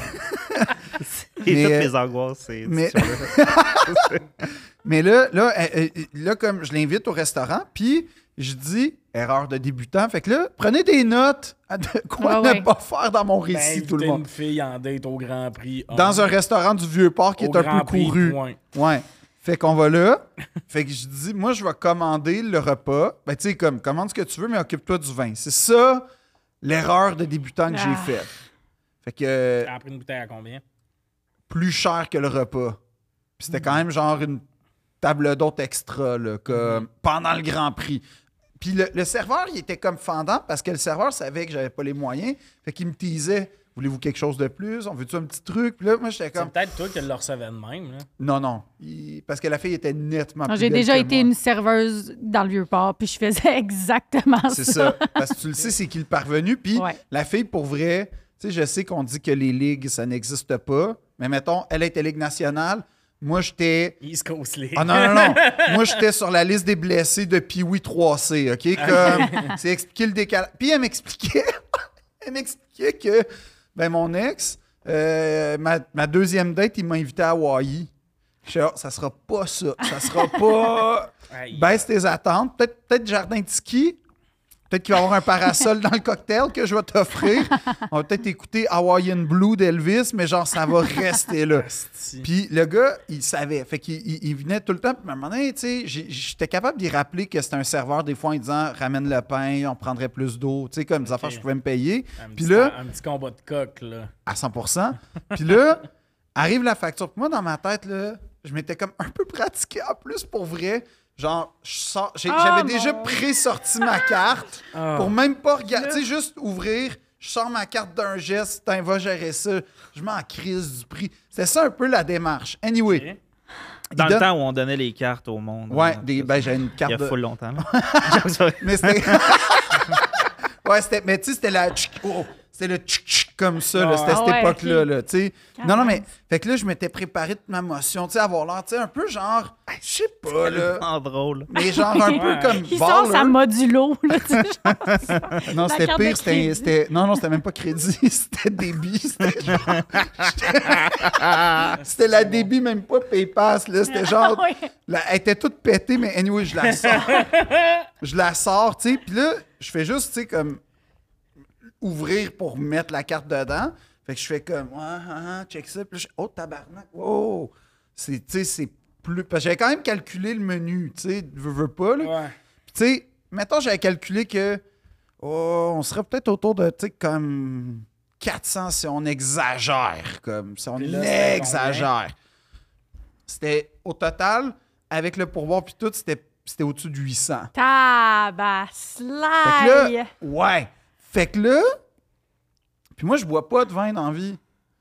Et mais, toutes euh, les angoisses, c'est mais- c'est sûr. mais là, là, euh, euh, là, comme je l'invite au restaurant, puis je dis erreur de débutant. Fait que là, prenez des notes à de quoi Ouais, ne ouais. pas faire dans mon ben, récit, tout le inviter monde. une fille en date au Grand Prix. Dans un restaurant du Vieux-Port qui au est un Grand peu Prix, couru. point. Ouais. Fait qu'on va là. Fait que je dis, moi, je vais commander le repas. Ben, tu sais, comme, commande ce que tu veux, mais occupe-toi du vin. C'est ça, l'erreur de débutant que j'ai Ah. faite. Fait que euh, T'as pris une bouteille à combien? plus cher que le repas. Puis c'était quand même genre une table d'hôte extra, là, comme pendant le Grand Prix. Puis le, le serveur, il était comme fendant parce que le serveur savait que j'avais pas les moyens. Fait qu'il me teasait. Voulez-vous quelque chose de plus? On veut-tu un petit truc? Puis là, moi, j'étais C'est comme. peut-être toi qui le recevais de même. Là. Non, non. Il- Parce que la fille était nettement Non, plus J'ai belle déjà que été moi. une serveuse dans le Vieux-Port, puis je faisais exactement ça. C'est ça. Parce que tu le sais, c'est qui le parvenu. Puis Ouais. la fille, pour vrai, tu sais, je sais qu'on dit que les ligues, ça n'existe pas. Mais mettons, elle était Ligue nationale. Moi, j'étais. East Coast League. Ah non, non, non. Moi, j'étais sur la liste des blessés de Pee-Wee trois C, OK? Comme, c'est expliquer le décalage. Puis elle m'expliquait, elle m'expliquait que, ben, mon ex, euh, ma, ma deuxième date, il m'a invité à Hawaï. Je suis là, ça sera pas ça. Ça sera pas. Aïe. Baisse tes attentes. Peut-être peut jardin de ski. Peut-être qu'il va y avoir un parasol dans le cocktail que je vais t'offrir. On va peut-être écouter Hawaiian Blue d'Elvis, mais genre, ça va rester là. Asti. Puis le gars, il savait. Fait qu'il il, il venait tout le temps. Puis à un moment donné, tu sais, j'ai- j'étais capable d'y rappeler que c'était un serveur, des fois, en disant ramène le pain, on prendrait plus d'eau. Tu sais, comme des affaires que je pouvais me payer. Un Puis petit- là, Un petit combat de coq, là. à cent pour cent. Puis là, arrive la facture. Puis moi, dans ma tête, là, je m'étais comme un peu pratiqué en plus pour vrai. Genre, je sors- j'ai- Oh, j'avais mon déjà pré-sorti ma carte Ah. pour même pas regarder. Tu sais, juste ouvrir, je sors ma carte d'un geste, t'en va gérer ça. Je m'en crise du prix. C'était ça un peu la démarche. Anyway. Ok. il Dans le donne- temps où on donnait les cartes au monde. Ouais, hein, des, ça, ben, j'avais une il carte y a de... full longtemps. là. Mais c'était... ouais, c'était... Mais tu sais, c'était la... tchic- oh, c'était le... tchic- tchic. comme ça, là, Ah c'était à cette ouais, époque-là, ok. là, tu sais. Quand Non, non, même. mais, fait que là, je m'étais préparé toute ma motion, tu sais, avoir l'air, tu sais, un peu genre, je sais pas, là, tellement drôle. mais genre un Ouais. peu comme Il sort sa baller. modulo, là, tu sais, genre. Non, La c'était carte de pire, c'était, crédit. c'était, non, non, c'était même pas crédit, c'était débit, c'était genre, c'était la débit, même pas PayPass, là, c'était genre, Oui. la- elle était toute pétée, mais anyway, je la sors. Je la sors, tu sais, puis là, je fais juste, tu sais, comme, ouvrir pour mettre la carte dedans. Fait que je fais comme, ah, ah, ah, check ça. Puis là, je oh, tabarnak, wow. C'est, tu sais, c'est plus. Parce que j'avais quand même calculé le menu, tu sais, veux, veux pas, là. Ouais. Puis, tu sais, mettons, j'avais calculé que, oh, on serait peut-être autour de, tu sais, comme quatre cents si on exagère, comme, si on Puis là, c'était exagère. C'était, au total, avec le pourboire puis tout, c'était, c'était au-dessus de huit cents. Fait que Tabaslaille. là, ouais. Fait que là, puis moi, je bois pas de vin dans la vie.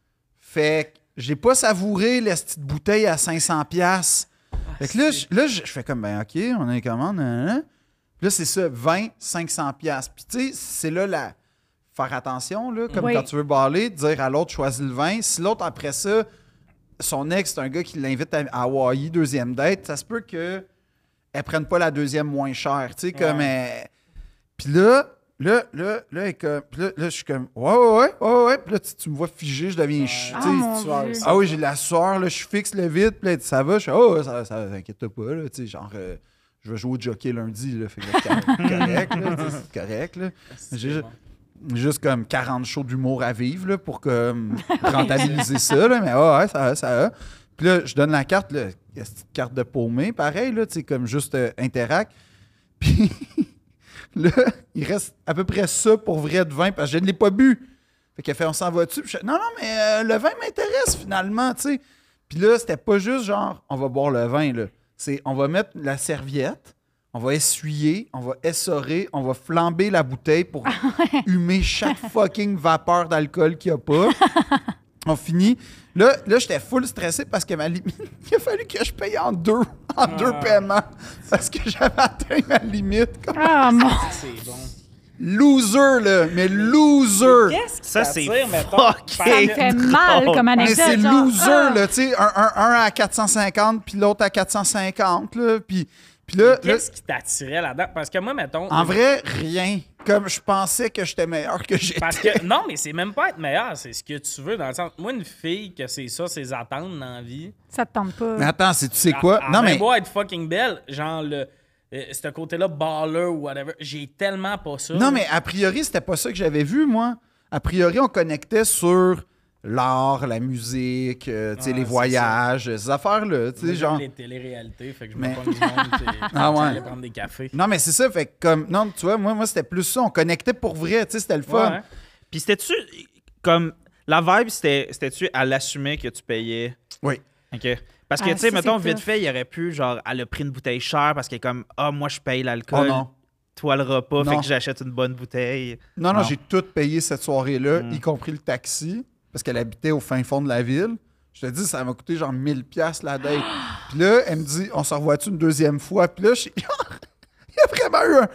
Fait que j'ai pas savouré la petite bouteille à cinq cents piastres. Fait que là, je, là, je je fais comme, ben OK, on a les commandes. Hein, hein. Puis là, c'est ça, vingt, cinq cents piastres. Puis tu sais, c'est là la... Faire attention, là, comme Oui. quand tu veux baller, dire à l'autre, choisis le vin. Si l'autre, après ça, son ex, c'est un gars qui l'invite à, à Hawaï, deuxième date, ça se peut que elle prenne pas la deuxième moins chère. Tu sais, comme... elle- Puis là... Là, là, là, elle est comme- puis là, là, je suis comme, ouais, ouais, ouais, ouais, ouais. Puis là, tu, tu me vois figé, je deviens ch- Ah, tu sais, mon sueur, Dieu. ça. ah oui, j'ai de la sueur, là, je fixe le vide, puis là, elle dit, ça va, je suis, oh, ça, ça, t'inquiète pas, là, tu sais, genre, euh, je vais jouer au jockey lundi, là, fait que là, c'est correct, là, tu sais, c'est correct, là. J'ai C'est ju- bon. juste comme quarante shows d'humour à vivre, là, pour comme rentabiliser ça, là, mais ah, ouais, ça va, ça va. Puis là, je donne la carte, là, il y a cette petite carte de paumé, pareil, là, tu sais, comme juste euh, Interac. Puis là, il reste à peu près ça pour vrai de vin, parce que je ne l'ai pas bu. Fait qu'elle fait, on s'en va dessus. Puis je fais, non, non, mais euh, le vin m'intéresse finalement, tu sais. Puis là, c'était pas juste genre, on va boire le vin, là. C'est, on va mettre la serviette, on va essuyer, on va essorer, on va flamber la bouteille pour humer chaque fucking vapeur d'alcool qu'il n'y a pas. On finit. Là, là j'étais full stressé parce que ma limite, il a fallu que je paye en deux, en deux paiements parce que j'avais atteint ma limite. Comme Ah, mon... C'est bon. loser, là, mais loser. Qu'est-ce que Ça, c'est mettons? fucké. parce Ça me que- fait mal comme Mais anecdote. c'est genre, loser, ah. là, tu sais, un, un, un à quatre cent cinquante, puis l'autre à quatre cent cinquante, là, puis, puis là, là, Qu'est-ce qui t'attirait là-dedans? Parce que moi, mettons. en vrai, rien. Comme je pensais que j'étais meilleur que j'étais. Parce que, non, mais c'est même pas être meilleur, c'est ce que tu veux dans le sens. Moi, une fille que c'est ça, ses attentes dans la vie. Ça te tente pas. Mais attends, c'est tu sais quoi? Elle- non, elle mais va beau être fucking belle, genre le. euh, ce côté-là, baller ou whatever, j'ai tellement pas ça. non, mais a priori, c'était pas ça que j'avais vu, moi. A priori, on connectait sur l'art, la musique, euh, tu sais, Ouais, les c'est voyages, ces affaires-là, tu sais, Moi, genre. j'aime les téléréalités, fait que je me Mais- prends du monde, puis Ah ouais. j'allais prendre des cafés. Non, mais c'est ça, fait que comme, non, tu vois, moi, moi c'était plus ça, on connectait pour vrai, tu sais, c'était le fun. Ouais. Puis c'était-tu comme la vibe, c'était c'était-tu à l'assumer que tu payais? Oui. OK. Parce que, Ah, tu sais, ça, mettons, c'est vite tough. fait, il aurait pu, genre, elle a pris une bouteille chère parce qu'elle est comme, ah, moi, je paye l'alcool. Oh non. Toi, le repas, fait Non. que j'achète une bonne bouteille. Non, non, Non. j'ai tout payé cette soirée-là, Mm. y compris le taxi, parce qu'elle habitait au fin fond de la ville. Je te dis, ça m'a coûté genre mille piastres la date. Puis là, elle me dit, on se revoit-tu une deuxième fois? Puis là, je- il y a vraiment eu un...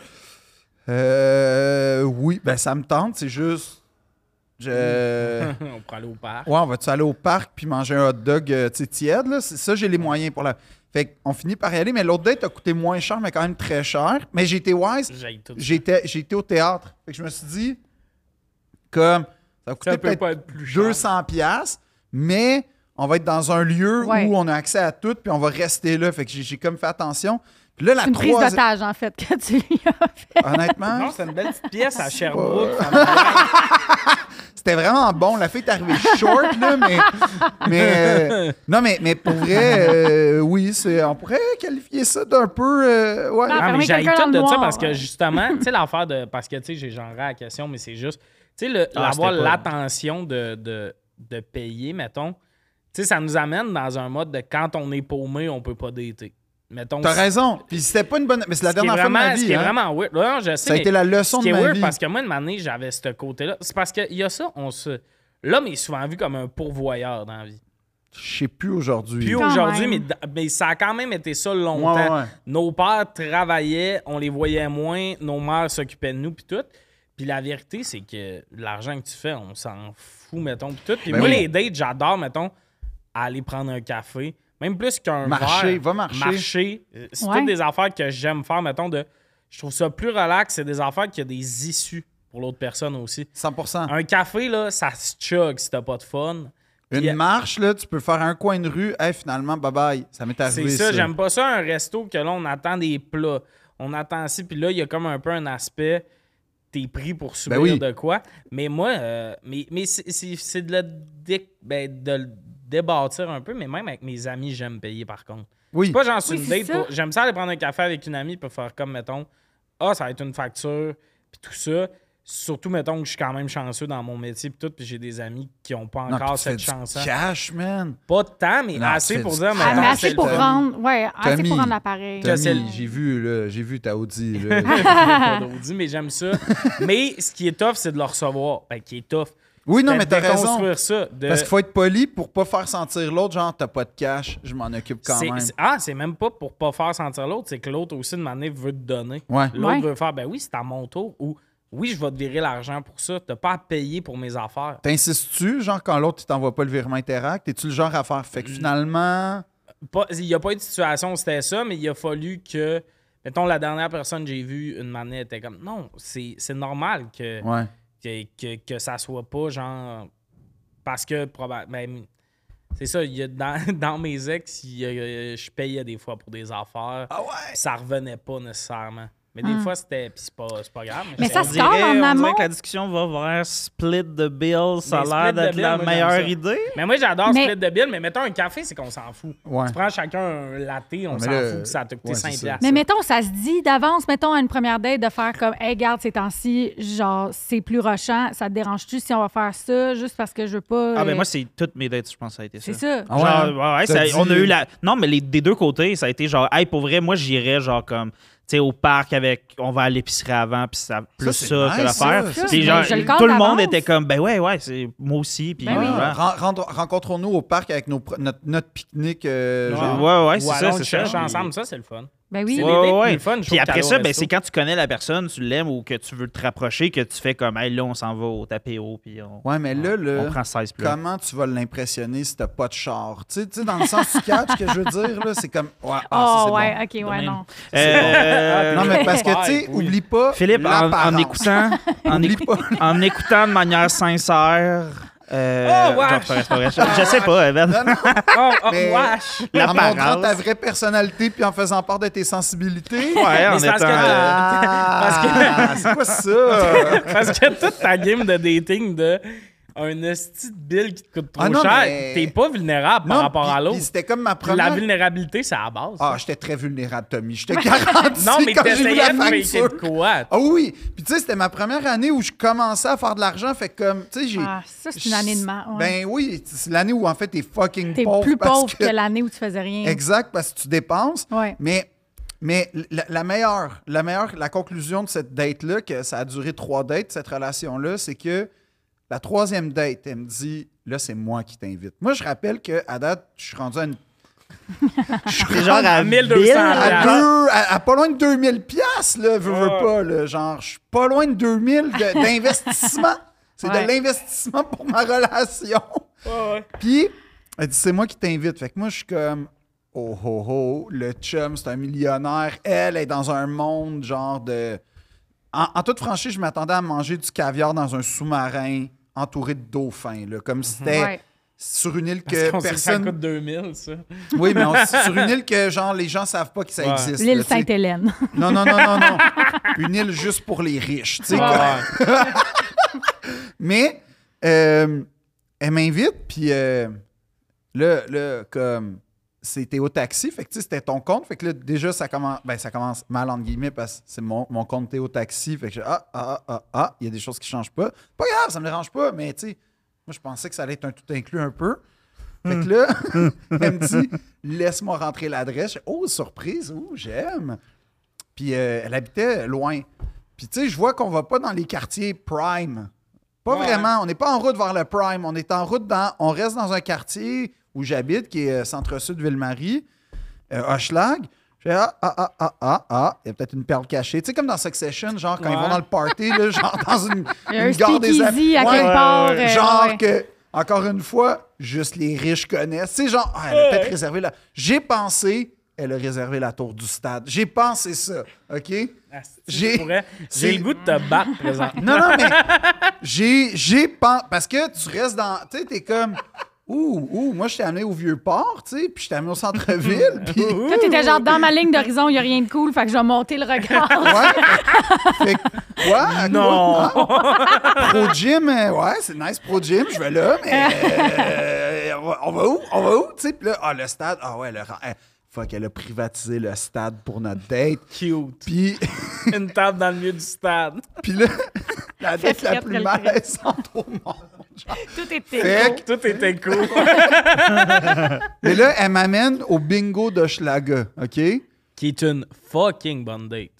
Euh... Oui, ben ça me tente, c'est juste... Je... On pourrait aller au parc. Ouais, on va-tu aller au parc puis manger un hot dog euh, tu sais, tiède, là? C'est ça, j'ai les moyens pour la... Fait qu'on finit par y aller, mais l'autre date a coûté moins cher, mais quand même très cher. Mais j'ai été wise, J'aille tout ça. j'étais j'ai été au théâtre. Fait que je me suis dit, comme, ça va coûter Ça peut peut-être pas être plus cher. deux cents piastres, mais on va être dans un lieu Ouais. où on a accès à tout, puis on va rester là. Fait que j'ai j'ai comme fait attention. Puis là, la C'est une prise troisième... d'otage, en fait, que tu lui as fait. Honnêtement, Non, c'est une belle petite pièce à pas- Sherbrooke. ça me- c'était vraiment bon. La fille est arrivée short, là, mais... mais euh, non, mais, mais pour vrai, euh, oui, c'est, on pourrait qualifier ça d'un peu... euh, ouais. Ah, Ah, mais fermer j'ai quelqu'un tout dans de le ça noir. parce que justement, tu sais, l'affaire de. Parce que, tu sais, j'ai genré la question, mais c'est juste. Tu sais, le- Ah, avoir c'était pas- l'attention de, de, de payer, mettons. Tu sais, ça nous amène dans un mode de quand on est paumé, on peut pas dater. Mettons. T'as raison. Puis c'était pas une bonne... Mais c'est la Ce qui est dernière fois de ma vraiment- Ce vie, qui est hein. vraiment weird. Ouais, non, je sais, Ça a mais été la leçon ce qui de est ma weird vie. parce que moi, une année, j'avais ce côté-là. C'est parce qu'il y a ça, on se. L'homme est souvent vu comme un pourvoyeur dans la vie. Je sais plus aujourd'hui. Puis Quand aujourd'hui, mais, même. mais ça a quand même été ça longtemps. Ouais, ouais, ouais. Nos pères travaillaient, on les voyait moins, nos mères s'occupaient de nous, puis tout. Puis la vérité, c'est que l'argent que tu fais, on s'en fout, mettons, pis tout. Puis Ben moi, oui. les dates, j'adore, mettons, aller prendre un café. Même plus qu'un Marcher, verre. va marcher. Marcher. Euh, C'est Ouais. toutes des affaires que j'aime faire, mettons, de... Je trouve ça plus relax. C'est des affaires qui ont des issues pour l'autre personne aussi. cent pour cent. Un café, là, ça se chug si t'as pas de fun. Une Puis, marche, là, tu peux faire un coin de rue. Hey, finalement, bye-bye. Ça m'est C'est arrivé, ça, ça. j'aime pas ça, un resto que là, on attend des plats. On attend ci, puis là, il y a comme un peu un aspect, t'es pris pour subir oui. de quoi. Mais moi, euh, mais, mais c'est- c'est c'est de le dé- ben, de le débâtir un peu, mais même avec mes amis, j'aime payer par contre. Oui. C'est pas genre sur Oui, une c'est date. ça. pour- J'aime ça aller prendre un café avec une amie pour faire comme, mettons, ah, ça va être une facture, puis tout ça. Surtout, mettons, que je suis quand même chanceux dans mon métier, puis tout, puis j'ai des amis qui n'ont pas Non, encore puis tu fais cette du chance-là. cash, man. Pas de temps, mais Non, tu assez fais pour du dire, cash. Ah, mais mettons, assez c'est pour le fun. rendre, ouais, assez Tommy. pour rendre l'appareil. Que c'est Tommy, le- j'ai vu, là, j'ai vu ta Audi, là. pas d'Audi, mais j'aime ça. Mais ce qui est tough, c'est de le recevoir. Ben, qui est tough. Oui, non, C'est mais de t'as raison. déconstruire ça. de- Parce qu'il faut être poli pour pas faire sentir l'autre, genre, t'as pas de cash, je m'en occupe quand c'est- même. c'est- Ah, c'est même pas pour pas faire sentir l'autre, c'est que l'autre aussi, de manière, veut te donner. Ouais. L'autre Ouais. veut faire, ben oui, c'est à mon tour. Ou oui, je vais te virer l'argent pour ça. T'as pas à payer pour mes affaires. T'insistes-tu, genre, quand l'autre, il t'envoie pas le virement Interact? Es-tu le genre à faire? Fait Mm. que finalement. Pas- Il n'y a pas eu de situation où c'était ça, mais il a fallu que. Mettons, la dernière personne que j'ai vue, une manette, était comme non, c'est c'est normal que, Ouais. que, que, que ça soit pas genre. Parce que probablement. C'est ça, il y a dans, dans mes ex, il y a- je payais des fois pour des affaires. Ah ouais? Ça revenait pas nécessairement. Mais des Hmm. fois, c'était. Puis c'est pas, c'est pas grave. Mais c'est- ça On se dirait, parle en on dirait amont. que la discussion va vers split the bill. Ça a Mais l'air split the d'être bill, la moi, j'aime meilleure ça. idée. Mais moi, j'adore Mais- split de bill, mais mettons un café, c'est qu'on s'en fout. Ouais. Tu prends chacun un latte, on mais s'en là, fout que ça t'a coûté ouais, c'est cinq ça. piastres. Mais mettons, ça se dit d'avance, mettons, à une première date, de faire comme, hey, garde, ces temps-ci, genre, c'est plus rushant. Ça te dérange-tu si on va faire ça juste parce que je veux pas. Ah, ben euh, moi, c'est toutes mes dates, je pense, ça a été ça. C'est ça. Ah ouais, Genre, hein? ouais, ouais, T'as ça- dit- on a eu la. Non, mais les, des deux côtés, ça a été genre, hey, pour vrai, moi, j'irais, genre, comme, tu sais, au parc avec. On va à l'épicerie avant, puis ça, plus c'est ça, nice, que l'affaire. ça. Ça, Puis mais genre, je le cadre tout le monde d'avance. était comme, ben ouais, ouais, c'est moi aussi. Puis, Ben oui. voilà. Ren- rendre- Rencontrons-nous au parc avec nos, pr- notre, notre pique-nique. euh, Ouais. genre. Ouais, ouais, Ou c'est ça, allons c'est le ça. chercher Puis- ensemble, ça, c'est le fun. Ben oui. C'est Ouais, les dates ouais, plus ouais. fun, je Puis trouve, après qu'aller ça, au ben, resto. c'est quand tu connais la personne, tu l'aimes ou que tu veux te rapprocher, que tu fais comme, hey, là, on s'en va au tapis haut, puis on, Ouais, mais là, là, on prend seize plats. comment tu vas l'impressionner si t'as pas de char? Tu sais, tu sais, dans le sens du catch que je veux dire, là, c'est comme. Ouais, ah, ça, Oh, c'est ouais, bon. OK, ouais, même. non. Euh, Non, mais parce que, tu sais, Oui. oublie pas. Philippe, en, en l'apparence. écoutant, en, Oublie écou- pas. en écoutant de manière sincère. Euh, Oh, wesh! non, c'est pas vrai, c'est pas vrai. Je, je sais pas, Evan. Non, non, Oh, oh, Mais- wesh! en montrant L'apparence. ta vraie personnalité puis en faisant part de tes sensibilités. Ouais, en Mais c'est parce étant. que- euh, Ah, c'est quoi ça? Parce que toute ta game de dating de un esti de bill qui te coûte trop Ah non, cher, mais- t'es pas vulnérable par Non, rapport puis- à puis l'autre. c'était comme ma Puis La première. vulnérabilité, c'est à la base. Ah, j'étais très vulnérable, Tommy. J'étais garanti non, mais quand j'ai vu t'essayais la de faker facture. de quoi? Ah oui, puis tu sais, c'était ma première année où je commençais à faire de l'argent, fait que comme, tu sais, j'ai... Ah, ça, c'est une année de mal. Ben oui, c'est l'année où en fait t'es fucking T'es pauvre. plus parce pauvre que, l'année où tu faisais rien. Exact, parce que tu dépenses. Ouais. Mais, mais la, la meilleure, la meilleure, la conclusion de cette date-là, que ça a duré trois dates, cette relation-là, c'est que la troisième date, elle me dit, là, c'est moi qui t'invite. Moi, je rappelle qu'à date, je suis rendu à une... Je suis C'est genre à mille deux cents Bill, à, piastres. deux, à, à pas loin de deux mille piastres, là, veux, veux Ouais. pas, là, genre, je suis pas loin de deux mille de- d'investissement. C'est Ouais. de l'investissement pour ma relation. Ouais, ouais. Puis, elle dit, c'est moi qui t'invite. Fait que moi, je suis comme, oh, oh, oh, le chum, c'est un millionnaire. Elle est dans un monde, genre de... En, en toute franchise, je m'attendais à manger du caviar dans un sous-marin entouré de dauphins, là, comme si c'était Ouais. sur une île Parce que qu'on sait que ça personne... coûte deux mille, ça. Oui, mais on- sur une île que, genre, les gens savent pas que ça Ouais. existe. L'île là, tu sais. Sainte-Hélène. Non, non, non, non, non. Une île juste pour les riches, tu sais. Ouais, comme- ouais. Mais euh, elle m'invite, puis euh, là, là, comme c'était au taxi, fait que tu sais, c'était ton compte, fait que là, déjà, ça commence, ben, ça commence mal, entre guillemets, parce que c'est mon, mon compte Théo Taxi, fait que je ah, ah, ah, ah, il y a des choses qui changent pas. Pas grave, ça me dérange pas, mais tu sais, moi, je pensais que ça allait être un tout inclus un peu. Fait que là, elle me dit, laisse-moi rentrer l'adresse. Je fais, oh, surprise, oh, j'aime. Puis euh, elle habitait loin. Puis tu sais, je vois qu'on va pas dans les quartiers prime. Pas Ouais. vraiment. On n'est pas en route vers le prime. On est en route dans. On reste dans un quartier où j'habite, qui est euh, Centre-Sud Ville-Marie, euh, Hochelag. Je fais ah, ah, ah, ah, ah, ah, il y a peut-être une perle cachée. Tu sais, comme dans Succession, genre quand Ouais. ils vont dans le party, là, genre dans une, Il y a une un gare des speakeasy à Ouais, quelque part. ouais, euh, genre ouais. que, encore une fois, juste les riches connaissent. Tu sais, genre, ah, elle a peut-être réservé la. J'ai pensé, elle a réservé la tour du stade. J'ai pensé ça, OK? Asti, J'ai- je pourrais- c'est- J'ai le goût de te battre présentement. Non, non, mais j'ai, j'ai pensé. Parce que tu restes dans. Tu sais, t'es comme. Ouh, ouh, moi, je t'ai amené au Vieux-Port, tu sais, puis je t'ai amené au centre-ville, puis. Toi, t'étais genre dans ma ligne d'horizon, il n'y a rien de cool, fait que je vais monter le regard. Ouais. Fait que, ouais, à Non! quoi? Ah, Pro Gym, euh, ouais, c'est nice Pro Gym, je vais là, mais euh, on, va, on va où? On va où? Tu sais, puis là, ah, le stade, ah ouais, le, eh, fuck, elle a privatisé le stade pour notre date. Cute. Puis, Une table dans le milieu du stade. puis là, la date la frette, plus le malaisante au monde. Tout était Fait cool. Tout était cool. Mais là, elle m'amène au bingo d'Hochelaga, OK? Qui est une fucking bonne date.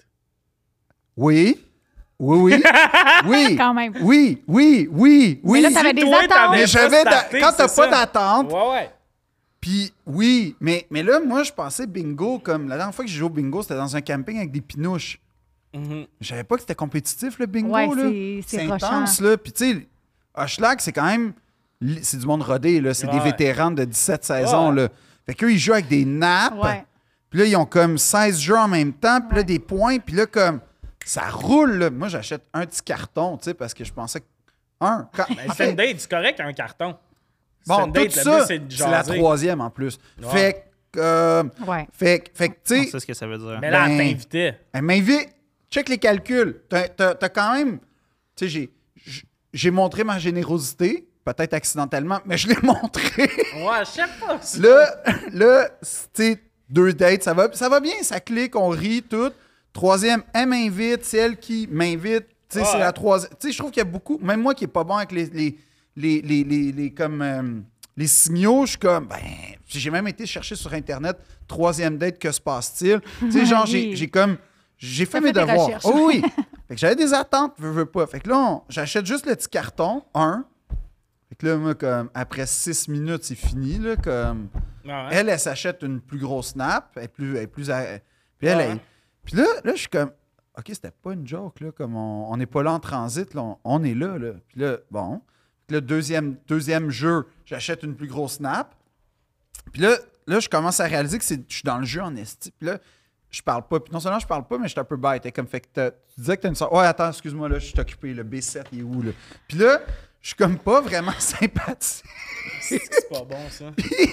Oui. Oui, oui. Oui. Quand même. Oui, oui, oui, oui. Mais là, t'avais des Toi, attentes. t'avais Mais pas j'avais da- starté, quand t'as c'est pas ça. d'attente, Ouais, ouais. puis oui, mais, mais là, moi, je pensais bingo comme... La dernière fois que j'ai joué au bingo, c'était dans un camping avec des pinouches. Mhm. Je savais pas que c'était compétitif, le bingo, Ouais, là. c'est- c'est C'est rochant. intense, là. Puis tu sais, Hochelag, c'est quand même... li- C'est du monde rodé, là. C'est des Ouais. vétérans de dix-sept saisons, Ouais. là. Fait qu'eux, ils jouent avec des nappes. Ouais. Puis là, ils ont comme seize jeux en même temps. Puis là, des points. Puis là, comme... Ça roule, là. Moi, j'achète un petit carton, tu sais, parce que je pensais que... Un. Quand... Ben, en c'est fait, une date, c'est correct un carton. C'est Bon, une tout date, le ça, but, c'est de c'est la jaser. troisième en plus. Ouais. Fait que, euh, Ouais. fait, que- fait que, tu On sais, sait ce que ça veut dire. Mais là, Ben- elle t'invitait. elle m'invite, check les calculs. T'as, t'as- t'as quand même, tu sais, j'ai, j'- j'ai montré ma générosité, peut-être accidentellement, mais je l'ai montré. Ouais, je sais pas. ça. Là, là, tu sais, deux dates, ça va, ça va bien, ça clique, on rit, tout. Troisième, elle m'invite, c'est elle qui m'invite. Tu sais, Ouais. c'est la troisième. Tu sais, je trouve qu'il y a beaucoup, même moi qui est pas bon avec les, les, les, les, les, les- comme, euh, les signaux, je suis comme, ben, j'ai même été chercher sur Internet, troisième date, que se passe-t-il? Tu sais, genre, j'ai, Oui. j'ai comme, j'ai fait T'as mes fait tes devoirs. recherches. Oh oui! Fait que j'avais des attentes, veux, veux pas. Fait que là, on- j'achète juste le petit carton, un. Fait que là, moi, comme, après six minutes, c'est fini, là, comme... Ouais, ouais. Elle, elle s'achète une plus grosse nappe. Elle est plus. Elle est plus à- puis elle, Ouais. elle- puis là, là, je suis comme. OK, c'était pas une joke, là. Comme on n'est pas là en transit, là. On, on est là, là. Puis là, bon. Puis le deuxième, deuxième jeu, j'achète une plus grosse nappe. Puis là, là, je commence à réaliser que c'est, je suis dans le jeu en esti. Puis là, je parle pas. Puis non seulement je parle pas, mais je suis un peu bête. Elle est comme fait que t'as- tu disais que t'as une soeur. Ouais, attends, excuse-moi, là, je suis occupé. Le B sept, il est où, là? Puis là, je suis comme pas vraiment sympathique. C'est pas bon, ça.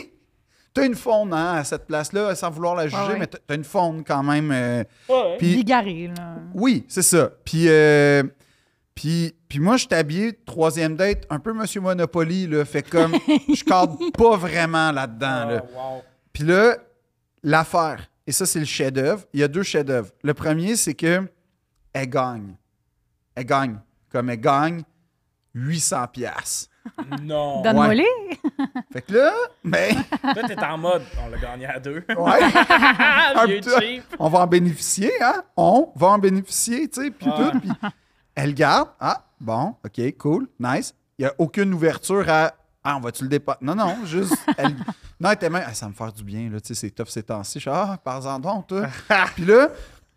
T'as une faune, hein, à cette place-là, sans vouloir la juger, Ah ouais. mais t'as t'as une faune quand même. euh, Ouais. puis, Bigarré, là. oui, c'est ça. Puis, euh, puis, puis moi, je suis habillé, troisième date, un peu Monsieur Monopoly, là, fait comme, je cadre pas vraiment là-dedans. Là. Ah, wow. Puis là, l'affaire, et ça, c'est le chef-d'œuvre, il y a deux chefs-d'œuvre. Le premier, c'est que elle gagne. Elle gagne. Comme elle gagne huit cents piastres. Non. Donne-moi Ouais. les. Fait que là, ben, Toi, t'es en mode, on l'a gagné à deux. ouais. Ah, vieux peu. cheap. On va en bénéficier, hein? On va en bénéficier, tu sais, puis Ouais. tout. Puis elle garde. Ah, bon, OK, cool, nice. Il n'y a aucune ouverture à. Ah, on va-tu le dépasser? Non, non, juste. Elle... Non, elle était même. Ah, ça va me faire du bien, là, tu sais, c'est tough ces temps-ci. Je suis, ah, par-en donc, toi. Puis là,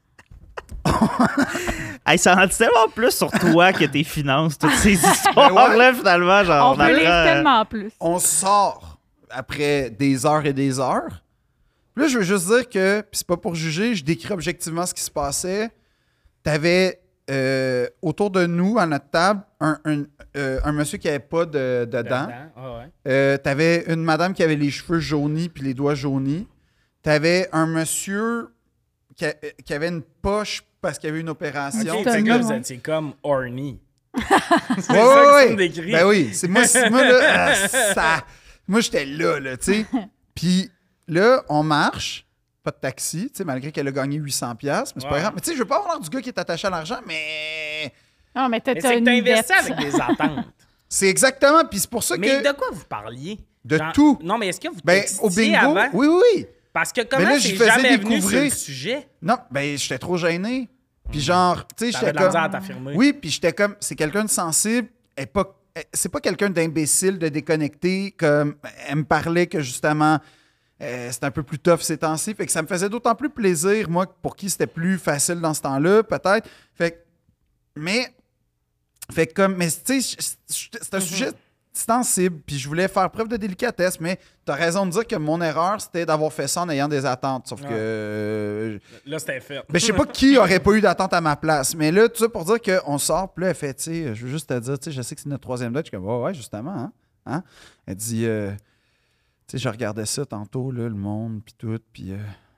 Hey, ça en dit tellement plus sur toi que tes finances, toutes ces histoires-là, finalement. Genre, On peut lire apprend- tellement plus. on sort après des heures et des heures. Puis là, je veux juste dire que, puis c'est pas pour juger, je décris objectivement ce qui se passait. T'avais euh, autour de nous, à notre table, un, un, euh, un monsieur qui avait pas de, de dents. Dedans. Ah, ouais. Euh, T'avais une madame qui avait les cheveux jaunis puis les doigts jaunis. T'avais un monsieur qui, a- qui avait une poche parce qu'il y avait une opération. Ok, c'est c'est un là, nom, vous ouais. étiez comme horny. c'est Ouais, ça ouais, que ouais. tu me décris. Ben oui, c'est moi, c'est- moi là, euh, ça, moi j'étais là, là, tu sais. Puis là, on marche, pas de taxi, tu sais, malgré qu'elle a gagné huit cents piastres, mais c'est pas Ouais. grave. Mais tu sais, je veux pas avoir l'air du gars qui est attaché à l'argent, mais Non, mais t'as Mais t'as c'est que une t'as investi dette. avec des attentes. c'est exactement, puis c'est pour ça Mais que de quoi vous parliez? De Genre- tout. Non, mais est-ce que vous ben textiez au bingo, avant? oui, oui, oui. Parce que comment là, c'est j'y faisais jamais venu sur découvrir. le sujet? Non, ben j'étais trop gêné. Puis genre, tu sais, T'avais j'étais de la misère à comme t'affirmer. oui, puis j'étais comme c'est quelqu'un de sensible, elle est pas elle- c'est pas quelqu'un d'imbécile, de déconnecté, comme elle me parlait que justement euh, c'est un peu plus tough ces temps-ci. Fait que ça me faisait d'autant plus plaisir, moi, pour qui c'était plus facile dans ce temps-là, peut-être. Fait que, mais, fait que comme, mais tu sais, c'est un mm-hmm. sujet sensible, puis je voulais faire preuve de délicatesse, mais tu as raison de dire que mon erreur, c'était d'avoir fait ça en ayant des attentes. Sauf ouais. que. Euh, là, c'était fait. Ben, je sais pas qui aurait pas eu d'attente à ma place. Mais là, tout ça pour dire qu'on sort, puis là, elle fait, tu sais, je veux juste te dire, tu sais, je sais que c'est notre troisième date. Je suis comme, ouais, ouais, justement, hein. hein? Elle dit, euh, tu sais, je regardais ça tantôt, là, le monde, puis tout, puis. Euh,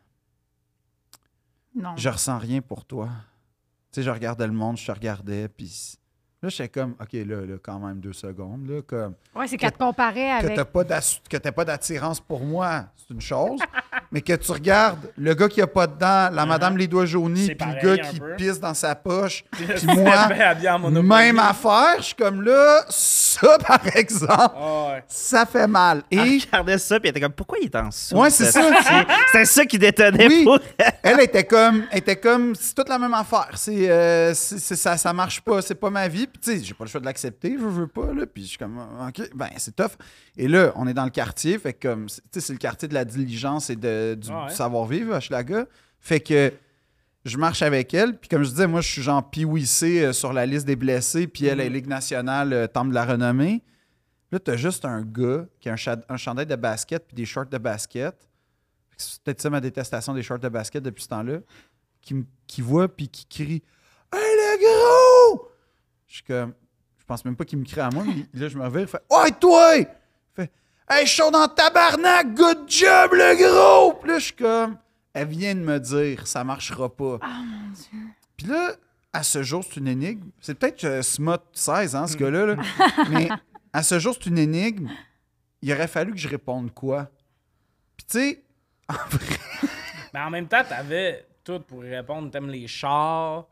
non. Je ressens rien pour toi. Tu sais, je regardais le monde, je te regardais, puis. Là, j'étais comme, OK, là, là, quand même deux secondes. Là, comme, oui, c'est qu'elle te comparait avec. Que tu n'as pas d'attirance pour moi, c'est une chose. Mais que tu regardes le gars qui n'a pas de dents, la uh-huh. madame les doigts jaunis, puis le gars qui peu. pisse dans sa poche, puis moi, même affaire. Je suis comme là, ça, par exemple, oh, ouais. ça fait mal. Et elle regardait ça, puis elle était comme, pourquoi il est en dessous? Ouais, c'est ça. C'était ça qui détonnait oui. pour elle. était comme, elle était comme, c'est toute la même affaire. C'est, euh, c'est, c'est, ça, ça marche pas, c'est pas ma vie. Puis, tu sais, j'ai pas le choix de l'accepter, je veux pas, là. Puis, je suis comme, OK, ben, c'est tough. Et là, on est dans le quartier, fait que, comme, tu sais, c'est le quartier de la diligence et de, du, ah ouais. du savoir-vivre à Hochelaga. Fait que, je marche avec elle, puis comme je disais, moi, je suis genre piouissé euh, sur la liste des blessés, puis elle est Ligue nationale, euh, Temple de la renommée. Là, t'as juste un gars qui a un, cha- un chandail de basket puis des shorts de basket. C'est peut-être ça ma détestation des shorts de basket depuis ce temps-là. Qui, m- qui voit, puis qui crie « Hey, le gros! » Je suis comme... Je pense même pas qu'il me crie à moi, mais là, je me revire, il fait « Ouais, toi! » Il fait « Hey, je suis dans tabarnak! Good job, le gros! » Puis là, je suis comme... Elle vient de me dire « Ça marchera pas. » Oh mon Dieu! Puis là, à ce jour, c'est une énigme. C'est peut-être euh, Smot seize, hein, ce gars-là. Là. Mais à ce jour, c'est une énigme. Il aurait fallu que je réponde quoi? Puis tu sais, en vrai... Mais en même temps, t'avais tout pour y répondre. T'aimes les chars.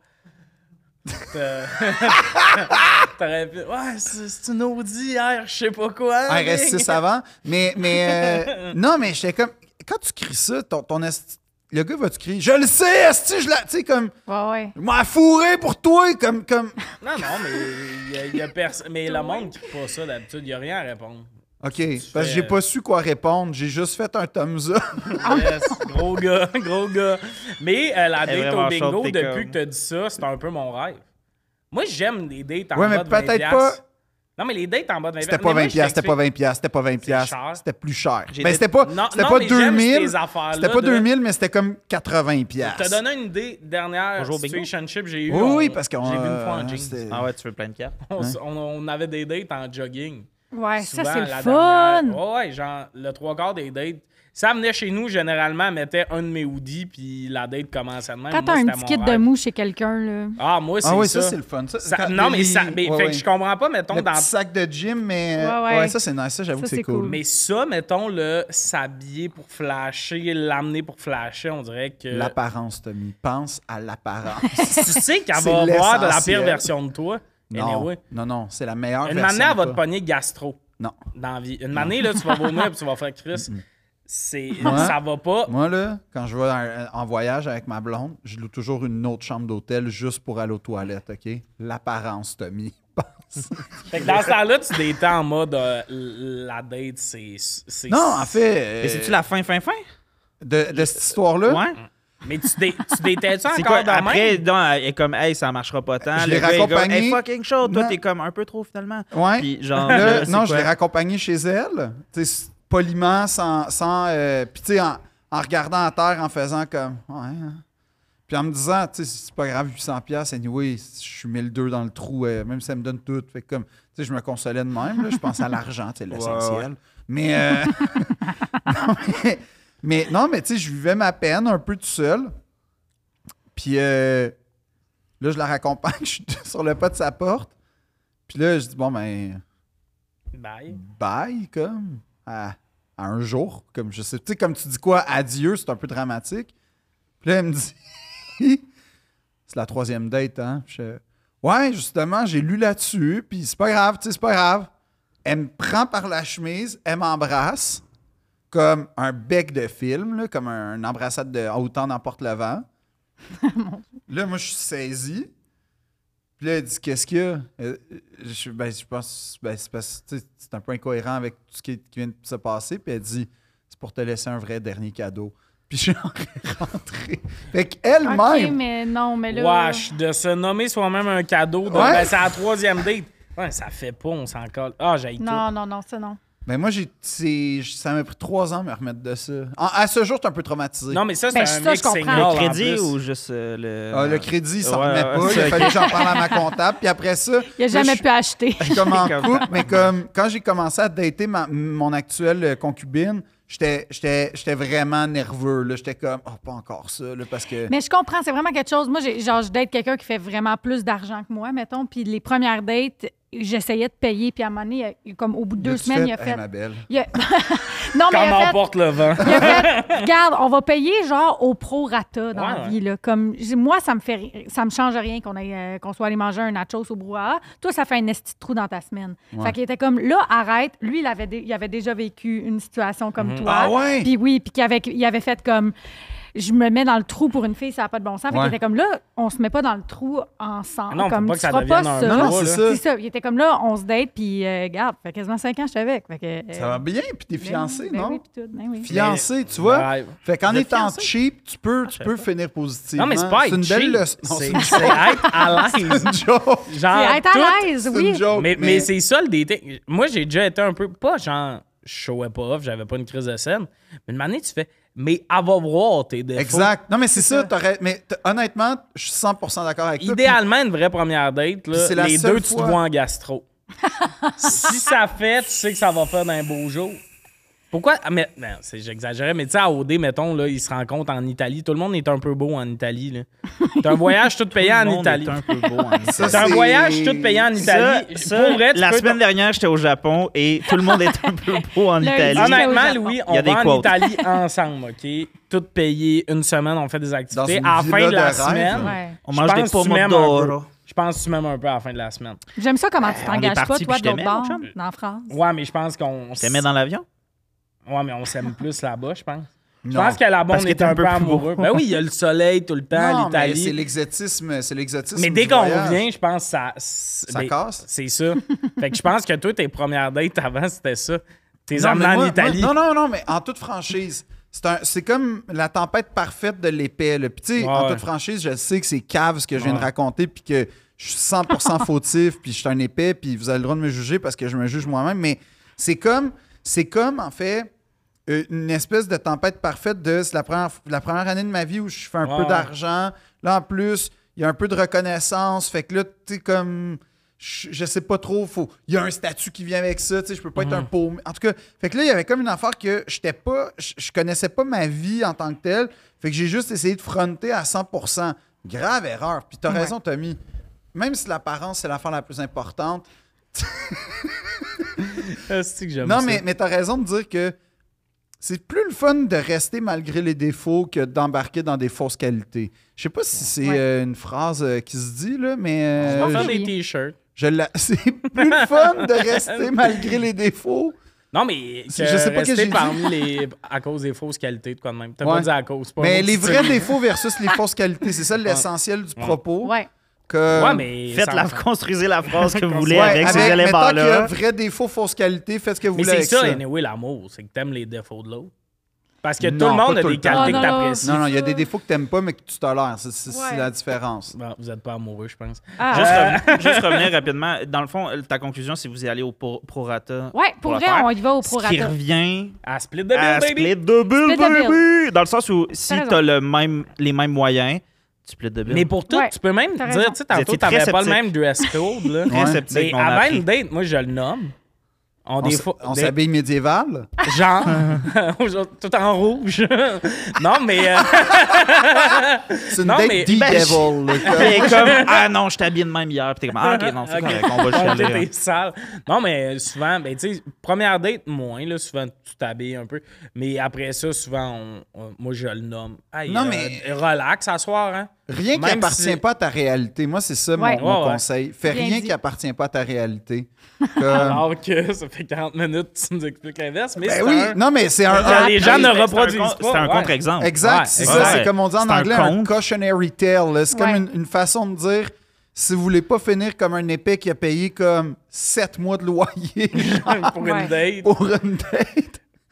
T'aurais pu... Ouais, c'est, c'est une Audi hier, je sais pas quoi. R S six avant. Mais, mais euh, non, mais j'étais comme... Quand tu cries ça, ton, ton esti... Le gars va-tu crier « Je le sais, esti, je la... » Tu sais, comme... Ouais, ouais. « M'en fourré pour toi! » Comme... comme... Non, non, mais il y a, y a personne... Mais le monde qui fait pas ça d'habitude, il y a rien à répondre. OK, tu parce que j'ai pas su quoi répondre. J'ai juste fait un thumbs up. Yes, gros gars, gros gars. Mais euh, la date au bingo, chaude, depuis comme... que t'as dit ça, c'est un peu mon rêve. Moi, j'aime les dates en ouais, bas de vingt peut-être pas... Non, mais les dates en bas de vingt C'était pas vingt piastres, c'était pas vingt piastres, c'était pas vingt piastres. C'était plus cher. J'ai ben, c'était pas, non, c'était non, pas deux mille. C'était pas de... deux mille, mais c'était comme quatre-vingts piastres. Je te donné une idée dernière situationship j'ai eu. Oui, on, oui, parce qu'on... J'ai vu une fois en jeans. C'était... Ah ouais, tu veux plein de cartes? On, hein? on, on avait des dates en jogging. Ouais, souvent, ça, c'est le fun! Dernière... Ouais, ouais, genre, le trois quarts des dates... Ça venait chez nous, généralement, mettait un de mes hoodies, puis la date commençait de même. Quand t'as un petit kit de mou chez quelqu'un, là. Ah, moi, c'est ah, oui, ça. ça, c'est le fun. Ça, ça, non, mais ça. Mais, ouais, fait ouais. que je comprends pas, mettons, le dans. Petit sac de gym, mais. Ouais, ouais. ouais ça, c'est nice. Ça, j'avoue ça, que c'est cool. cool. Mais ça, mettons, le s'habiller pour flasher, l'amener pour flasher, on dirait que. L'apparence, Tommy. Pense à l'apparence. Tu sais qu'elle va avoir de la pire version de toi. Non, anyway. non, non, c'est la meilleure Une version. Une année, elle va te pogner gastro. Non. Dans la vie. Une année, là, tu vas vomir et tu vas faire Chris. Mm-mm. C'est... Moi, ça va pas. Moi, là, quand je vais en, en voyage avec ma blonde, je loue toujours une autre chambre d'hôtel juste pour aller aux toilettes, OK? L'apparence, Tommy. Fait que dans ce temps-là, tu détais en mode euh, la date, c'est, c'est... Non, en fait... Euh, Et c'est-tu la fin, fin, fin? De, de cette histoire-là? Ouais. Mais tu, dé, tu détais-tu encore quoi, dans après, même? non, elle est comme, hey, ça marchera pas tant. Je le l'ai gars, raccompagné. Hey, fucking chaud. Toi, t'es comme un peu trop, finalement. Ouais. Puis, genre, là, là, non, quoi? je l'ai raccompagné chez elle. Tu sais, poliment, sans... sans euh, puis, tu sais, en, en regardant à terre, en faisant comme... Ouais, hein. Puis en me disant, tu sais, c'est pas grave, huit cents piastres, anyway, je suis mille deux dans le trou, euh, même si ça me donne tout. Fait que comme, tu sais, je me consolais de même, là, je pensais à l'argent, c'est l'essentiel. Ouais, ouais. Mais, euh, non, mais, mais, non, mais tu sais, je vivais ma peine un peu tout seul. Puis euh, là, je la raccompagne, je suis sur le pas de sa porte. Puis là, je dis, bon, ben... Bye. Bye, comme, à, à un jour. Comme, je sais, tu sais, comme tu dis quoi, adieu, c'est un peu dramatique. Puis là, elle me dit... c'est la troisième date, hein? Je... Ouais, justement, j'ai lu là-dessus, puis c'est pas grave, tu sais, c'est pas grave. Elle me prend par la chemise, elle m'embrasse, comme un bec de film, là, comme un, une embrassade de Autant n'emporte le vent. Là, moi, je suis saisi. Puis là, elle dit, qu'est-ce qu'il y a? Je, ben, je pense, ben, c'est, parce, c'est un peu incohérent avec tout ce qui, qui vient de se passer. Puis elle dit, c'est pour te laisser un vrai dernier cadeau. Puis je suis rentré. Fait qu'elle-même... OK, mais non, mais là... Wesh, de se nommer soi-même un cadeau, de, Ouais. ben, c'est la troisième date. Ouais, ça fait pas, on s'en colle. Ah, j'ai tout. Non, non, non, ça, non. Ben moi, j'ai, c'est- ça m'a pris trois ans de me remettre de ça. En- à ce jour, je suis un peu traumatisé. Non, mais ça, c'est Ben, un ça, mix je comprends. signal, Le en crédit plus. ou juste euh, le. Ah, le crédit, il s'en Ouais, remet ouais, pas. Il c'est a fallu ok. que j'en parle à ma comptable. Puis après ça, Il a là, jamais je- pu acheter. je suis comme en Comme- couple, mais comme quand j'ai commencé à dater ma- mon actuelle euh, concubine, j'étais, j'étais, j'étais vraiment nerveux. Là. J'étais comme, oh, pas encore ça, là, parce que... Mais je comprends, c'est vraiment quelque chose. Moi, j'ai, genre, je date quelqu'un qui fait vraiment plus d'argent que moi, mettons. Puis les premières dates, j'essayais de payer. Puis à un moment donné, il a- comme au bout de deux L'as-tu semaines, il a Hey, fait. ma belle. il a- non, mais Quand il a fait, m'emporte le vent. il a fait, regarde, on va payer genre au prorata dans Ouais, la ouais. vie. Là. Comme, j- moi, ça me fait ri- ça me change rien qu'on, aille, euh, qu'on soit allé manger un nachos au brouhaha. Toi, ça fait un esti de trou dans ta semaine. Ouais. Fait qu'il était comme, là, arrête. Lui, il avait, dé- il avait déjà vécu une situation comme toi. Ah ouais? Puis oui, puis qu'il avait, il avait fait comme... Je me mets dans le trou pour une fille, ça n'a pas de bon sens. Fait Ouais. qu'il était comme là, on se met pas dans le trou ensemble. Ah non, faut comme, pas tu que ça feras devienne pas un ça. Non, non, Trois, c'est là. ça. C'est ça. Il était comme là, on se date, puis euh, regarde, ça fait quasiment cinq ans que je suis avec. Fait que, euh, Ça va bien, puis t'es ben fiancé, oui, ben non? oui, puis tout, ben oui. Fiancé, tu vois? Ouais. Fait qu'en Vous êtes étant fiancé? cheap, tu peux, tu je peux savais finir positivement. Non, mais c'est pas C'est une être belle cheap. leçon. Non, C'est c'est une c'est être à c'est l'aise. une joke. Genre, C'est être tout- à l'aise, C'est oui. une joke. Mais, mais c'est ça le dating. Moi, j'ai déjà été un peu. Pas genre, je showais pas off, j'avais pas une crise de scène. Mais une manière, tu fais. Mais elle va voir tes défauts. Exact. Non, mais c'est ça. ça. t'aurais- Mais t- honnêtement, je suis cent pour cent d'accord avec toi. Idéalement, une vraie première date, là, Puis c'est la les seule deux, tu te fois- vois en gastro. Si ça fait, tu sais que ça va faire d'un beau jour. Pourquoi? Ah, mais, non, c'est- j'exagérais, mais tu sais, à O D, mettons, là, ils se rencontrent en Italie. Tout le monde est un peu beau en Italie. Là. T'as un voyage tout payé Tout le en monde Italie. est un peu beau en Italie. Ça, T'as un c'est- voyage tout payé en Italie. Ça, ça, Pour vrai, tu la peux semaine dernière, j'étais au Japon et tout le monde est un peu beau en Le- Italie. Honnête- Honnêtement, au Japon. Louis, Il y on a des va en quotes. Italie ensemble, OK? Tout payé, une semaine, on fait des activités. une À la fin villa de la de rêve. semaine, Ouais. On je mange des pense que tu m'aimes un pomodoro. peu. Je pense que tu m'aimes un peu à la fin de la semaine. J'aime ça comment tu on est t'engages pas, parti, toi, puis de je l'autre t'aimais, bord, mon chum. dans France. Ouais, mais je pense qu'on... Je t'aimais dans l'avion? Ouais, mais on s'aime plus là-bas, je pense. Je Non. pense que là-bas, Parce on que est t'es un un peu peu plus beau. amoureux. Ben oui, il y a le soleil tout le temps, Non, mais c'est l'Italie. l'exotisme. C'est l'exotisme. Mais dès du qu'on voyage. revient, je pense que ça... c'est- Ça ben, casse. C'est ça. Fait que je pense que toi, tes premières dates avant, c'était ça. Tes Non, amenés mais en moi- Italie. moi- non, non, non, mais en toute franchise, c'est, un- c'est comme la tempête parfaite de l'épée. là. Puis, tu sais, Ouais, en ouais. toute franchise, je sais que c'est cave ce que je viens de Ouais. raconter, puis que je suis cent pour cent fautif, puis je suis un épais, puis vous avez le droit de me juger parce que je me juge moi-même. Mais c'est comme, c'est comme en fait, euh, une espèce de tempête parfaite de. C'est la première, la première année de ma vie où je fais un Ouais, peu ouais. d'argent. Là, en plus, il y a un peu de reconnaissance. Fait que là, tu sais, comme. Je, je sais pas trop, faut. Il y a un statut qui vient avec ça, tu sais, je peux pas être un pauvre. En tout cas, fait que là, il y avait comme une affaire que j'étais pas. Je, je connaissais pas ma vie en tant que telle. Fait que j'ai juste essayé de fronter à cent pour cent. Grave erreur. Puis t'as Ouais. raison, Tommy. Même si l'apparence, c'est l'affaire la plus importante. Ah, c'est que j'aime Non, ça. mais, mais t'as raison de dire que c'est plus le fun de rester malgré les défauts que d'embarquer dans des fausses qualités. Je sais pas si c'est Ouais. euh, une phrase euh, qui se dit, là, mais On euh, va faire oui. des t-shirts. je la- c'est plus le fun de rester malgré les défauts. Non, mais que Je sais pas que rester j'ai dit. parmi les... à cause des fausses qualités, de quoi de même. T'as Ouais. pas dit à cause. Pas Mais un mot les que tu vrais dis. défauts versus les fausses qualités, c'est ça l'essentiel du Ouais. propos. Ouais. Que- Ouais, mais... Faites ça la, va- construisez la phrase que vous voulez Ouais, avec, ces mettons qu'il y a éléments-là. vrai défaut, fausse qualité, faites ce que vous Mais voulez c'est avec ça, ça. anyway, l'amour. C'est que t'aimes les défauts de l'autre. Parce que tout Non, le monde pas a tout des le temps. qualités Non, que non, non. t'apprécies. Non, non, il y a des défauts que t'aimes pas, mais que tu tolères. C'est, c'est- c'est Ouais. la différence. Bon, vous êtes pas amoureux, je pense. Ah, Juste, euh, revenir, juste revenir rapidement. Dans le fond, ta conclusion, c'est que vous y allez au pro- prorata. ouais, pour pour vrai, le faire. on y va au Ce qui prorata. revient À split the bill, à baby! split the bill, Split the baby! Dans le sens où si raison. t'as le même, les mêmes moyens, tu split the bill. Mais pour tout, Ouais, tu peux même t'as dire, raison. tu sais, Vous tantôt, étiez très t'avais pas le sceptique. même dress code, là. Très Ouais. sceptique, Mais mais on a avant appris. une date, moi, je le nomme. On, On, des s- fois, on des- s'habille médiéval. genre, aujourd'hui, tout en rouge. non, mais... euh, C'est une Non, date mais- D-Devil. Ben, là, comme- T'es comme, ah non, je t'habille de même hier. Puis t'es comme, ah ok, non, c'est Ok. correct, on va Ah, chialer. t'es sale. Non, mais souvent, ben, tu sais, première date, moins, là, souvent, tu t'habilles un peu. Mais après ça, souvent, on- on- moi, je le nomme. Hey, Non, euh, mais- relax à soir, hein. Rien qui Même appartient si- pas à ta réalité. Moi, c'est ça mon, Ouais. mon Ouais, ouais. conseil. Fais Bien rien dit. qui appartient pas à ta réalité. Comme- Alors que ça fait quarante minutes que tu nous expliques l'inverse, mais Ben c'est oui, un- non, mais c'est un. Que un- les gens ne C'est un reproduisent con- pas. C'est un ouais. contre-exemple. Exact, Ouais, c'est exact. ça. C'est comme on dit en C'est un anglais, un, conte. cautionary tale. là. C'est comme Ouais. une, une façon de dire si vous voulez pas finir comme un épais qui a payé comme sept mois de loyer genre, pour Ouais. une date. pour une date,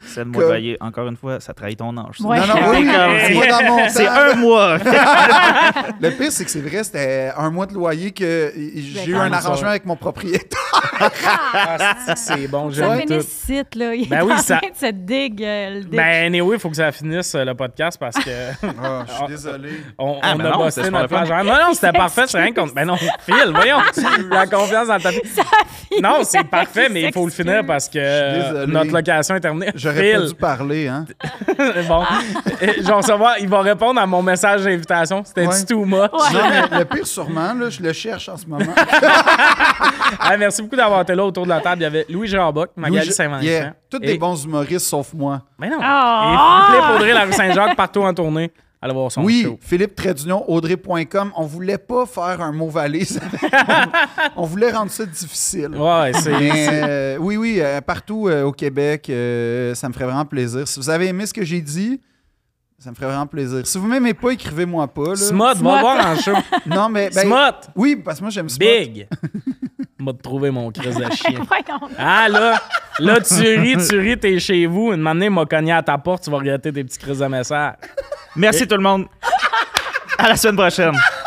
C'est le mois Que- de loyer. Encore une fois, ça trahit ton âge. ça. Ouais. Non, non, oui, Comme- c'est pas dans mon C'est temps. un mois. Le pire, c'est que c'est vrai, c'était un mois de loyer que j'ai eu quand un même ça. arrangement avec mon propriétaire. Ah, c'est bon, Ça j'aime finit tout. ici, là. Il Ben est oui, en ça- train de se dig, euh, le dig. Ben, anyway, il faut que ça finisse euh, le podcast parce que Ah, je suis désolé. on, Ah, on ben a non, bossé c'était notre super le plage. Non, non, c'était parfait, c'est rien contre. Ben non, Phil, voyons. La confiance dans le tapis. Ça finit Non, c'est avec parfait, qui mais il faut le s'excuse. finir parce que euh, désolé. notre location est terminée. J'aurais pas Phil, dû parler, hein. bon, je vais recevoir, il va répondre à mon message d'invitation. C'était Ouais. too much. Non, mais le pire, sûrement, là, je le cherche en ce moment. Ah, merci beaucoup d'avoir été là autour de la table. Il y avait Louis-Gérard Bock, Magali Louis- Saint-Vincent. Yeah. Tous Et- des bons humoristes, sauf moi. Ben non. Ah! Et Philippe Audrey, la rue Saint-Jacques, partout en tournée. Allez voir son Oui, show. Philippe Trédunion, Audrey point com. On voulait pas faire un mot valise. On voulait rendre ça difficile. Ouais, c'est. Mais, euh, oui, oui, euh, partout euh, au Québec, euh, ça me ferait vraiment plaisir. Si vous avez aimé ce que j'ai dit, ça me ferait vraiment plaisir. Si vous m'aimez pas, écrivez-moi pas. Là. Smot, va Smot. voir en show. Non, mais. ben, Smot, Oui, parce que moi, j'aime Smot. big. M'a trouvé mon crise de chien. Voyons. Ah là, là, tu ris, tu ris, t'es chez vous. Une année, m'a cogné à ta porte, tu vas regretter tes petits crises de message. Merci tout le monde. À la semaine prochaine.